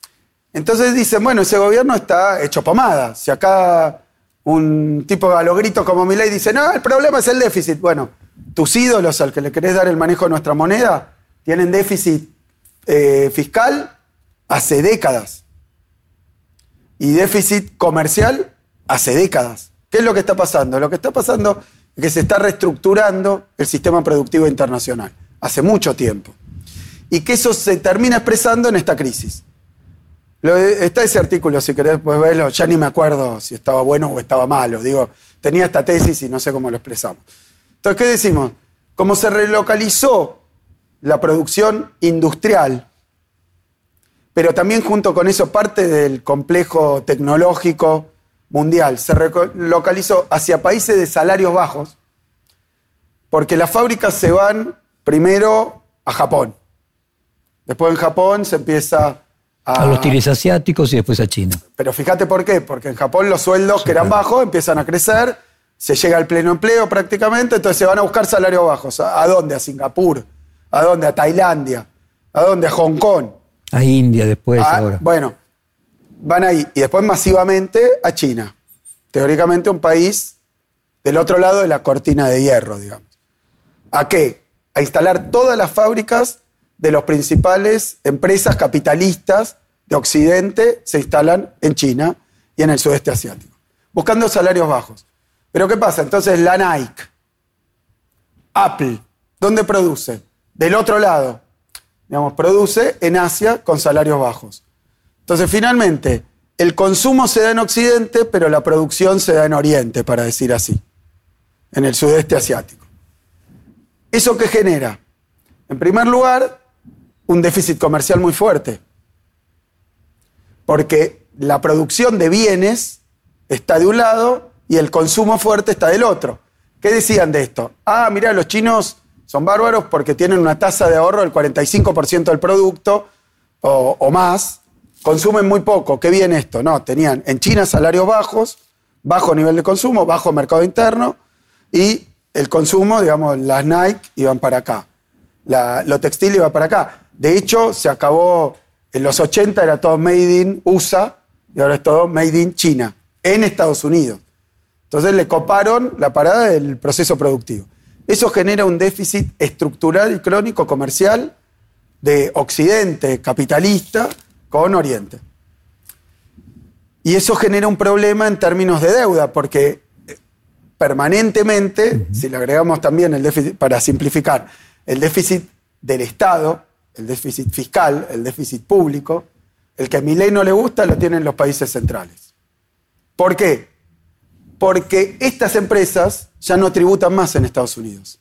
Entonces dicen, bueno, ese gobierno está hecho pomada. Si acá un tipo a los gritos como Milei dice, no, el problema es el déficit. Bueno, tus ídolos al que le querés dar el manejo de nuestra moneda tienen déficit eh, fiscal hace décadas. Y déficit comercial hace décadas. ¿Qué es lo que está pasando? Lo que está pasando es que se está reestructurando el sistema productivo internacional hace mucho tiempo. Y que eso se termina expresando en esta crisis. Lo, está ese artículo, si querés pues verlo, ya ni me acuerdo si estaba bueno o estaba malo. Digo, tenía esta tesis y no sé cómo lo expresamos. Entonces, ¿qué decimos? Como se relocalizó la producción industrial, pero también junto con eso parte del complejo tecnológico mundial, se relocalizó hacia países de salarios bajos, porque las fábricas se van primero a Japón. Después en Japón se empieza a... A los tigres asiáticos y después a China. Pero fíjate por qué, porque en Japón los sueldos que eran bajos empiezan a crecer, se llega al pleno empleo prácticamente, entonces se van a buscar salarios bajos. ¿A dónde? A Singapur. ¿A dónde? A Tailandia. ¿A dónde? A Hong Kong. A India después, a, ahora. Bueno, van ahí. Y después masivamente a China. Teóricamente un país del otro lado de la cortina de hierro, digamos. ¿A qué? A instalar todas las fábricas de las principales empresas capitalistas de Occidente se instalan en China y en el sudeste asiático, buscando salarios bajos. ¿Pero qué pasa? Entonces la Nike, Apple, ¿dónde produce? Del otro lado. Digamos, produce en Asia con salarios bajos. Entonces, finalmente, el consumo se da en Occidente, pero la producción se da en Oriente, para decir así, en el sudeste asiático. ¿Eso qué genera? En primer lugar, un déficit comercial muy fuerte, porque la producción de bienes está de un lado y el consumo fuerte está del otro. ¿Qué decían de esto? Ah, mirá, los chinos son bárbaros porque tienen una tasa de ahorro del cuarenta y cinco por ciento del producto o, o más, consumen muy poco. ¿Qué bien esto? No, tenían en China salarios bajos, bajo nivel de consumo, bajo mercado interno y el consumo, digamos, las Nike iban para acá, la, lo textil iba para acá. De hecho, se acabó, en los ochenta era todo made in U S A y ahora es todo made in China, en Estados Unidos. Entonces le coparon la parada del proceso productivo. Eso genera un déficit estructural y crónico comercial de Occidente capitalista con Oriente. Y eso genera un problema en términos de deuda, porque permanentemente, uh-huh. si le agregamos también el déficit, para simplificar, el déficit del Estado, el déficit fiscal, el déficit público, el que a Milei no le gusta lo tienen los países centrales. ¿Por qué? Porque estas empresas ya no tributan más en Estados Unidos.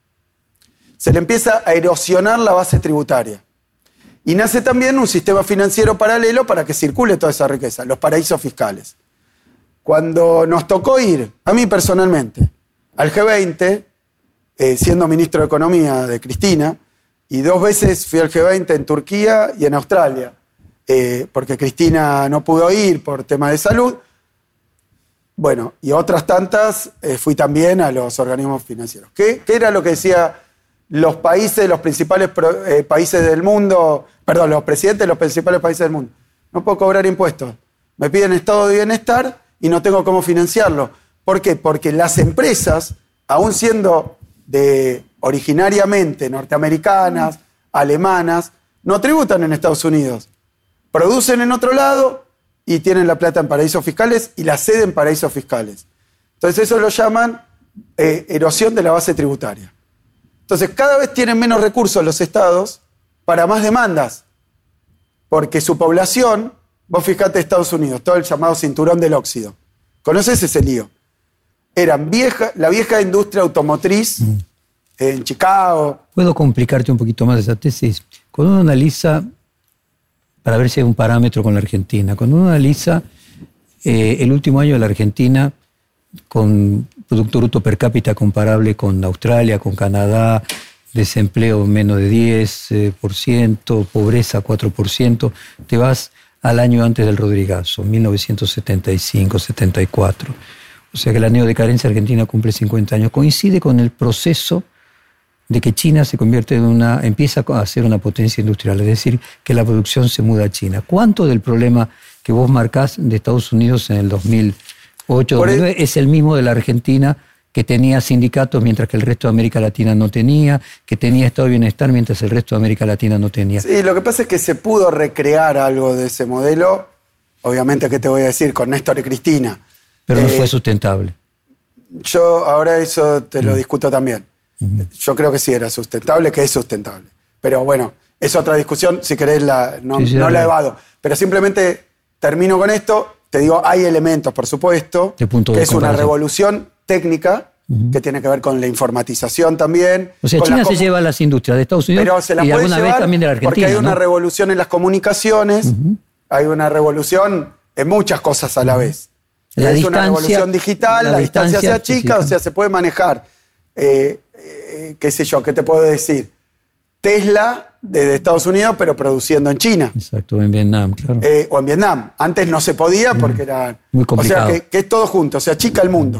Se le empieza a erosionar la base tributaria. Y nace también un sistema financiero paralelo para que circule toda esa riqueza, los paraísos fiscales. Cuando nos tocó ir, a mí personalmente, al G veinte, eh, siendo ministro de Economía de Cristina, y dos veces fui al G veinte en Turquía y en Australia, eh, porque Cristina no pudo ir por tema de salud. Bueno, y otras tantas eh, fui también a los organismos financieros. ¿Qué, qué era lo que decían los países, los principales pro, eh, países del mundo, perdón, los presidentes de los principales países del mundo? No puedo cobrar impuestos. Me piden estado de bienestar y no tengo cómo financiarlo. ¿Por qué? Porque las empresas, aún siendo de originariamente norteamericanas, alemanas, no tributan en Estados Unidos. Producen en otro lado y tienen la plata en paraísos fiscales y la sede en paraísos fiscales. Entonces eso lo llaman eh, erosión de la base tributaria. Entonces cada vez tienen menos recursos los estados para más demandas, porque su población, vos fijate Estados Unidos, todo el llamado cinturón del óxido. ¿Conoces ese lío? Eran vieja, la vieja industria automotriz mm. en Chicago. ¿Puedo complicarte un poquito más esa tesis? Cuando uno analiza, para ver si hay un parámetro con la Argentina, cuando uno analiza eh, el último año de la Argentina con Producto Bruto Per Cápita comparable con Australia, con Canadá, desempleo menos de diez por ciento, pobreza cuatro por ciento, te vas al año antes del Rodrigazo, mil novecientos setenta y cinco, setenta y cuatro. O sea que la neodecadencia argentina cumple cincuenta años. Coincide con el proceso de que China se convierte en una, empieza a ser una potencia industrial, es decir, que la producción se muda a China. ¿Cuánto del problema que vos marcás de Estados Unidos en el dos mil ocho, dos mil nueve es el mismo de la Argentina, que tenía sindicatos mientras que el resto de América Latina no tenía, que tenía estado de bienestar mientras el resto de América Latina no tenía? Sí, lo que pasa es que se pudo recrear algo de ese modelo, obviamente, ¿qué te voy a decir? Con Néstor y Cristina. Pero no eh, fue sustentable. Yo ahora eso te lo Mm. discuto también. Uh-huh. Yo creo que sí era sustentable, que es sustentable. Pero bueno, es otra discusión, si querés la, no, Sí, sí, no dale. la evado. Pero simplemente termino con esto, te digo, hay elementos, por supuesto, De punto que de es una comparación. revolución técnica, Uh-huh. que tiene que ver con la informatización también. O sea, con China las se comu- lleva las industrias de Estados Unidos pero se las y de puede alguna llevar vez también de la Argentina, porque hay una ¿no? revolución en las comunicaciones, Uh-huh. hay una revolución en muchas cosas a la vez. La es distancia- una revolución digital, la, la distancia, distancia se achica, sí, sí. o sea, se puede manejar. Eh, eh, qué sé yo, ¿qué te puedo decir? Tesla desde Estados Unidos, pero produciendo en China. Exacto, en Vietnam, claro. Eh, o en Vietnam. Antes no se podía porque era... Muy complicado. O sea, que, que es todo junto, se achica el mundo.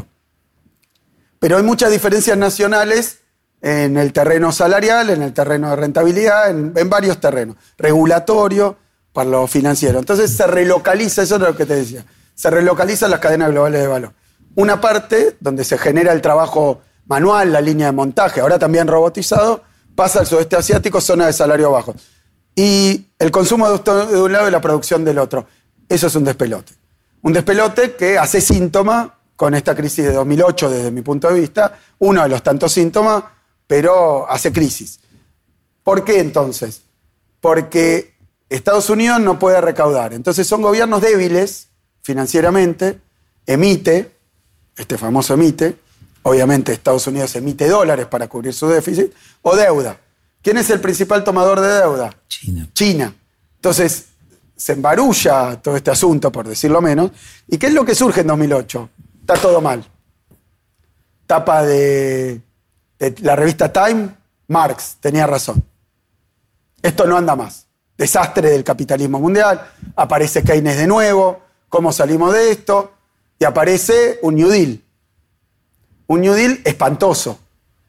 Pero hay muchas diferencias nacionales en el terreno salarial, en el terreno de rentabilidad, en, en varios terrenos. Regulatorio, para lo financiero. Entonces se relocaliza, eso es lo que te decía, se relocalizan las cadenas globales de valor. Una parte donde se genera el trabajo manual, la línea de montaje, ahora también robotizado, pasa al sudeste asiático, zona de salario bajo. Y el consumo de esto de un lado y la producción del otro. Eso es un despelote. Un despelote que hace síntoma con esta crisis de dos mil ocho, desde mi punto de vista, uno de los tantos síntomas, pero hace crisis. ¿Por qué entonces? Porque Estados Unidos no puede recaudar. Entonces son gobiernos débiles financieramente, emite, este famoso emite, obviamente Estados Unidos emite dólares para cubrir su déficit, o deuda. ¿Quién es el principal tomador de deuda? China. China. Entonces se embarulla todo este asunto, por decirlo menos. ¿Y qué es lo que surge en dos mil ocho? Está todo mal. Tapa de, de la revista Time, Marx tenía razón. Esto no anda más. Desastre del capitalismo mundial. Aparece Keynes de nuevo. ¿Cómo salimos de esto? Y aparece un New Deal. Un New Deal espantoso.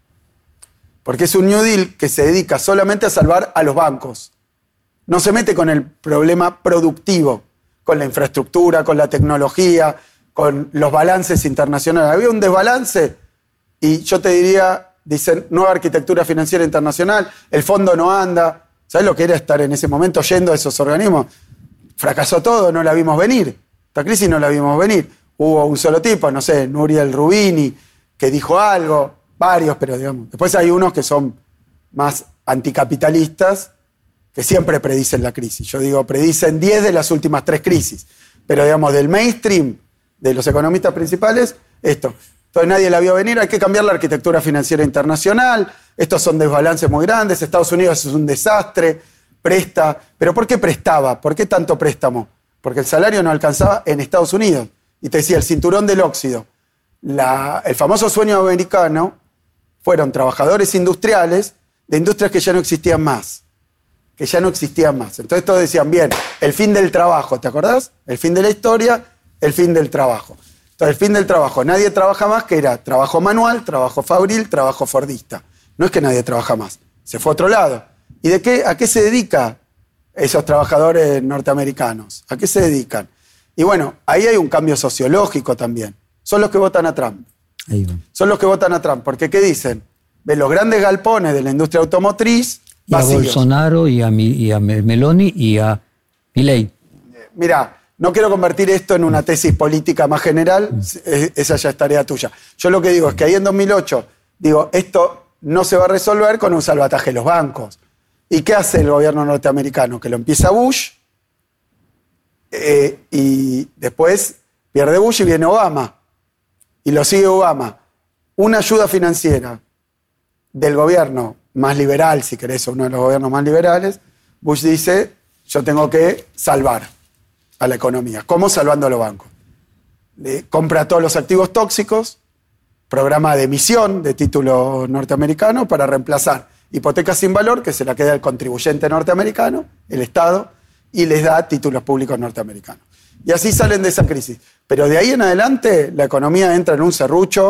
Porque es un New Deal que se dedica solamente a salvar a los bancos. No se mete con el problema productivo, con la infraestructura, con la tecnología, con los balances internacionales. Había un desbalance y yo te diría, dicen, nueva arquitectura financiera internacional, el fondo no anda. ¿Sabes lo que era estar en ese momento yendo a esos organismos? Fracasó todo, no la vimos venir. Esta crisis no la vimos venir. Hubo un solo tipo, no sé, Nouriel Roubini, que dijo algo, varios, pero digamos. Después hay unos que son más anticapitalistas, que siempre predicen la crisis. Yo digo, predicen diez de las últimas tres crisis. Pero digamos, del mainstream, de los economistas principales, esto. Entonces nadie la vio venir, hay que cambiar la arquitectura financiera internacional, estos son desbalances muy grandes, Estados Unidos es un desastre, presta. ¿Pero por qué prestaba? ¿Por qué tanto préstamo? Porque el salario no alcanzaba en Estados Unidos. Y te decía, el cinturón del óxido. La, el famoso sueño americano fueron trabajadores industriales de industrias que ya no existían más. Que ya no existían más. Entonces todos decían, bien, el fin del trabajo, ¿te acordás? El fin de la historia, el fin del trabajo. Entonces, el fin del trabajo. Nadie trabaja más, que era trabajo manual, trabajo fabril, trabajo fordista. No es que nadie trabaja más. Se fue a otro lado. ¿Y de qué, a qué se dedican esos trabajadores norteamericanos? ¿A qué se dedican? Y bueno, ahí hay un cambio sociológico también. Son los que votan a Trump. Ahí va. Son los que votan a Trump. Porque ¿qué dicen? Ven los grandes galpones de la industria automotriz Y a vacíos. Bolsonaro y a, Mi- y a Meloni y a Milei. Mirá, no quiero convertir esto en una tesis política más general, es- esa ya es tarea tuya. Yo lo que digo es que ahí en dos mil ocho, digo, esto no se va a resolver con un salvataje de los bancos. ¿Y qué hace el gobierno norteamericano? Que lo empieza Bush eh, y después pierde Bush y viene Obama. Y lo sigue Obama. Una ayuda financiera del gobierno más liberal, si querés, uno de los gobiernos más liberales, Bush dice, yo tengo que salvar a la economía. ¿Cómo? Salvando a los bancos. Le compra todos los activos tóxicos, programa de emisión de título norteamericano para reemplazar hipotecas sin valor, que se la queda el contribuyente norteamericano, el Estado, y les da títulos públicos norteamericanos. Y así salen de esa crisis. Pero de ahí en adelante la economía entra en un serrucho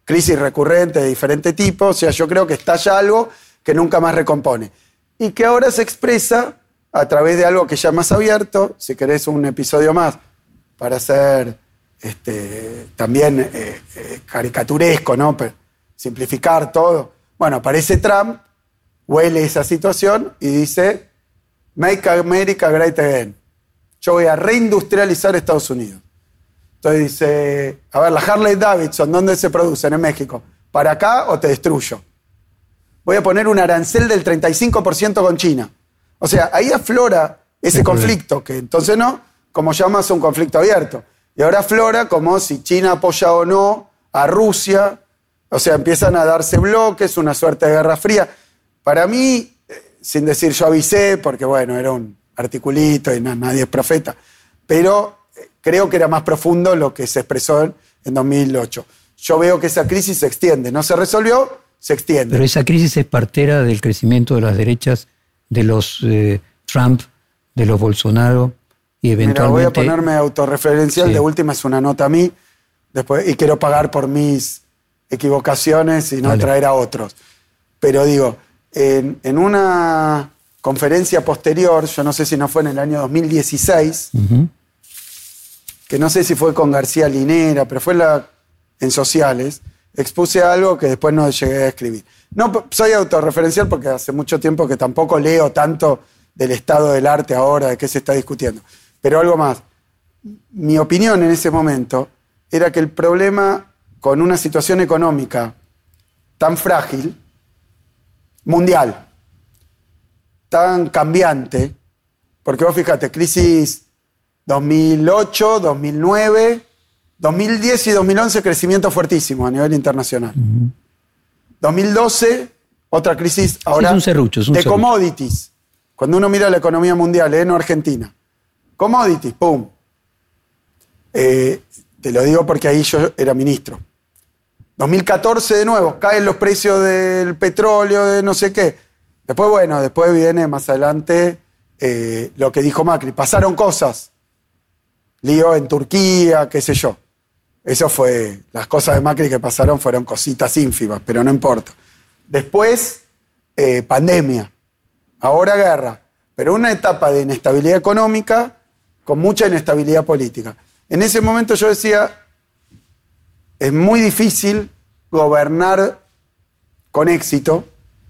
crisis recurrentes de diferente tipo, o sea, yo creo que estalla algo que nunca más recompone. Y que ahora se expresa a través de algo que ya es más abierto, si querés un episodio más, para hacer este, también eh, eh, caricaturesco, ¿no? Pero simplificar todo. Bueno, aparece Trump, huele esa situación y dice, Make America Great Again. Yo voy a reindustrializar Estados Unidos. Entonces dice, a ver, la Harley Davidson, ¿dónde se producen? En México. ¿Para acá o te destruyo? Voy a poner un arancel del treinta y cinco por ciento con China. O sea, ahí aflora ese sí, conflicto, que entonces no, como llamas un conflicto abierto. Y ahora aflora como si China apoya o no a Rusia. O sea, empiezan a darse bloques, una suerte de guerra fría. Para mí, sin decir yo avisé, porque bueno, era un articulito y no, nadie es profeta, pero creo que era más profundo lo que se expresó en, en dos mil ocho. Yo veo que esa crisis se extiende, no se resolvió, se extiende. Pero esa crisis es partera del crecimiento de las derechas, de los eh, Trump, de los Bolsonaro y eventualmente... Mira, voy a ponerme autorreferencial, sí. De última es una nota a mí, después, y quiero pagar por mis equivocaciones y no Dale. Traer a otros. Pero digo, en, en una conferencia posterior, yo no sé si no fue en el año dos mil dieciséis, uh-huh. que no sé si fue con García Linera, pero fue la, en Sociales, expuse algo que después no llegué a escribir. No soy autorreferencial porque hace mucho tiempo que tampoco leo tanto del estado del arte ahora, de qué se está discutiendo. Pero algo más. Mi opinión en ese momento era que el problema con una situación económica tan frágil, mundial, tan cambiante, porque vos fíjate, crisis dos mil ocho, dos mil nueve, dos mil diez y dos mil once, crecimiento fuertísimo a nivel internacional. Uh-huh. dos mil doce, otra crisis ahora sí, es un serrucho, es un de serrucho. Commodities. Cuando uno mira la economía mundial, ¿eh? No Argentina. Commodities, pum. Eh, te lo digo porque ahí yo era ministro. dos mil catorce de nuevo, caen los precios del petróleo, de no sé qué. Después, bueno, después viene más adelante eh, lo que dijo Macri. Pasaron cosas. Lío en Turquía, qué sé yo. Eso fue, las cosas de Macri que pasaron fueron cositas ínfimas, pero no importa. Después, eh, pandemia. Ahora guerra. Pero una etapa de inestabilidad económica con mucha inestabilidad política. En ese momento yo decía, es muy difícil gobernar con éxito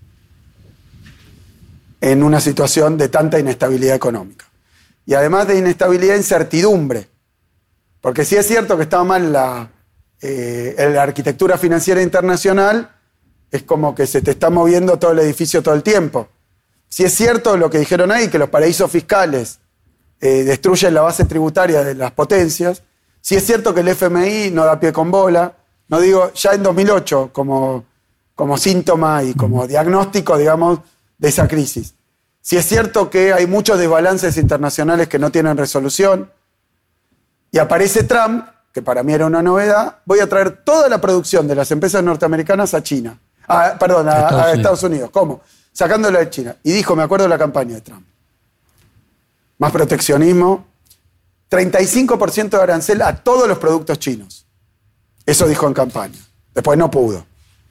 en una situación de tanta inestabilidad económica. Y además de inestabilidad, incertidumbre. Porque sí es cierto que estaba mal la, eh, la arquitectura financiera internacional, es como que se te está moviendo todo el edificio todo el tiempo. Sí es cierto lo que dijeron ahí, que los paraísos fiscales eh, destruyen la base tributaria de las potencias. Sí es cierto que el F M I no da pie con bola. No digo, ya en dos mil ocho, como, como síntoma y como diagnóstico, digamos, de esa crisis. Sí es cierto que hay muchos desbalances internacionales que no tienen resolución. Y aparece Trump, que para mí era una novedad, voy a traer toda la producción de las empresas norteamericanas a China. Ah, perdón, a, Estados, a Estados Unidos. ¿Cómo? Sacándola de China. Y dijo, me acuerdo de la campaña de Trump. Más proteccionismo. treinta y cinco por ciento de arancel a todos los productos chinos. Eso dijo en campaña. Después no pudo.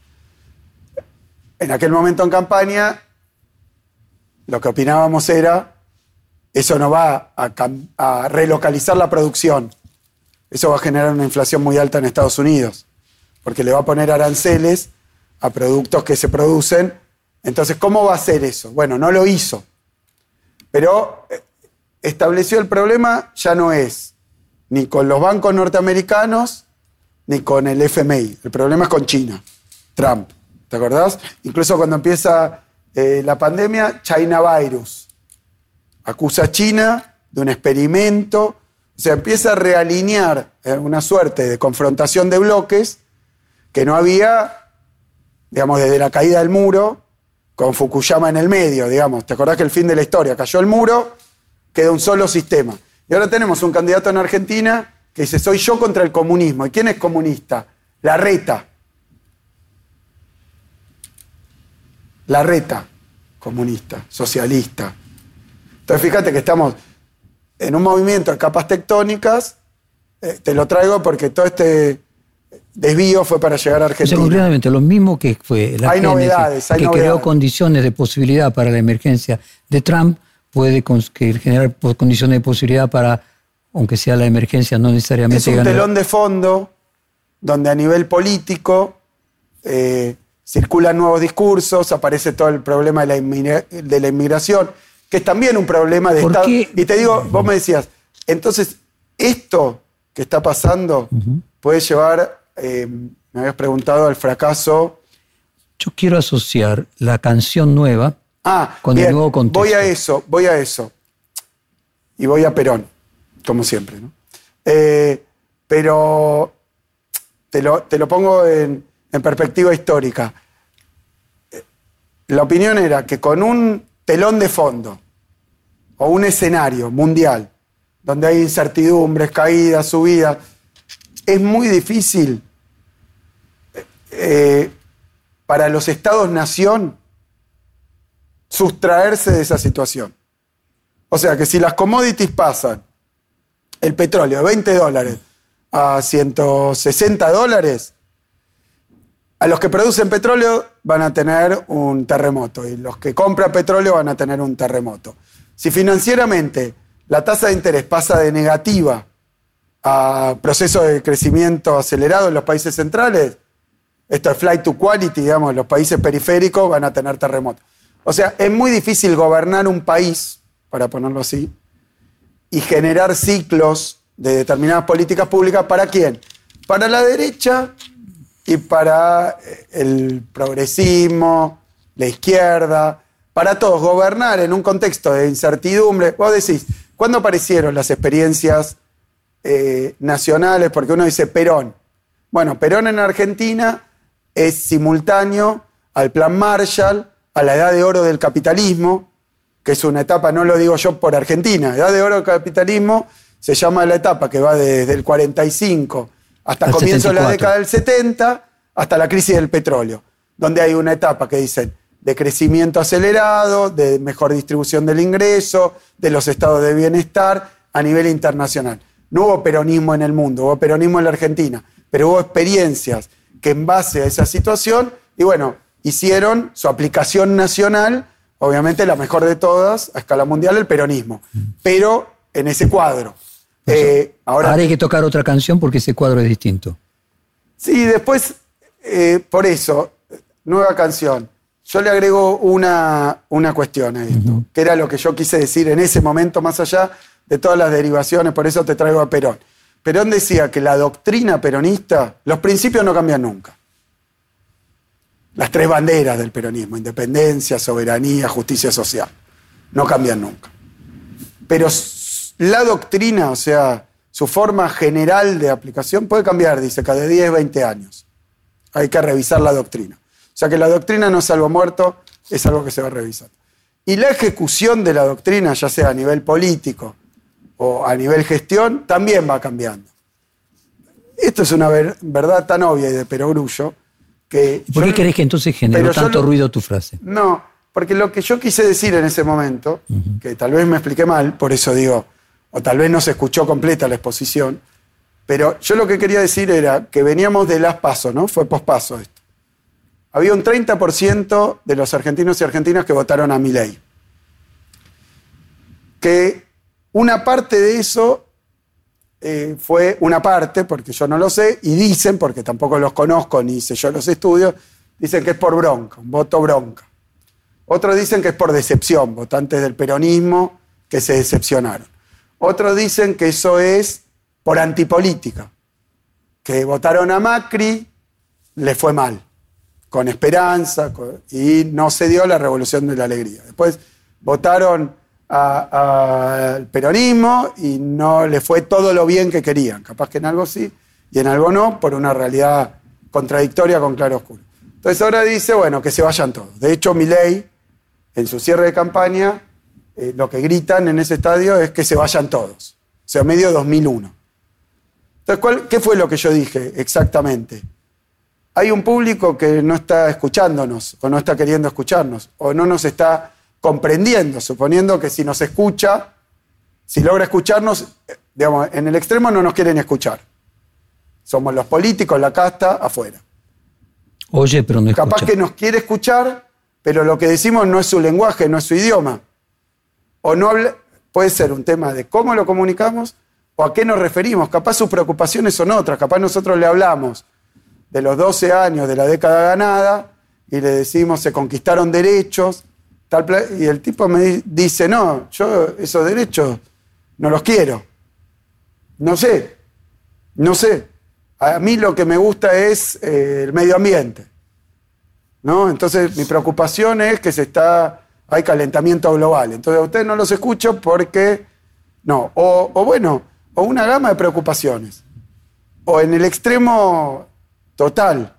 En aquel momento en campaña, lo que opinábamos era, eso no va a, a relocalizar la producción. Eso va a generar una inflación muy alta en Estados Unidos, porque le va a poner aranceles a productos que se producen. Entonces, ¿cómo va a hacer eso? Bueno, no lo hizo. Pero estableció el problema, ya no es ni con los bancos norteamericanos, ni con el F M I. El problema es con China, Trump. ¿Te acordás? Incluso cuando empieza eh, la pandemia, China Virus. Acusa a China de un experimento. O sea, empieza a realinear eh, una suerte de confrontación de bloques que no había, digamos, desde la caída del muro, con Fukuyama en el medio, digamos. ¿Te acordás que el fin de la historia? Cayó el muro, queda un solo sistema. Y ahora tenemos un candidato en Argentina que dice, soy yo contra el comunismo. ¿Y quién es comunista? Larreta. Larreta, comunista, socialista. Entonces fíjate que estamos en un movimiento de capas tectónicas. Eh, te lo traigo porque todo este, desvío fue para llegar a Argentina. O sea, concretamente, lo mismo que fue la hay G N C, novedades, hay que novedades. creó condiciones de posibilidad para la emergencia de Trump, puede cons- que generar condiciones de posibilidad para, aunque sea la emergencia, no necesariamente... Es un ganar. telón de fondo donde a nivel político eh, circulan nuevos discursos, aparece todo el problema de la, inmigra- de la inmigración, que es también un problema de ¿Por Estado. qué? Y te digo, vos me decías, entonces, esto que está pasando uh-huh. puede llevar, eh, me habías preguntado, al fracaso. Yo quiero asociar la canción nueva ah, con bien, el nuevo contexto. Voy a eso, voy a eso. Y voy a Perón, como siempre, ¿no? Eh, pero te lo, te lo pongo en, en perspectiva histórica. La opinión era que con un telón de fondo o un escenario mundial donde hay incertidumbres, caídas, subidas, es muy difícil eh, para los estados-nación sustraerse de esa situación. O sea que si las commodities pasan, el petróleo de veinte dólares a ciento sesenta dólares, a los que producen petróleo van a tener un terremoto y los que compran petróleo van a tener un terremoto. Si financieramente la tasa de interés pasa de negativa a proceso de crecimiento acelerado en los países centrales, esto es flight to quality, digamos, los países periféricos van a tener terremotos. O sea, es muy difícil gobernar un país, para ponerlo así, y generar ciclos de determinadas políticas públicas. ¿Para quién? Para la derecha y para el progresismo, la izquierda, para todos. Gobernar en un contexto de incertidumbre. Vos decís, ¿cuándo aparecieron las experiencias eh, nacionales? Porque uno dice Perón. Bueno, Perón en Argentina es simultáneo al Plan Marshall, a la edad de oro del capitalismo, que es una etapa, no lo digo yo por Argentina, edad de oro del capitalismo se llama la etapa que va desde el cuarenta y cinco hasta el comienzo de la década del setenta, hasta la crisis del petróleo, donde hay una etapa que dicen de crecimiento acelerado, de mejor distribución del ingreso, de los estados de bienestar a nivel internacional. No hubo peronismo en el mundo, hubo peronismo en la Argentina, pero hubo experiencias que en base a esa situación, y bueno, hicieron su aplicación nacional, obviamente la mejor de todas, a escala mundial, el peronismo, pero en ese cuadro. Eh, ahora, ahora hay que tocar otra canción porque ese cuadro es distinto. Sí, después, eh, por eso, nueva canción. Yo le agrego una, una cuestión a esto, uh-huh. que era lo que yo quise decir en ese momento, más allá de todas las derivaciones, por eso te traigo a Perón. Perón decía que la doctrina peronista, los principios no cambian nunca. Las tres banderas del peronismo, independencia, soberanía, justicia social, no cambian nunca. Pero la doctrina, o sea, su forma general de aplicación puede cambiar, dice, cada diez, veinte años. Hay que revisar la doctrina. O sea que la doctrina no es algo muerto, es algo que se va a revisar. Y la ejecución de la doctrina, ya sea a nivel político o a nivel gestión, también va cambiando. Esto es una ver, verdad tan obvia y de perogrullo que... ¿Por qué crees que entonces generó tanto lo, ruido tu frase? No, porque lo que yo quise decir en ese momento, uh-huh. que tal vez me expliqué mal, por eso digo, o tal vez no se escuchó completa la exposición, pero yo lo que quería decir era que veníamos de las PASO, ¿no? Fue pospaso esto. Había un treinta por ciento de los argentinos y argentinas que votaron a Milei. Que una parte de eso eh, fue una parte, porque yo no lo sé, y dicen, porque tampoco los conozco ni hice yo los estudios, dicen que es por bronca, un voto bronca. Otros dicen que es por decepción, votantes del peronismo que se decepcionaron. Otros dicen que eso es por antipolítica, que votaron a Macri, le fue mal, con esperanza, con, y no se dio la revolución de la alegría. Después votaron al peronismo y no le fue todo lo bien que querían. Capaz que en algo sí y en algo no, por una realidad contradictoria con claroscuro. Entonces ahora dice, bueno, que se vayan todos. De hecho, Milei, en su cierre de campaña, eh, lo que gritan en ese estadio es que se vayan todos. O sea, medio dos mil uno. Entonces, ¿cuál, ¿qué fue lo que yo dije exactamente? Hay un público que no está escuchándonos, o no está queriendo escucharnos, o no nos está comprendiendo, suponiendo que si nos escucha, si logra escucharnos, digamos, en el extremo no nos quieren escuchar. Somos los políticos, la casta, afuera. Oye, pero no escucha. Capaz que nos quiere escuchar, pero lo que decimos no es su lenguaje, no es su idioma. O no habla, puede ser un tema de cómo lo comunicamos o a qué nos referimos. Capaz sus preocupaciones son otras. Capaz nosotros le hablamos de los doce años de la década ganada y le decimos se conquistaron derechos, tal, y el tipo me dice, no, yo esos derechos no los quiero. No sé, no sé. A mí lo que me gusta es eh, el medio ambiente, ¿no? Entonces mi preocupación es que se está, hay calentamiento global. Entonces a ustedes no los escucho porque, no, o, o bueno, o una gama de preocupaciones. O en el extremo total.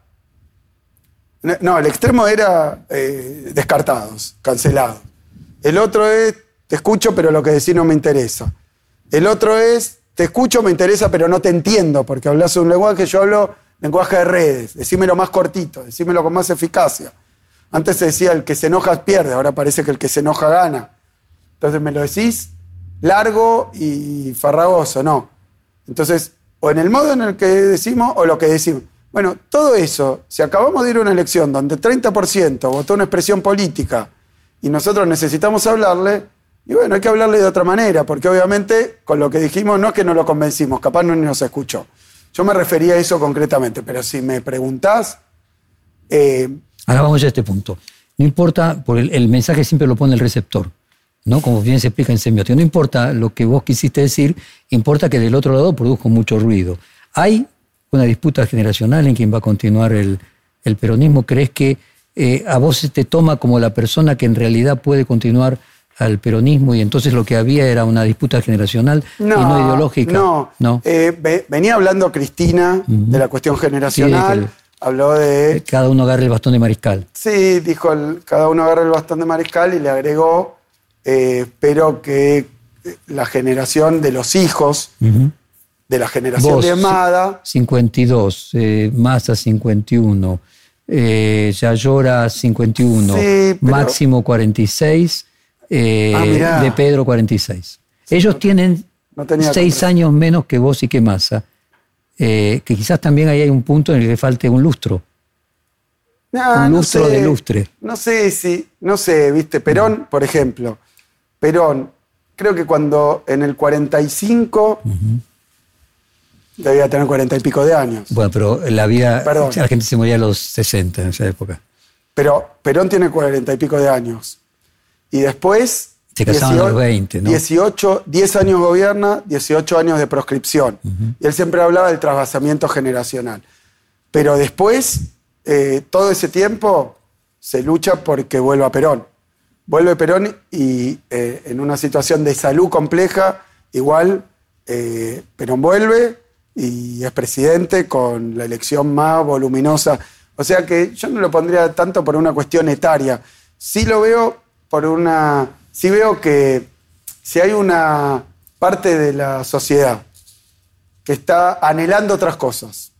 No, el extremo era eh, descartados, cancelados. El otro es, te escucho pero lo que decís no me interesa. El otro es, te escucho, me interesa, pero no te entiendo, porque hablas un lenguaje, yo hablo lenguaje de redes, decímelo más cortito, decímelo con más eficacia. Antes se decía, el que se enoja pierde, ahora parece que el que se enoja gana. Entonces me lo decís largo y farragoso, no. Entonces, o en el modo en el que decimos, o lo que decimos. Bueno, todo eso, si acabamos de ir a una elección donde el treinta por ciento votó una expresión política y nosotros necesitamos hablarle, y bueno, hay que hablarle de otra manera, porque obviamente con lo que dijimos no es que no lo convencimos, capaz no nos escuchó. Yo me refería a eso concretamente, pero si me preguntás... Eh, Ahora vamos a este punto. No importa, porque el, el mensaje siempre lo pone el receptor, ¿no? Como bien se explica en semiótica. No importa lo que vos quisiste decir, importa que del otro lado produjo mucho ruido. Hay una disputa generacional en quién va a continuar el, el peronismo. ¿Crees que eh, a vos te toma como la persona que en realidad puede continuar al peronismo y entonces lo que había era una disputa generacional no, y no ideológica? No, no. Eh, ve, venía hablando Cristina uh-huh. de la cuestión generacional, sí, de habló de... Cada uno agarra el bastón de mariscal. Sí, dijo, el, cada uno agarra el bastón de mariscal y le agregó, eh, espero que la generación de los hijos, uh-huh. de la generación Vos, de Amada... cincuenta y dos, eh, Massa cincuenta y uno, eh, Yayora cincuenta y uno, sí, pero... Máximo cuarenta y seis... Eh, ah, de Pedro cuarenta y seis. Ellos tienen no seis años menos que vos y que Massa, eh, que quizás también ahí hay un punto en el que falte un lustro. No, un lustro no sé, de lustre. No sé si, no sé, viste, Perón, uh-huh. por ejemplo, Perón, creo que cuando en el cuarenta y cinco uh-huh. debía tener cuarenta y pico de años. Bueno, pero la vida, Perdón. la gente se moría a los sesenta en esa época. Pero Perón tiene cuarenta y pico de años. Y después, se casaban a los veinte, ¿no? dieciocho, diez años gobierna, dieciocho años de proscripción. Uh-huh. Y él siempre hablaba del trasvasamiento generacional. Pero después, eh, todo ese tiempo, se lucha porque vuelva Perón. Vuelve Perón y eh, en una situación de salud compleja, igual eh, Perón vuelve y es presidente con la elección más voluminosa. O sea que yo no lo pondría tanto por una cuestión etaria. Sí lo veo... por una... Sí veo que si hay una parte de la sociedad que está anhelando otras cosas,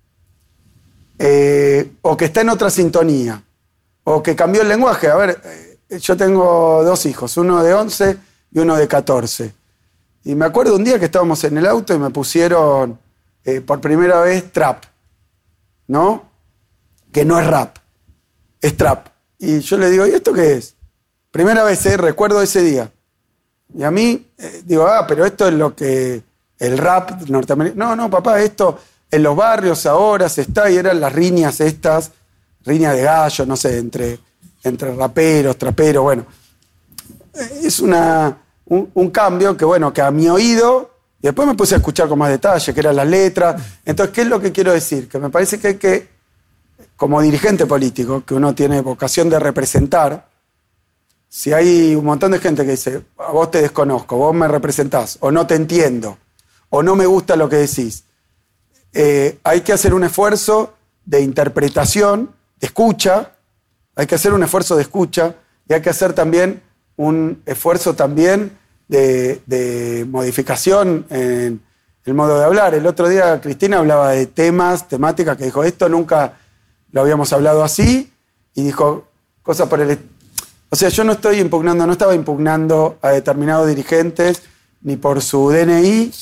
eh, o que está en otra sintonía, o que cambió el lenguaje. A ver, eh, yo tengo dos hijos, uno de once y uno de catorce. Y me acuerdo un día que estábamos en el auto y me pusieron eh, por primera vez trap, ¿no? Que no es rap, es trap. Y yo le digo, ¿y esto qué es? Primera vez, eh, recuerdo ese día. Y a mí, eh, digo, ah, pero esto es lo que el rap norteamericano... No, no, papá, esto en los barrios ahora se está, y eran las riñas estas, riñas de gallo, no sé, entre, entre raperos, traperos, bueno. Es una, un, un cambio que, bueno, que a mi oído, y después me puse a escuchar con más detalle, que eran las letras. Entonces, ¿qué es lo que quiero decir? Que me parece que hay que, como dirigente político, que uno tiene vocación de representar, si hay un montón de gente que dice, a vos te desconozco, vos me representás, o no te entiendo, o no me gusta lo que decís, eh, hay que hacer un esfuerzo de interpretación, de escucha, hay que hacer un esfuerzo de escucha, y hay que hacer también un esfuerzo también de, de modificación en el modo de hablar. El otro día Cristina hablaba de temas, temáticas, que dijo, esto nunca lo habíamos hablado así, y dijo cosas por el... O sea, yo no estoy impugnando, no estaba impugnando a determinados dirigentes, ni por su D N I,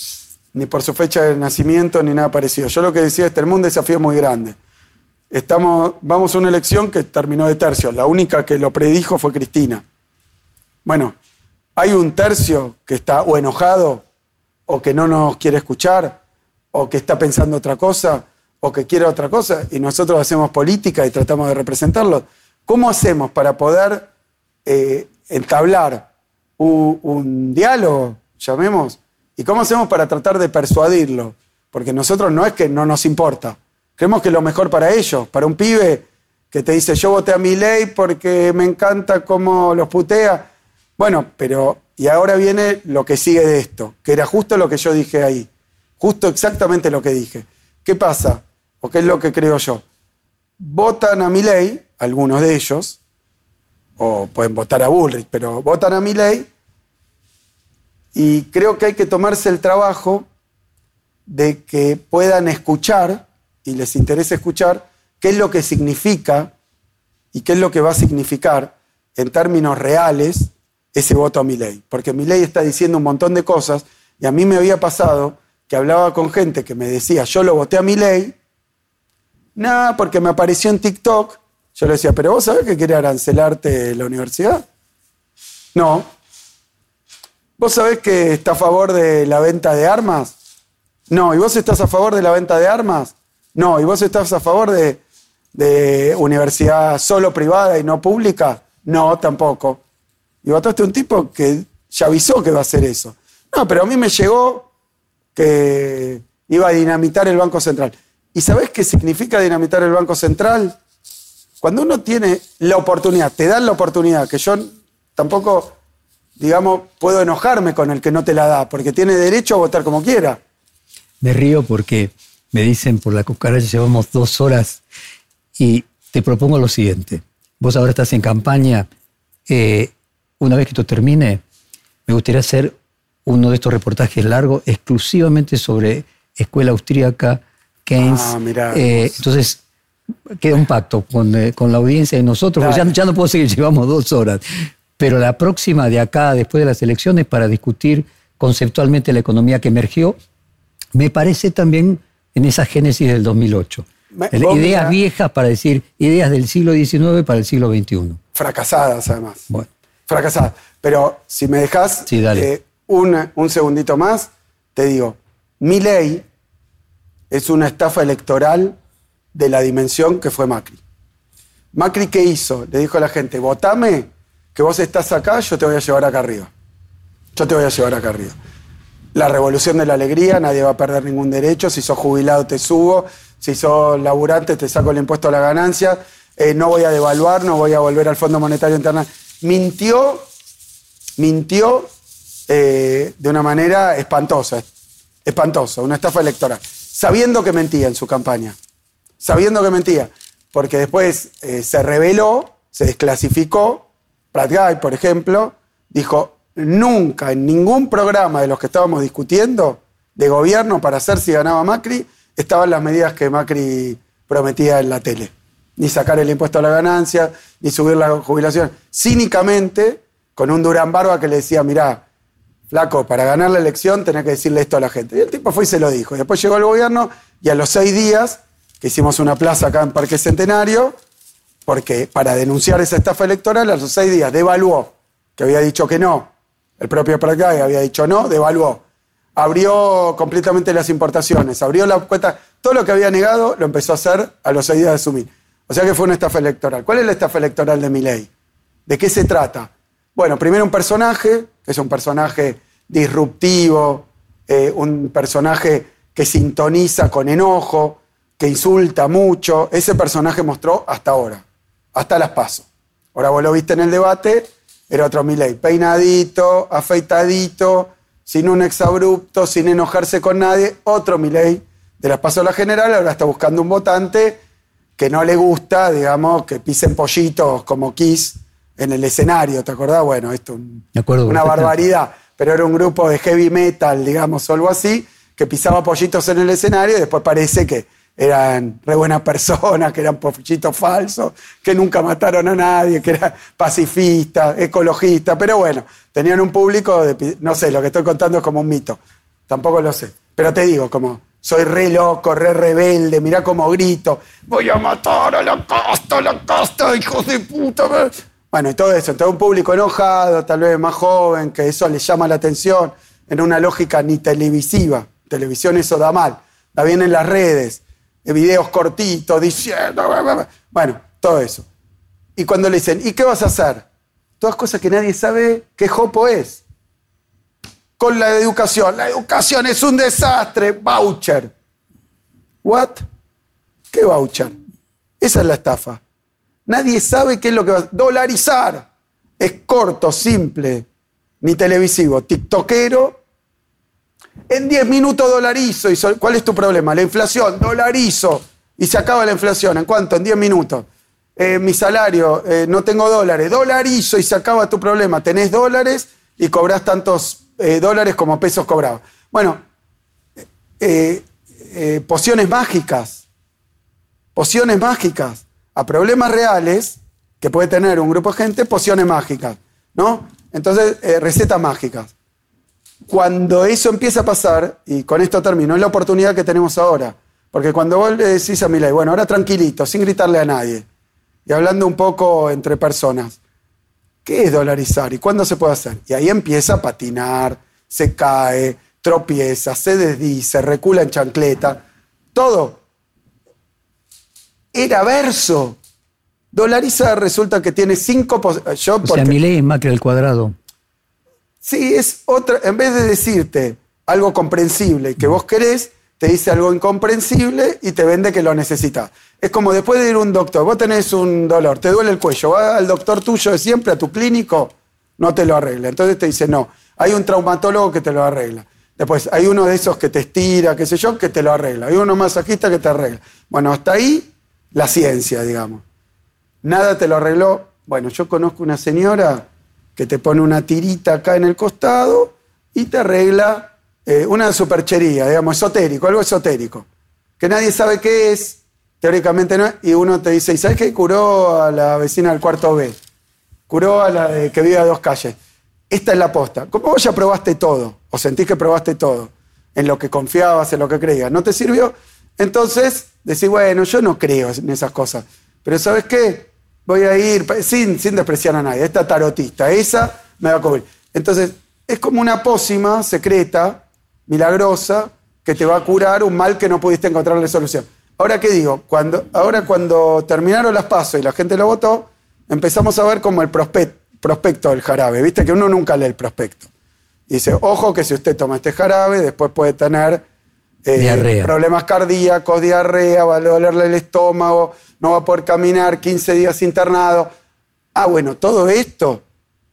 ni por su fecha de nacimiento, ni nada parecido. Yo lo que decía es, tenemos un desafío muy grande. Estamos, vamos a una elección que terminó de tercios. La única que lo predijo fue Cristina. Bueno, hay un tercio que está o enojado, o que no nos quiere escuchar, o que está pensando otra cosa, o que quiere otra cosa, y nosotros hacemos política y tratamos de representarlo. ¿Cómo hacemos para poder eh, entablar un, un diálogo, llamemos? ¿Y cómo hacemos para tratar de persuadirlo? Porque nosotros no es que no nos importa. Creemos que es lo mejor para ellos. Para un pibe que te dice, yo voté a Milei porque me encanta cómo los putea. Bueno, pero... Y ahora viene lo que sigue de esto, que era justo lo que yo dije ahí. Justo exactamente lo que dije. ¿Qué pasa? ¿O qué es lo que creo yo? Votan a Milei, algunos de ellos, o pueden votar a Bullrich, pero votan a Milei, y creo que hay que tomarse el trabajo de que puedan escuchar, y les interese escuchar, qué es lo que significa y qué es lo que va a significar en términos reales ese voto a Milei. Porque Milei está diciendo un montón de cosas, y a mí me había pasado que hablaba con gente que me decía, yo lo voté a Milei, nada, porque me apareció en TikTok. Yo le decía, ¿pero vos sabés que quiere arancelarte la universidad? No. ¿Vos sabés que está a favor de la venta de armas? No. ¿Y vos estás a favor de la venta de armas? No. ¿Y vos estás a favor de, de universidad solo privada y no pública? No, tampoco. Y votaste a un tipo que ya avisó que va a hacer eso. No, pero a mí me llegó que iba a dinamitar el Banco Central. ¿Y sabés qué significa dinamitar el Banco Central? Cuando uno tiene la oportunidad, te dan la oportunidad, que yo tampoco, digamos, puedo enojarme con el que no te la da, porque tiene derecho a votar como quiera. Me río porque me dicen por la cucaracha llevamos dos horas y te propongo lo siguiente. Vos ahora estás en campaña. Eh, una vez que esto termine, me gustaría hacer uno de estos reportajes largos exclusivamente sobre escuela austríaca, Keynes. Ah, mirá. Eh, entonces, queda un pacto con, eh, con la audiencia y nosotros. Ya, ya no puedo seguir, llevamos dos horas. Pero la próxima de acá, después de las elecciones, para discutir conceptualmente la economía que emergió, me parece también en esa génesis del dos mil ocho. Me, ideas mira, viejas para decir, ideas del siglo diecinueve para el siglo veintiuno. Fracasadas, además. Bueno. Fracasadas. Pero si me dejás sí, eh, un, un segundito más, te digo, Milei es una estafa electoral de la dimensión que fue Macri. Macri, ¿qué hizo? Le dijo a la gente, votame, que vos estás acá, yo te voy a llevar acá arriba. Yo te voy a llevar acá arriba. La revolución de la alegría, nadie va a perder ningún derecho, si sos jubilado te subo, si sos laburante te saco el impuesto a la ganancia, eh, no voy a devaluar, no voy a volver al Fondo Monetario Internacional. Mintió, mintió eh, de una manera espantosa, espantosa, una estafa electoral, sabiendo que mentía en su campaña, sabiendo que mentía, porque después eh, se reveló, se desclasificó. Prat Guy, por ejemplo, dijo, nunca en ningún programa de los que estábamos discutiendo de gobierno para hacer si ganaba Macri, estaban las medidas que Macri prometía en la tele. Ni sacar el impuesto a la ganancia, ni subir la jubilación. Cínicamente, con un Durán Barba que le decía, mirá, flaco, para ganar la elección tenés que decirle esto a la gente. Y el tipo fue y se lo dijo. Y después llegó el gobierno y a los seis días, que hicimos una plaza acá en Parque Centenario, porque para denunciar esa estafa electoral, a los seis días devaluó, que había dicho que no. El propio Prat Guy había dicho no, devaluó. Abrió completamente las importaciones, abrió la cuenta, todo lo que había negado lo empezó a hacer a los seis días de asumir. O sea que fue una estafa electoral. ¿Cuál es la estafa electoral de Milei? ¿De qué se trata? Bueno, primero un personaje, que es un personaje disruptivo, eh, un personaje que sintoniza con enojo, que insulta mucho. Ese personaje mostró hasta ahora, hasta las PASO. Ahora vos lo viste en el debate, era otro Milei, peinadito, afeitadito, sin un exabrupto, sin enojarse con nadie. Otro Milei de las PASO a la general, ahora está buscando un votante que no le gusta, digamos, que pisen pollitos como Kiss en el escenario, ¿te acordás? Bueno, esto es una barbaridad, pero era un grupo de heavy metal, digamos, o algo así, que pisaba pollitos en el escenario y después parece que eran re buenas personas, que eran pollitos falsos, que nunca mataron a nadie, que eran pacifistas, ecologistas, pero bueno, tenían un público, de, no sé, lo que estoy contando es como un mito, tampoco lo sé. Pero te digo, como, soy re loco, re rebelde, mirá cómo grito, voy a matar a la casta, a la casta, hijos de puta. Bueno, y todo eso. Entonces un público enojado, tal vez más joven, que eso le llama la atención, en una lógica ni televisiva. Televisión eso da mal. Da bien en las redes, videos cortitos, diciendo... Bueno, todo eso. Y cuando le dicen, ¿y qué vas a hacer? Todas cosas que nadie sabe qué jopo es. Con la educación. La educación es un desastre. Voucher. ¿What? ¿Qué voucher? Esa es la estafa. Nadie sabe qué es lo que va a... Dolarizar. Es corto, simple, ni televisivo. TikTokero. En diez minutos dolarizo. Y so... ¿Cuál es tu problema? La inflación. Dolarizo. Y se acaba la inflación. ¿En cuánto? En diez minutos. Eh, mi salario, eh, no tengo dólares. Dolarizo y se acaba tu problema. Tenés dólares y cobrás tantos eh, dólares como pesos cobrados. Bueno, eh, eh, pociones mágicas. Pociones mágicas. A problemas reales que puede tener un grupo de gente, pociones mágicas, ¿no? Entonces, eh, recetas mágicas. Cuando eso empieza a pasar, y con esto termino, es la oportunidad que tenemos ahora. Porque cuando vos le decís a Milei, bueno, ahora tranquilito, sin gritarle a nadie, y hablando un poco entre personas, ¿qué es dolarizar y cuándo se puede hacer? Y ahí empieza a patinar, se cae, tropieza, se desdice, recula en chancleta, todo. Era verso. Dolarizar resulta que tiene cinco... Yo o porque, sea, Milei es Macri al cuadrado. Sí, es otra... En vez de decirte algo comprensible que vos querés, te dice algo incomprensible y te vende que lo necesitas. Es como después de ir a un doctor, vos tenés un dolor, te duele el cuello, vas al doctor tuyo de siempre, a tu clínico, no te lo arregla. Entonces te dice, no, hay un traumatólogo que te lo arregla. Después hay uno de esos que te estira, qué sé yo, que te lo arregla. Hay uno masajista que te arregla. Bueno, hasta ahí la ciencia, digamos. Nada te lo arregló. Bueno, yo conozco una señora que te pone una tirita acá en el costado y te arregla... Eh, una superchería, digamos, esotérico, algo esotérico, que nadie sabe qué es, teóricamente no es, y uno te dice, ¿y sabes qué? Curó a la vecina del cuarto B, curó a la de que vive a dos calles. Esta es la posta. Como vos ya probaste todo, o sentís que probaste todo, en lo que confiabas, en lo que creías, ¿no te sirvió? Entonces, decís, bueno, yo no creo en esas cosas, pero ¿sabes qué? Voy a ir, sin, sin despreciar a nadie, esta tarotista, esa me va a cubrir. Entonces, es como una pócima secreta, milagrosa, que te va a curar un mal que no pudiste encontrarle solución. Ahora, ¿qué digo? Cuando, ahora cuando terminaron las PASO y la gente lo votó, empezamos a ver como el prospecto, prospecto del jarabe. Viste que uno nunca lee el prospecto. Y dice, ojo que si usted toma este jarabe, después puede tener eh, problemas cardíacos, diarrea, va a dolerle el estómago, no va a poder caminar, quince días internado. Ah, bueno, todo esto,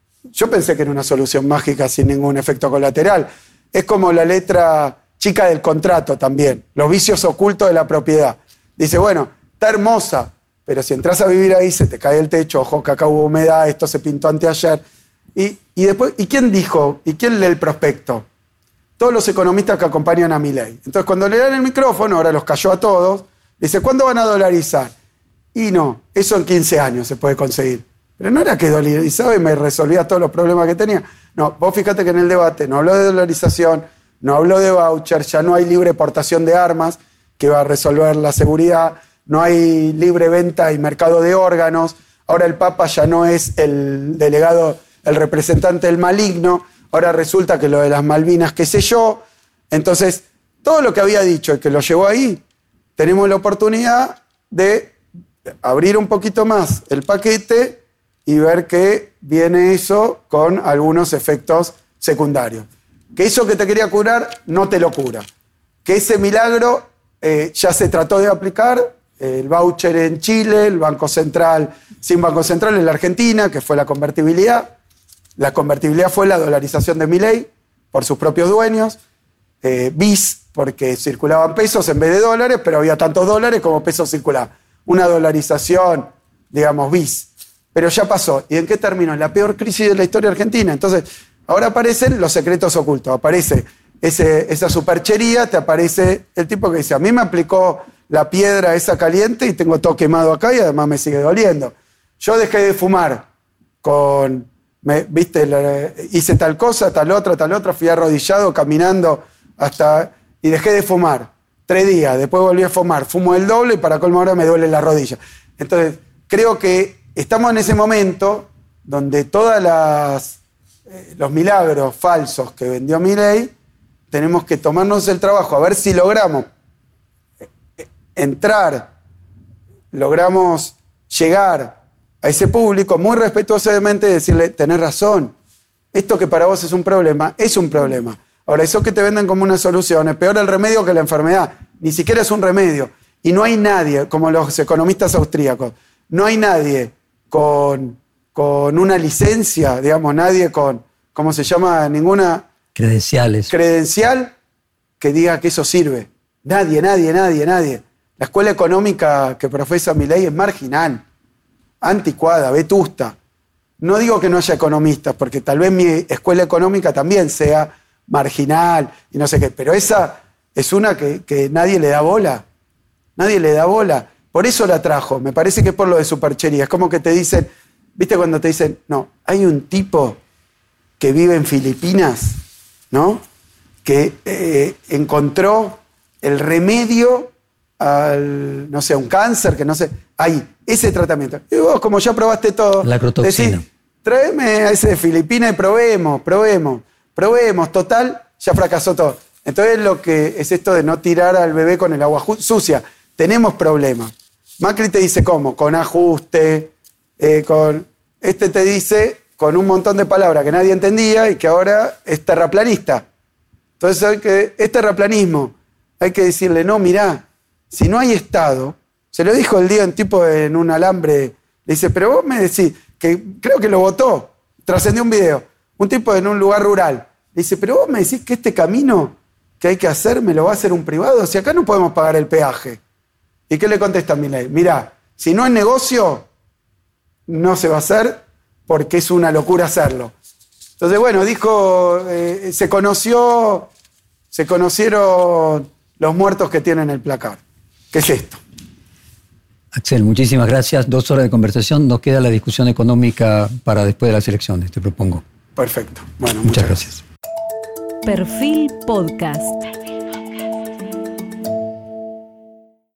yo pensé que era una solución mágica sin ningún efecto colateral. Es como la letra chica del contrato también, los vicios ocultos de la propiedad. Dice, bueno, está hermosa, pero si entras a vivir ahí se te cae el techo, ojo que acá hubo humedad, esto se pintó anteayer. Y, y después, ¿y quién dijo? ¿Y quién lee el prospecto? Todos los economistas que acompañan a Milei. Entonces, cuando le dan el micrófono, ahora los cayó a todos, dice, ¿cuándo van a dolarizar? Y no, eso en quince años se puede conseguir. Pero no era que dolarizaba y me resolvía todos los problemas que tenía. No, vos fíjate que en el debate no habló de dolarización, no habló de voucher, ya no hay libre portación de armas, que va a resolver la seguridad, no hay libre venta y mercado de órganos, ahora el Papa ya no es el delegado, el representante del maligno, ahora resulta que lo de las Malvinas, qué sé yo. Entonces, todo lo que había dicho y que lo llevó ahí, tenemos la oportunidad de abrir un poquito más el paquete y ver que viene eso con algunos efectos secundarios. Que eso que te quería curar no te lo cura. Que ese milagro eh, ya se trató de aplicar, eh, el voucher en Chile, el Banco Central, sin Banco Central en la Argentina, que fue la convertibilidad. La convertibilidad fue la dolarización de Milei por sus propios dueños. Eh, bis, porque circulaban pesos en vez de dólares, pero había tantos dólares como pesos circulaban. Una dolarización, digamos, bis. Pero ya pasó. ¿Y en qué terminó? En la peor crisis de la historia argentina. Entonces, ahora aparecen los secretos ocultos. Aparece ese, esa superchería, te aparece el tipo que dice, a mí me aplicó la piedra esa caliente y tengo todo quemado acá y además me sigue doliendo. Yo dejé de fumar con, me, viste, la, hice tal cosa, tal otra, tal otra, fui arrodillado caminando hasta... y dejé de fumar. Tres días, después volví a fumar. Fumo el doble y para colmo ahora me duele la rodilla. Entonces, creo que estamos en ese momento donde todos eh, los milagros falsos que vendió Milei, tenemos que tomarnos el trabajo a ver si logramos entrar, logramos llegar a ese público muy respetuosamente y decirle, tenés razón, esto que para vos es un problema, es un problema. Ahora, eso que te venden como una solución es peor el remedio que la enfermedad. Ni siquiera es un remedio. Y no hay nadie, como los economistas austríacos, no hay nadie con, con una licencia, digamos, nadie con, ¿cómo se llama? Ninguna... Credenciales. Credencial que diga que eso sirve. Nadie, nadie, nadie, nadie. La escuela económica que profesa Milei es marginal, anticuada, vetusta. No digo que no haya economistas, porque tal vez mi escuela económica también sea marginal y no sé qué, pero esa es una que, que nadie le da bola. Nadie le da bola. Por eso la trajo. Me parece que es por lo de superchería. Es como que te dicen, ¿viste cuando te dicen, no, hay un tipo que vive en Filipinas, ¿no? Que eh, encontró el remedio al, no sé, un cáncer, que no sé, ahí, ese tratamiento. Y vos, como ya probaste todo, la crotoxina. Decís, tráeme a ese de Filipinas y probemos, probemos, probemos, total, ya fracasó todo. Entonces lo que es esto de no tirar al bebé con el agua sucia. Tenemos problemas. Macri te dice cómo, con ajuste, eh, con... Este te dice con un montón de palabras que nadie entendía y que ahora es terraplanista. Entonces hay que, es terraplanismo. Hay que decirle, no, mirá, si no hay Estado, se lo dijo el día un tipo en un alambre, le dice, pero vos me decís, que creo que lo votó, trascendió un video, un tipo en un lugar rural, le dice, pero vos me decís que este camino que hay que hacer me lo va a hacer un privado, si acá no podemos pagar el peaje. ¿Y qué le contesta Milei? Mirá, si no es negocio, no se va a hacer porque es una locura hacerlo. Entonces, bueno, dijo, eh, se conoció, se conocieron los muertos que tienen el placar. ¿Qué es esto? Axel, muchísimas gracias. Dos horas de conversación. Nos queda la discusión económica para después de las elecciones, te propongo. Perfecto. Bueno, muchas, muchas gracias. gracias. Perfil Podcast.